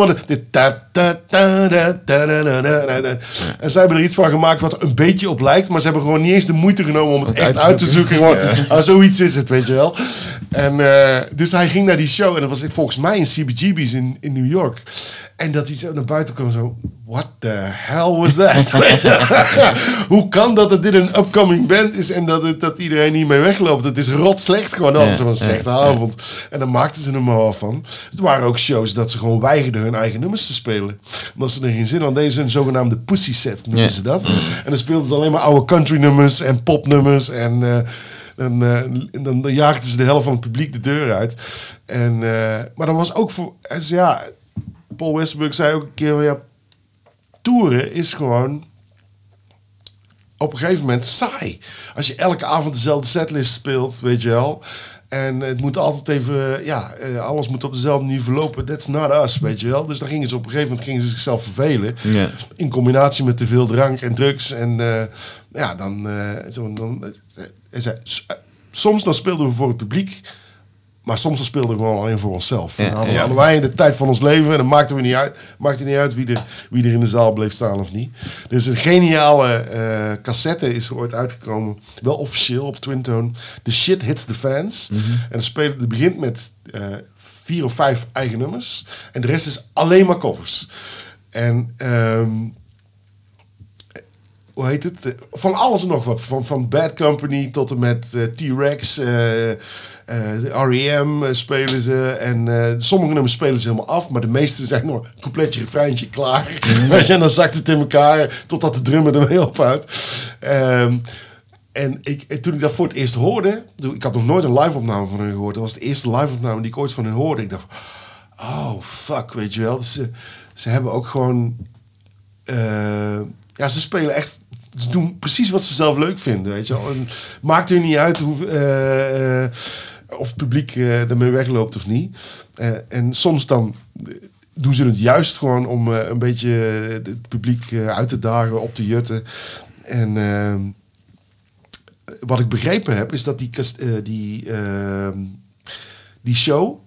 En zij hebben er iets van gemaakt wat er een beetje op lijkt... maar ze hebben gewoon niet eens de moeite genomen om het echt uit te zoeken. Gewoon, zoiets is het, weet je wel. En dus hij ging naar die show... en dat was volgens mij in CBGB's in New York... En dat hij zo naar buiten kwam zo... What the hell was that? Hoe kan dat dit een upcoming band is... en dat iedereen hiermee wegloopt? Het is rot slecht gewoon. Dat was een slechte avond. En dan maakten ze er maar wat van. Er waren ook shows dat ze gewoon weigerden hun eigen nummers te spelen. Omdat ze er geen zin hadden. Deden ze een zogenaamde pussy set, noemen ze dat. En dan speelden ze alleen maar oude country nummers en popnummers... en dan jaagden ze de helft van het publiek de deur uit. Maar dat was ook voor... Paul Westerberg zei ook een keer... toeren is gewoon... op een gegeven moment saai. Als je elke avond dezelfde setlist speelt, weet je wel... en het moet altijd even... alles moet op dezelfde niveau lopen. That's not us, weet je wel. Dus dan gingen ze op een gegeven moment zichzelf vervelen. Yeah. In combinatie met te veel drank en drugs. En soms dan speelden we voor het publiek... Maar soms speelden we gewoon alleen voor onszelf. Dan hadden wij de tijd van ons leven en dan maakte het niet uit wie er in de zaal bleef staan of niet. Dus een geniale cassette is er ooit uitgekomen. Wel officieel op Twin Tone. The Shit Hits the Fans. En het begint met 4 of 5 eigen nummers. En de rest is alleen maar covers. En hoe heet het? Van alles en nog wat. Van Bad Company tot en met T-Rex. R.E.M. spelen ze. En sommige nummers spelen ze helemaal af. Maar de meeste zijn nog een completje refreintje klaar. En dan zakt het in elkaar totdat de drummer ermee ophoudt. En toen ik dat voor het eerst hoorde... Ik had nog nooit een live-opname van hen gehoord. Dat was de eerste live-opname die ik ooit van hen hoorde. Ik dacht, oh fuck, weet je wel. Dus ze hebben ook gewoon... ze spelen echt... Ze doen precies wat ze zelf leuk vinden, weet je wel. En maakt er niet uit of het publiek ermee wegloopt of niet. En soms dan doen ze het juist gewoon om een beetje het publiek uit te dagen, op te jutten. En wat ik begrepen heb, is dat die show,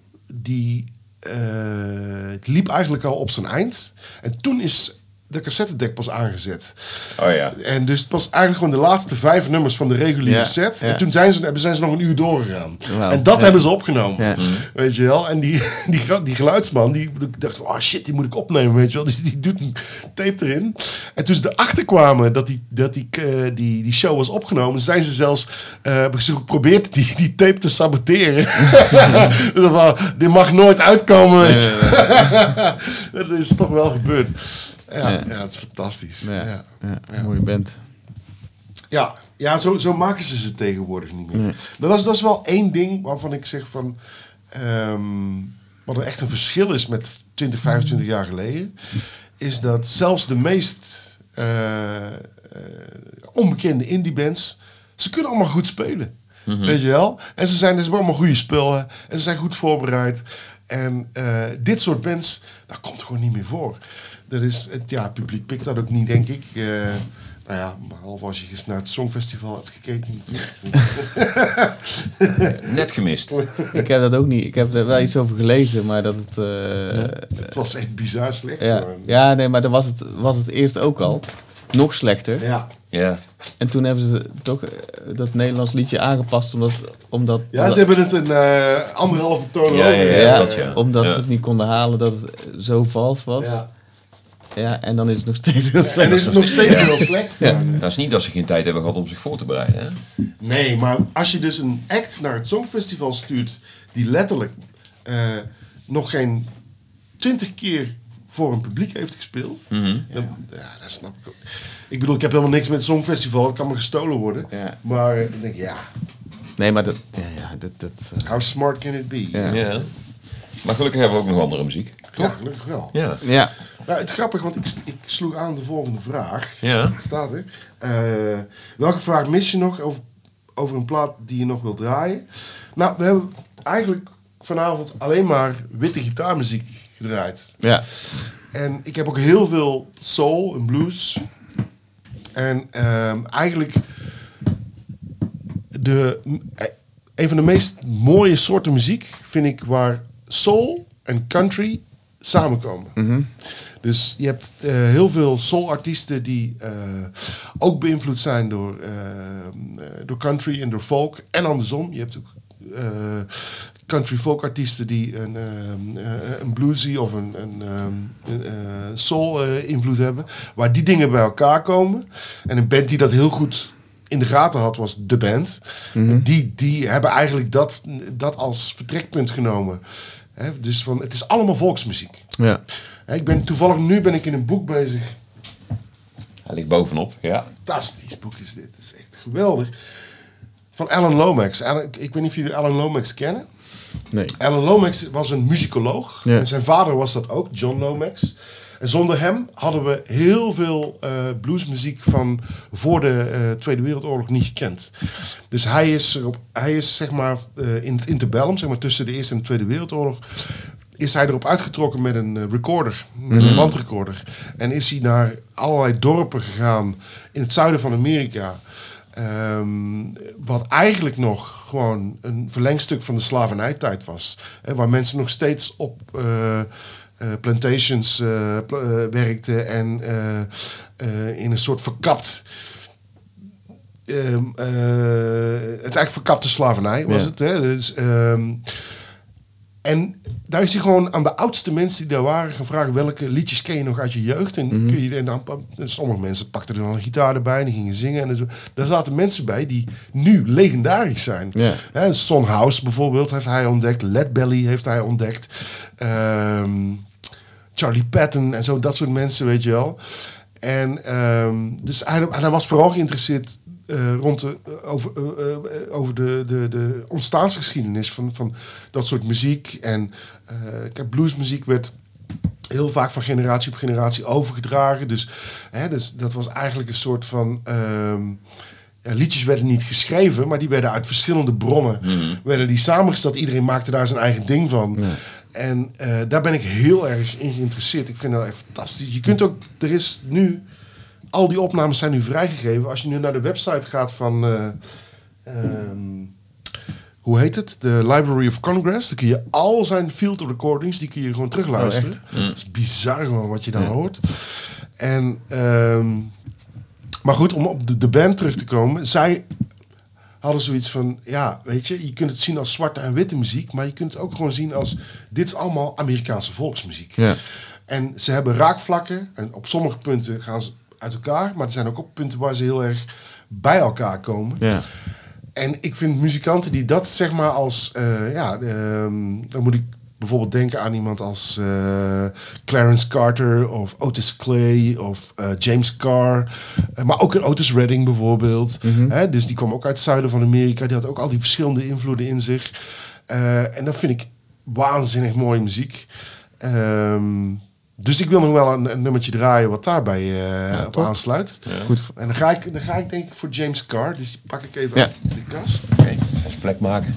het liep eigenlijk al op zijn eind. En toen is de cassettedek pas aangezet. Oh ja. En dus het was eigenlijk gewoon de laatste 5 nummers van de reguliere set. Ja. En toen zijn ze nog een uur doorgegaan. Wow. En dat hebben ze opgenomen. Ja. Weet je wel? En die geluidsman, die dacht, oh shit, die moet ik opnemen, weet je wel? Dus die doet een tape erin. En toen ze erachter kwamen dat die show was opgenomen, zijn ze zelfs geprobeerd die tape te saboteren. Dus van, dit mag nooit uitkomen, weet je. Dat is toch wel gebeurd. Ja, het is fantastisch. Ja, mooie band. Ja, zo maken ze tegenwoordig niet meer. Dat is wel één ding waarvan ik zeg van... wat er echt een verschil is met 20, 25 jaar geleden... is dat zelfs de meest onbekende indie-bands... ze kunnen allemaal goed spelen. Weet je wel? En ze hebben allemaal goede spullen. En ze zijn goed voorbereid. En dit soort bands, dat komt gewoon niet meer voor. Dat is, het publiek pikt dat ook niet, denk ik. Behalve als je naar het Songfestival hebt gekeken natuurlijk. Net gemist. Ik heb dat ook niet. Ik heb er wel iets over gelezen, maar dat het... Het was echt bizar slecht. Ja, nee, maar dan was het eerst ook al. Nog slechter. Ja. En toen hebben ze toch dat Nederlands liedje aangepast, omdat ze hebben het een 1,5 toon hoger. Omdat ze het niet konden halen dat het zo vals was. Ja, en dan is het nog steeds heel slecht. En is het nog steeds heel slecht. Nou, het is niet dat ze geen tijd hebben gehad om zich voor te bereiden. Hè? Nee, maar als je dus een act naar het Songfestival stuurt... die letterlijk nog geen 20 keer voor een publiek heeft gespeeld... dat snap ik ook. Ik bedoel, ik heb helemaal niks met het Songfestival. Het kan me gestolen worden. Ja. Maar dan denk ik, Nee, maar dat... How smart can it be? Ja. Maar gelukkig hebben we ook nog andere muziek. Ja, gelukkig wel. Ja. Nou, het is grappig, want ik sloeg aan de volgende vraag. Ja. Het staat er. Welke vraag mis je nog over een plaat die je nog wilt draaien? Nou, we hebben eigenlijk vanavond alleen maar witte gitaarmuziek gedraaid. Ja. En ik heb ook heel veel soul en blues. En eigenlijk een van de meest mooie soorten muziek vind ik waar soul en country samenkomen. Dus je hebt heel veel soul-artiesten die ook beïnvloed zijn door country en door folk. En andersom. Je hebt ook country folk-artiesten die een bluesy of een soul-invloed hebben. Waar die dingen bij elkaar komen. En een band die dat heel goed in de gaten had, was The Band. Die hebben eigenlijk dat als vertrekpunt genomen. Dus het is allemaal volksmuziek. Ja. Nu ben ik in een boek bezig. Hij ligt bovenop, ja. Fantastisch boek is dit. Het is echt geweldig. Van Alan Lomax. Ik weet niet of jullie Alan Lomax kennen. Nee. Alan Lomax was een muzikoloog. Ja. En zijn vader was dat ook, John Lomax. En zonder hem hadden we heel veel bluesmuziek van voor de Tweede Wereldoorlog niet gekend. Dus hij is zeg maar in het interbellum, zeg maar tussen de Eerste en de Tweede Wereldoorlog, is hij erop uitgetrokken met een recorder, met een bandrecorder. En is hij naar allerlei dorpen gegaan in het zuiden van Amerika, Wat eigenlijk nog gewoon een verlengstuk van de slavernijtijd was. Waar mensen nog steeds op plantations werkten en in een soort verkapt... het eigenlijk verkapte slavernij was het. Hè? Dus, en daar is hij gewoon aan de oudste mensen die daar waren gaan vragen... welke liedjes ken je nog uit je jeugd? En, kun je, en dan, sommige mensen pakten er dan een gitaar erbij en die gingen zingen. En zo. Daar zaten mensen bij die nu legendarisch zijn. Hè, Son House bijvoorbeeld heeft hij ontdekt. Lead Belly heeft hij ontdekt. Charlie Patton en zo, dat soort mensen, weet je wel. En dus hij was vooral geïnteresseerd... over de ontstaansgeschiedenis van dat soort muziek. En bluesmuziek werd heel vaak van generatie op generatie overgedragen. Dus dat was eigenlijk een soort van... liedjes werden niet geschreven, maar die werden uit verschillende bronnen werden die samengesteld. Iedereen maakte daar zijn eigen ding van. Ja. En daar ben ik heel erg in geïnteresseerd. Ik vind dat echt fantastisch. Je kunt ook... Er is nu... Al die opnames zijn nu vrijgegeven. Als je nu naar de website gaat van... hoe heet het? De Library of Congress. Dan kun je al zijn field recordings... die kun je gewoon terugluisteren. Het is bizar gewoon wat je dan hoort. En... maar goed, om op de band terug te komen... Zij hadden zoiets van... Ja, weet je kunt het zien als zwarte en witte muziek... maar je kunt het ook gewoon zien als... Dit is allemaal Amerikaanse volksmuziek. Ja. En ze hebben raakvlakken. En op sommige punten gaan ze... uit elkaar, maar er zijn ook punten waar ze heel erg bij elkaar komen. Ja. En ik vind muzikanten die dat zeg maar als... dan moet ik bijvoorbeeld denken aan iemand als Clarence Carter of Otis Clay of James Carr. Maar ook een Otis Redding bijvoorbeeld. Dus die kwam ook uit het zuiden van Amerika. Die had ook al die verschillende invloeden in zich. En dat vind ik waanzinnig mooie muziek. Dus ik wil nog wel een nummertje draaien wat daarbij op aansluit. Ja. Goed. En dan ga ik denk ik voor James Carr. Dus die pak ik even uit de kast. Oké, even plek maken.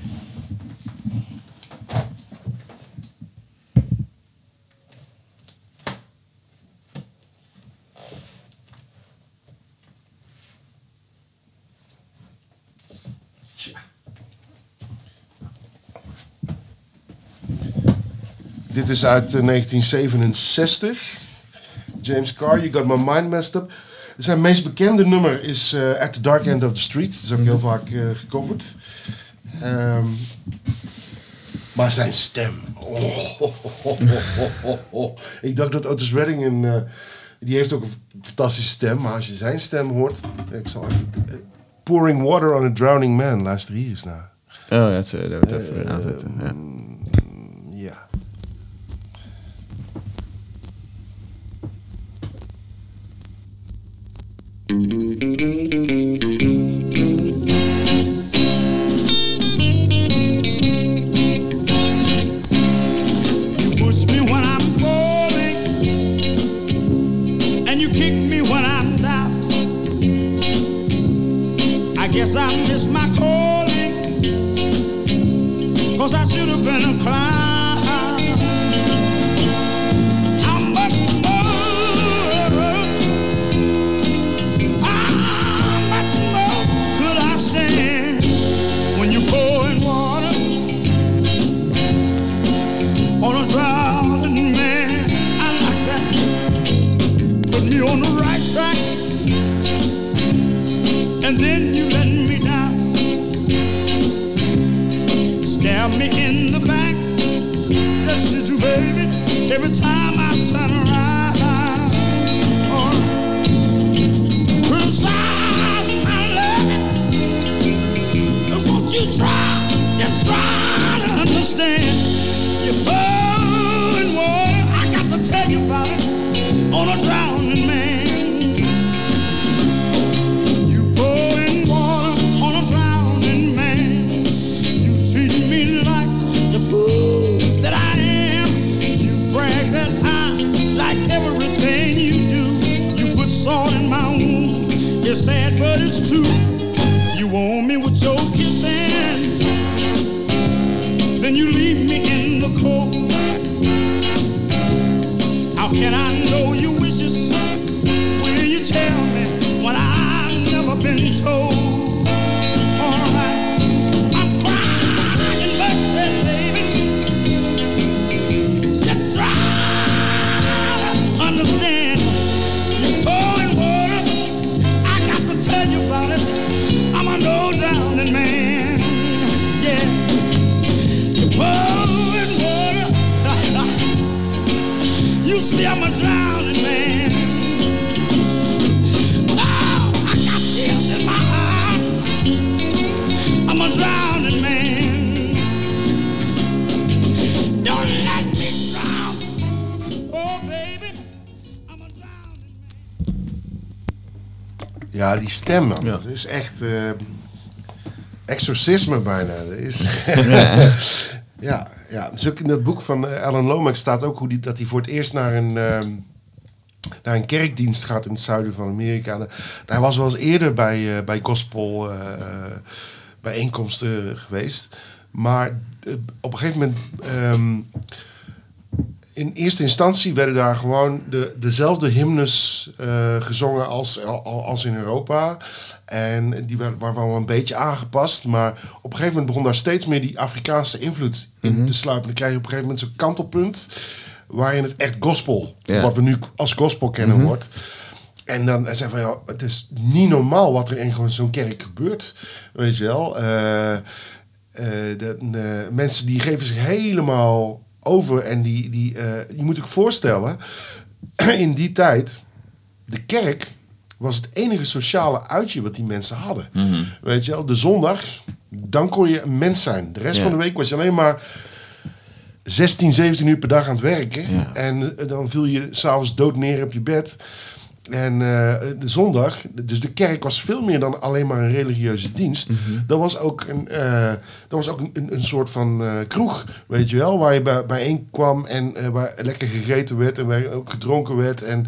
Dit is uit 1967. James Carr, You Got My Mind Messed Up. Zijn meest bekende nummer is At the Dark End of the Street. Dat is ook heel vaak gecoverd. Maar zijn stem. Ik dacht dat Otis Redding die heeft ook een fantastische stem. Maar als je zijn stem hoort... Ik zal even... Pouring Water on a Drowning Man. Luister hier eens naar. Oh ja, dat wordt even aanzetten. Ja. You push me when I'm falling, and you kick me when I'm down. I guess I missed my calling, 'cause I should have been a clown. On a drowning man, I like that. Put me on the right track, and then you let me down. Stab me in the back, listen to baby, every time I turn around. Criticize my love, but won't you just try to understand? You're pouring water, I got to tell you about it, on a drowning man. You pouring water on a drowning man. You treat me like the fool that I am. You brag that I like everything you do. You put salt in my wound, it's sad but it's true. You warm me with your kissing, then you leave me in the cold. How can I know your wishes? Will you tell me when I've never been told? Ja, die stem, man. Ja. Dat is echt exorcisme bijna. Dat is... ja. Dus ook in dat boek van Alan Lomax staat ook dat hij voor het eerst naar een kerkdienst gaat in het zuiden van Amerika. Hij was wel eens eerder bij gospel bijeenkomsten geweest. Maar op een gegeven moment... in eerste instantie werden daar gewoon dezelfde hymnes gezongen als in Europa. En die waren wel een beetje aangepast. Maar op een gegeven moment begon daar steeds meer die Afrikaanse invloed in te sluipen. Dan krijg je op een gegeven moment zo'n kantelpunt waarin het echt gospel, wat we nu als gospel kennen, wordt. En dan zeggen we, ja, het is niet normaal wat er in zo'n kerk gebeurt. Weet je wel. Mensen die geven zich helemaal over. En je moet je voorstellen, in die tijd, de kerk was het enige sociale uitje wat die mensen hadden. Weet je wel, de zondag, dan kon je een mens zijn. De rest van de week was je alleen maar 16, 17 uur per dag aan het werken. Ja. En dan viel je 's avonds dood neer op je bed. En de zondag, dus de kerk was veel meer dan alleen maar een religieuze dienst. Dat was ook een soort van kroeg, weet je wel, waar je bijeen kwam en waar lekker gegeten werd en waar ook gedronken werd. En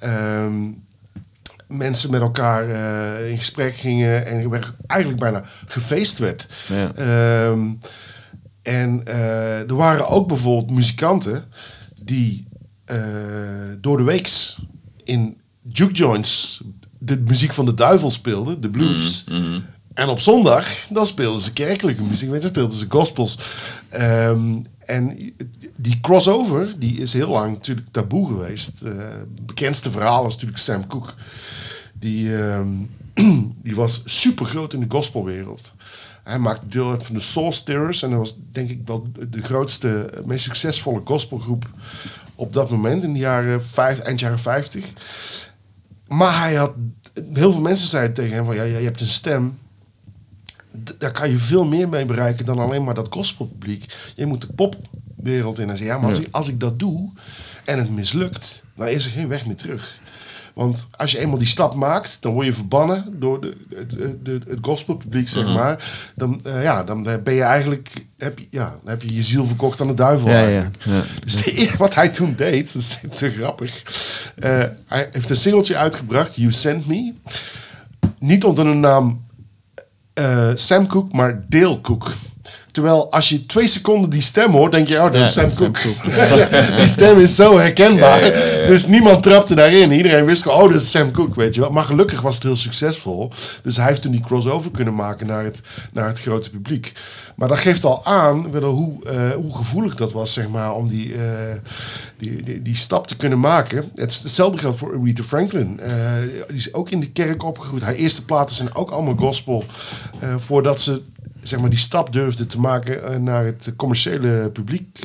mensen met elkaar in gesprek gingen en eigenlijk bijna gefeest werd. Ja. Er waren ook bijvoorbeeld muzikanten die door de weeks in juke joints de muziek van de duivel speelden, de blues. En op zondag, dan speelden ze kerkelijke muziek, dan speelden ze gospels. En die crossover, die is heel lang natuurlijk taboe geweest. Het bekendste verhaal is natuurlijk Sam Cooke. Die was super groot in de gospelwereld. Hij maakte deel uit van de Soul Stirrers. En dat was denk ik wel de grootste, meest succesvolle gospelgroep op dat moment. In de eind jaren 50. Maar hij had... Heel veel mensen zeiden tegen hem van... Ja, je hebt een stem. Daar kan je veel meer mee bereiken dan alleen maar dat gospelpubliek. Je moet de popwereld in. En zei, ja, maar als ik dat doe en het mislukt... dan is er geen weg meer terug. Want als je eenmaal die stap maakt, dan word je verbannen door het gospelpubliek, zeg maar. Dan ben je eigenlijk, dan heb je je ziel verkocht aan de duivel. Ja. Dus wat hij toen deed, dat is te grappig. Hij heeft een singeltje uitgebracht, You Sent Me. Niet onder de naam Sam Cooke, maar Dale Cooke. Terwijl als je 2 seconden die stem hoort, denk je, oh, dat is Sam Cooke. Die stem is zo herkenbaar. Ja. Dus niemand trapte daarin. Iedereen wist gewoon, oh, dat is Sam Cooke, weet je wel. Maar gelukkig was het heel succesvol. Dus hij heeft toen die crossover kunnen maken naar het grote publiek. Maar dat geeft al aan hoe gevoelig dat was, zeg maar, om die stap te kunnen maken. Hetzelfde geldt voor Aretha Franklin. Die is ook in de kerk opgegroeid. Haar eerste platen zijn ook allemaal gospel. Voordat ze, zeg maar, die stap durfde te maken naar het commerciële publiek,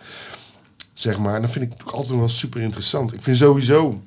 zeg maar. En dat vind ik natuurlijk altijd wel super interessant. Ik vind sowieso...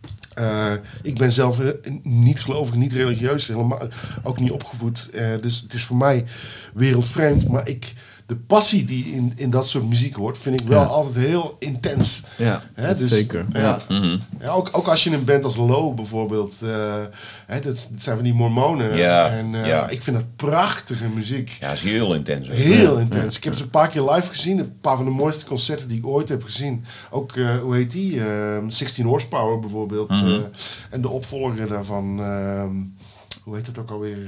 ik ben zelf niet gelovig, niet religieus, helemaal ook niet opgevoed. Dus het is voor mij wereldvreemd. Maar de passie die in dat soort muziek hoort, vind ik wel altijd heel intens. Ja, dus, zeker. Ja. Ja, ook als je een band als Low bijvoorbeeld, dat zijn van die mormonen. Ik vind dat prachtige muziek. Ja, het is heel intens. Heel intens. Ja. Ik heb ze een paar keer live gezien. Een paar van de mooiste concerten die ik ooit heb gezien. Ook, hoe heet die? 16 Horsepower bijvoorbeeld. En de opvolger daarvan, hoe heet dat ook alweer?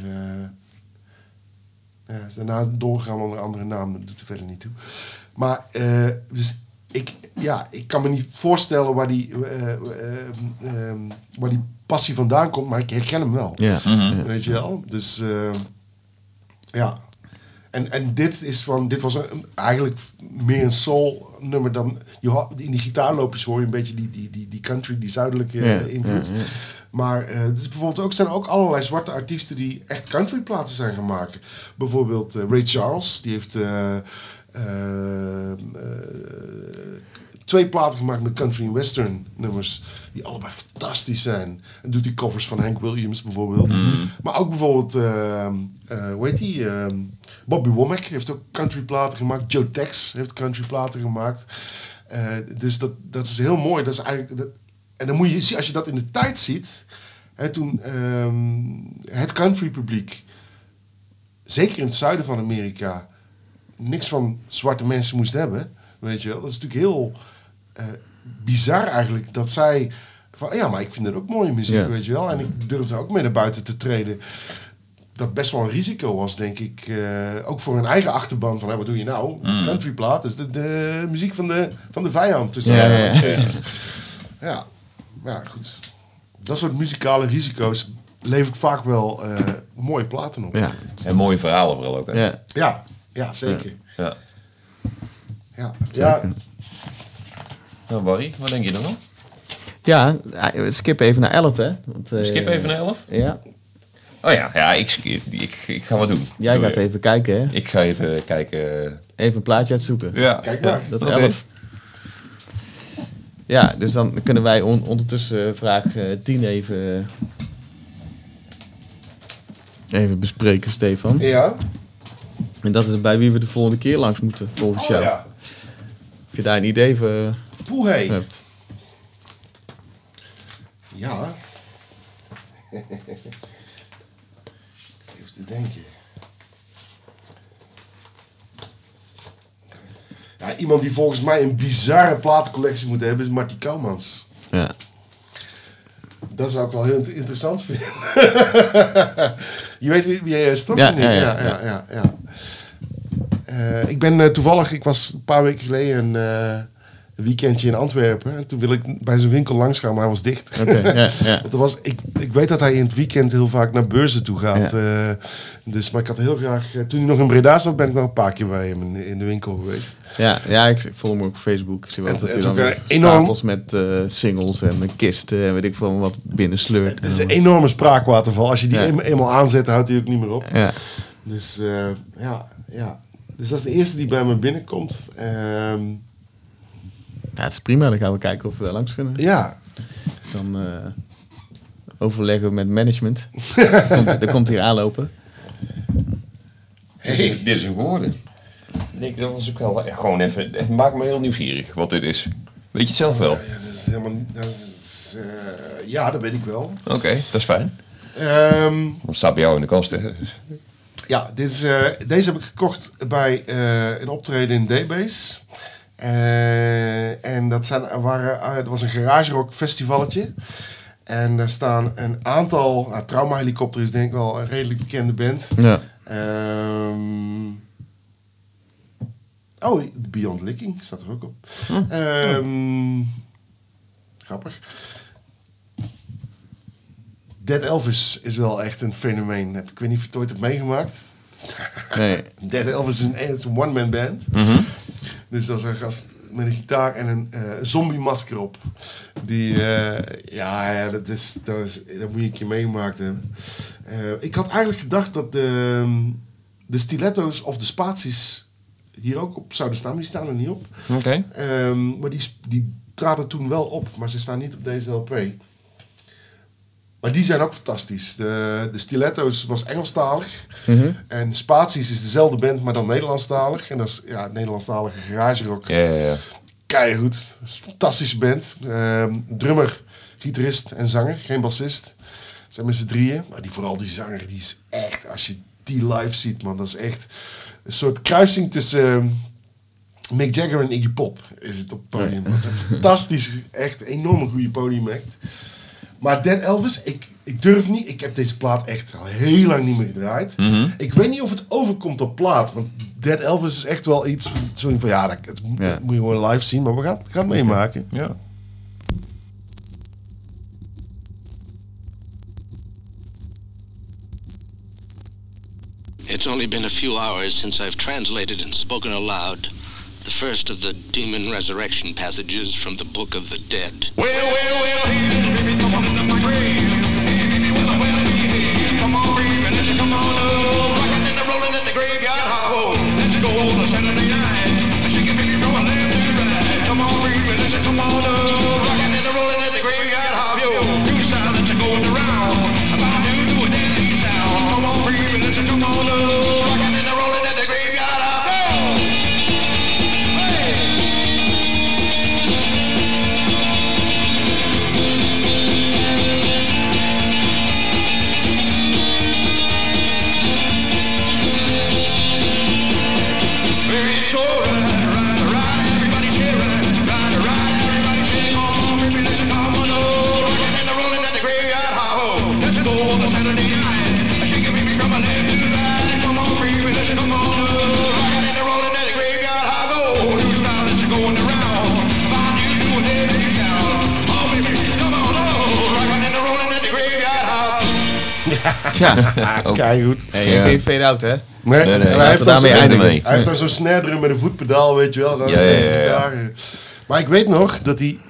Ja, is daarna doorgegaan onder een andere naam, dat doet er verder niet toe. Maar, dus ik kan me niet voorstellen waar die passie vandaan komt, maar ik herken hem wel. Ja. Weet je wel? Dus, ja. En dit was eigenlijk meer een soul nummer dan... in die gitaarloopjes hoor je een beetje die country, die zuidelijke invloed. Ja. Maar dus bijvoorbeeld zijn ook allerlei zwarte artiesten die echt countryplaten zijn gaan maken. Bijvoorbeeld Ray Charles, die heeft 2 platen gemaakt met country en western nummers, die allebei fantastisch zijn. En doet die covers van Hank Williams bijvoorbeeld. Maar ook bijvoorbeeld, hoe heet die? Bobby Womack heeft ook countryplaten gemaakt. Joe Tex heeft countryplaten gemaakt. Dus dat is heel mooi. Dat is eigenlijk... En dan moet je zien, als je dat in de tijd ziet, toen het country publiek, zeker in het zuiden van Amerika, niks van zwarte mensen moest hebben. Weet je wel, dat is natuurlijk heel bizar eigenlijk dat zij van ja, maar ik vind het ook mooie muziek, weet je wel. En ik durfde ook mee naar buiten te treden. Dat best wel een risico was, denk ik. Ook voor hun eigen achterban van wat doe je nou? Countryplaat, dus de muziek van de vijand. Dus ja, goed. Dat soort muzikale risico's levert vaak wel mooie platen op. Ja. En mooie verhalen vooral ook. Hè? Ja, zeker. Ja. Nou Barry, wat denk je dan nog? Ja, we skippen even naar 11, hè? Want, Skip even naar 11? Ja. Oh ja, ik ga wat doen. Jij gaat even kijken, hè? Ik ga even kijken. Even een plaatje uitzoeken. Ja. Kijk maar. Dat is Oké. 11. Ja, dus dan kunnen wij ondertussen vraag 10 even bespreken, Stefan. Ja. En dat is bij wie we de volgende keer langs moeten, volgens jou. Ja. Of je daar een idee voor Poeh, hey. hebt. Ja. Even te denken. Ja, iemand die volgens mij een bizarre platencollectie moet hebben is Marty Koumans. Ja. Dat zou ik wel heel interessant vinden. Je weet wie hij is, toch? Ja, Nick? ja. Ik ben toevallig, ik was een paar weken geleden een weekendje in Antwerpen. En toen wil ik bij zijn winkel langs gaan, maar hij was dicht. Oké, ja. Want er was, ik weet dat hij in het weekend heel vaak naar beurzen toe gaat. Dus, maar ik had heel graag... toen hij nog in Breda zat, ben ik wel een paar keer bij hem in de winkel geweest. Ja, ik volg hem ook op Facebook. Ik zie wel Het- dat het hij is dan ook met enorm- stapels met singles en kisten en weet ik veel wat binnen sleurt. Het is een enorme spraakwaterval. Als je die eenmaal aanzet, houdt hij ook niet meer op. Ja. Dus ja. Dus dat is de eerste die bij me binnenkomt. Ja, het is prima. Dan gaan we kijken of we daar langs kunnen. Ja. Dan overleggen we met management. Dan komt hij aanlopen. Hey. Dit is hem geworden. Ik denk, dat was ook wel... Ja, gewoon even... Het maakt me heel nieuwsgierig wat dit is. Weet je het zelf wel? Ja, dat is helemaal... ja, dat weet ik wel. Oké, dat is fijn. Ehm, Dat staat bij jou in de kast, hè? Ja, deze heb ik gekocht bij een optreden in D-Base. En dat was een garage rock festivalletje. En daar staan een aantal... Trauma Helikopter is denk ik wel een redelijk bekende band. Ja. Beyond Licking staat er ook op. Grappig. Dead Elvis is wel echt een fenomeen. Ik weet niet of je het ooit hebt meegemaakt. Nee. Dead Elvis is een one-man band. Dus dat is een gast met een gitaar en een zombie-masker op. Die, dat moet je een keer meegemaakt hebben. Ik had eigenlijk gedacht dat de stiletto's of de spaties hier ook op zouden staan. Maar die staan er niet op. Oké. Maar die traden toen wel op, maar ze staan niet op deze LP. Maar die zijn ook fantastisch. De Stiletto's was Engelstalig. En Spaties is dezelfde band, maar dan Nederlandstalig. En dat is Nederlandstalige garage rock. Ja. Keigoed. Fantastische band. Drummer, gitarist en zanger. Geen bassist. Ze zijn met z'n drieën. Maar vooral die zanger, die is echt... Als je die live ziet, man. Dat is echt een soort kruising tussen... Mick Jagger en Iggy Pop is het op het podium. Dat is een fantastisch, echt enorm goede podiumact. Maar Dead Elvis, ik durf niet. Ik heb deze plaat echt al heel lang niet meer gedraaid. Ik weet niet of het overkomt op plaat. Want Dead Elvis is echt wel iets... Zo van, dat moet je gewoon live zien. Maar we gaan het meemaken. Ja. It's only been a few hours since I've translated and spoken aloud the first of the demon resurrection passages from the Book of the Dead. Well, baby, come on into my grave. Well, come on, baby, let's come on up. Rockin' and rollin' at the graveyard hollow. Let's go on a Saturday night. Shake it, baby, from a left to right. Come on, baby, let's come on up. Rockin' and rollin' at the graveyard hollow. Two silence are going around. About to do a deadly sound. Come on, baby, let's come on up. Rockin' and rollin' at the graveyard hollow. Tja, Keigoed. hey, geen fade-out, hè? Nee, Nee, en hij laten heeft we dan daarmee zo'n- eindigen. hij heeft dan zo'n snare drum met een voetpedaal, weet je wel. Dan Ja. gitaar. Maar ik weet nog dat hij...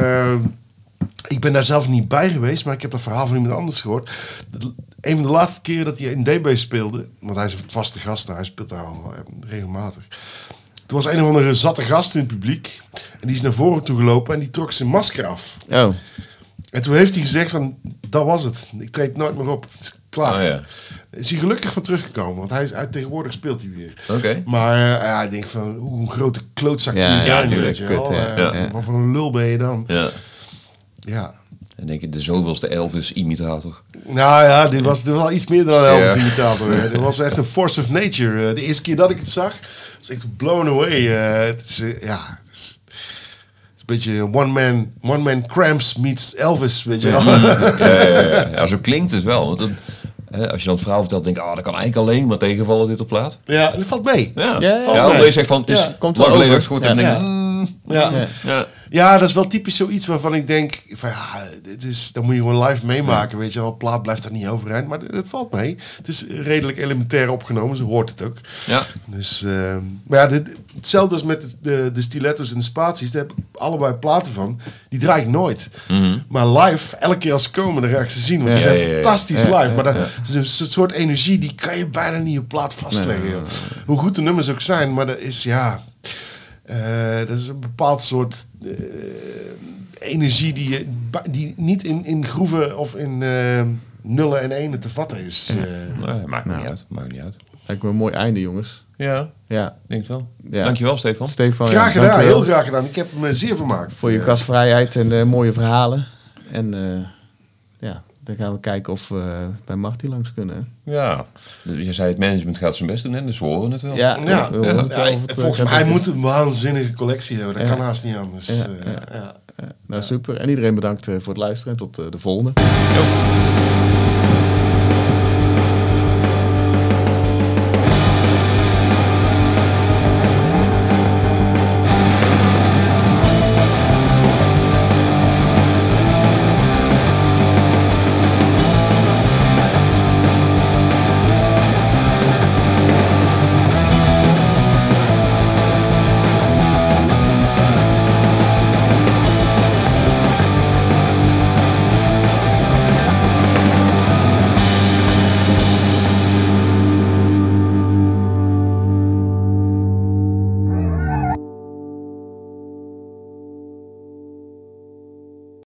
ik ben daar zelf niet bij geweest, maar ik heb dat verhaal van iemand anders gehoord. Een van de laatste keren dat hij in DB speelde, want hij is een vaste gast, hij speelt daar al regelmatig. Toen was een of andere zatte gast in het publiek en die is naar voren toe gelopen en die trok zijn masker af. Oh, En toen heeft hij gezegd van, dat was het. Ik treed nooit meer op. Het is klaar. Oh, ja. Is hij gelukkig van teruggekomen, want hij tegenwoordig speelt hij weer. Oké. Maar ja, ik denk van, hoe een grote klootzak Ja, kun je zijn, tuurlijk, weet je wel. kut, ja. Wat voor een lul ben je dan? Ja. Ja. En denk je, de zoveelste Elvis-imitator. Nou ja, dit was wel iets meer dan een Elvis-imitator. Dit was echt een force of nature. De eerste keer dat ik het zag, was ik echt blown away. Het is een beetje one-man Cramps meets Elvis, weet je wel. Ja, zo klinkt het wel. Want als je dan het verhaal vertelt, denk ik, dat kan eigenlijk alleen maar tegenvallen dit op plaat. Ja, dat valt mee. Ja, Ja, ja, mee. omdat je zegt van, het is Ja, komt lang wel geleden over. dat ik het gehoord heb. Ja. En denk, Ja. ja. Ja, dat is wel typisch zoiets waarvan ik denk van ja, dat moet je gewoon live meemaken, weet je wel. Plaat blijft er niet overeind, maar het valt mee. Het is redelijk elementair opgenomen, zo hoort het ook. Ja. Dus, maar ja, hetzelfde als met de stilettos en de spaties, daar heb ik allebei platen van. Die draai ik nooit. Maar live, elke keer als ze komen, dan ga ik ze zien. Want die zijn fantastisch live. Maar dat is een soort energie, die kan je bijna niet op plaat vastleggen. Joh. Hoe goed de nummers ook zijn, maar dat is ja... dat is een bepaald soort energie die niet in groeven of in nullen en enen te vatten is. Nee, maakt niet uit. lijkt me een mooi einde, jongens. Ja, Ja, denk het wel. Ja. Dankjewel, Stefan. Stefan, Graag ja, gedaan, dankjewel heel graag gedaan. Ik heb me zeer vermaakt. voor je gastvrijheid en de mooie verhalen. En ja, dan gaan we kijken of we bij Marty langs kunnen. Ja, je zei het management gaat zijn best doen, hè? Dus we horen het wel. Ja, Ja, we horen het wel of het volgens gaat mij lukken. moet een waanzinnige collectie hebben. Dat Ja. kan haast niet anders. Ja, Ja. Nou, super. En iedereen bedankt voor het luisteren en tot de volgende. Jo.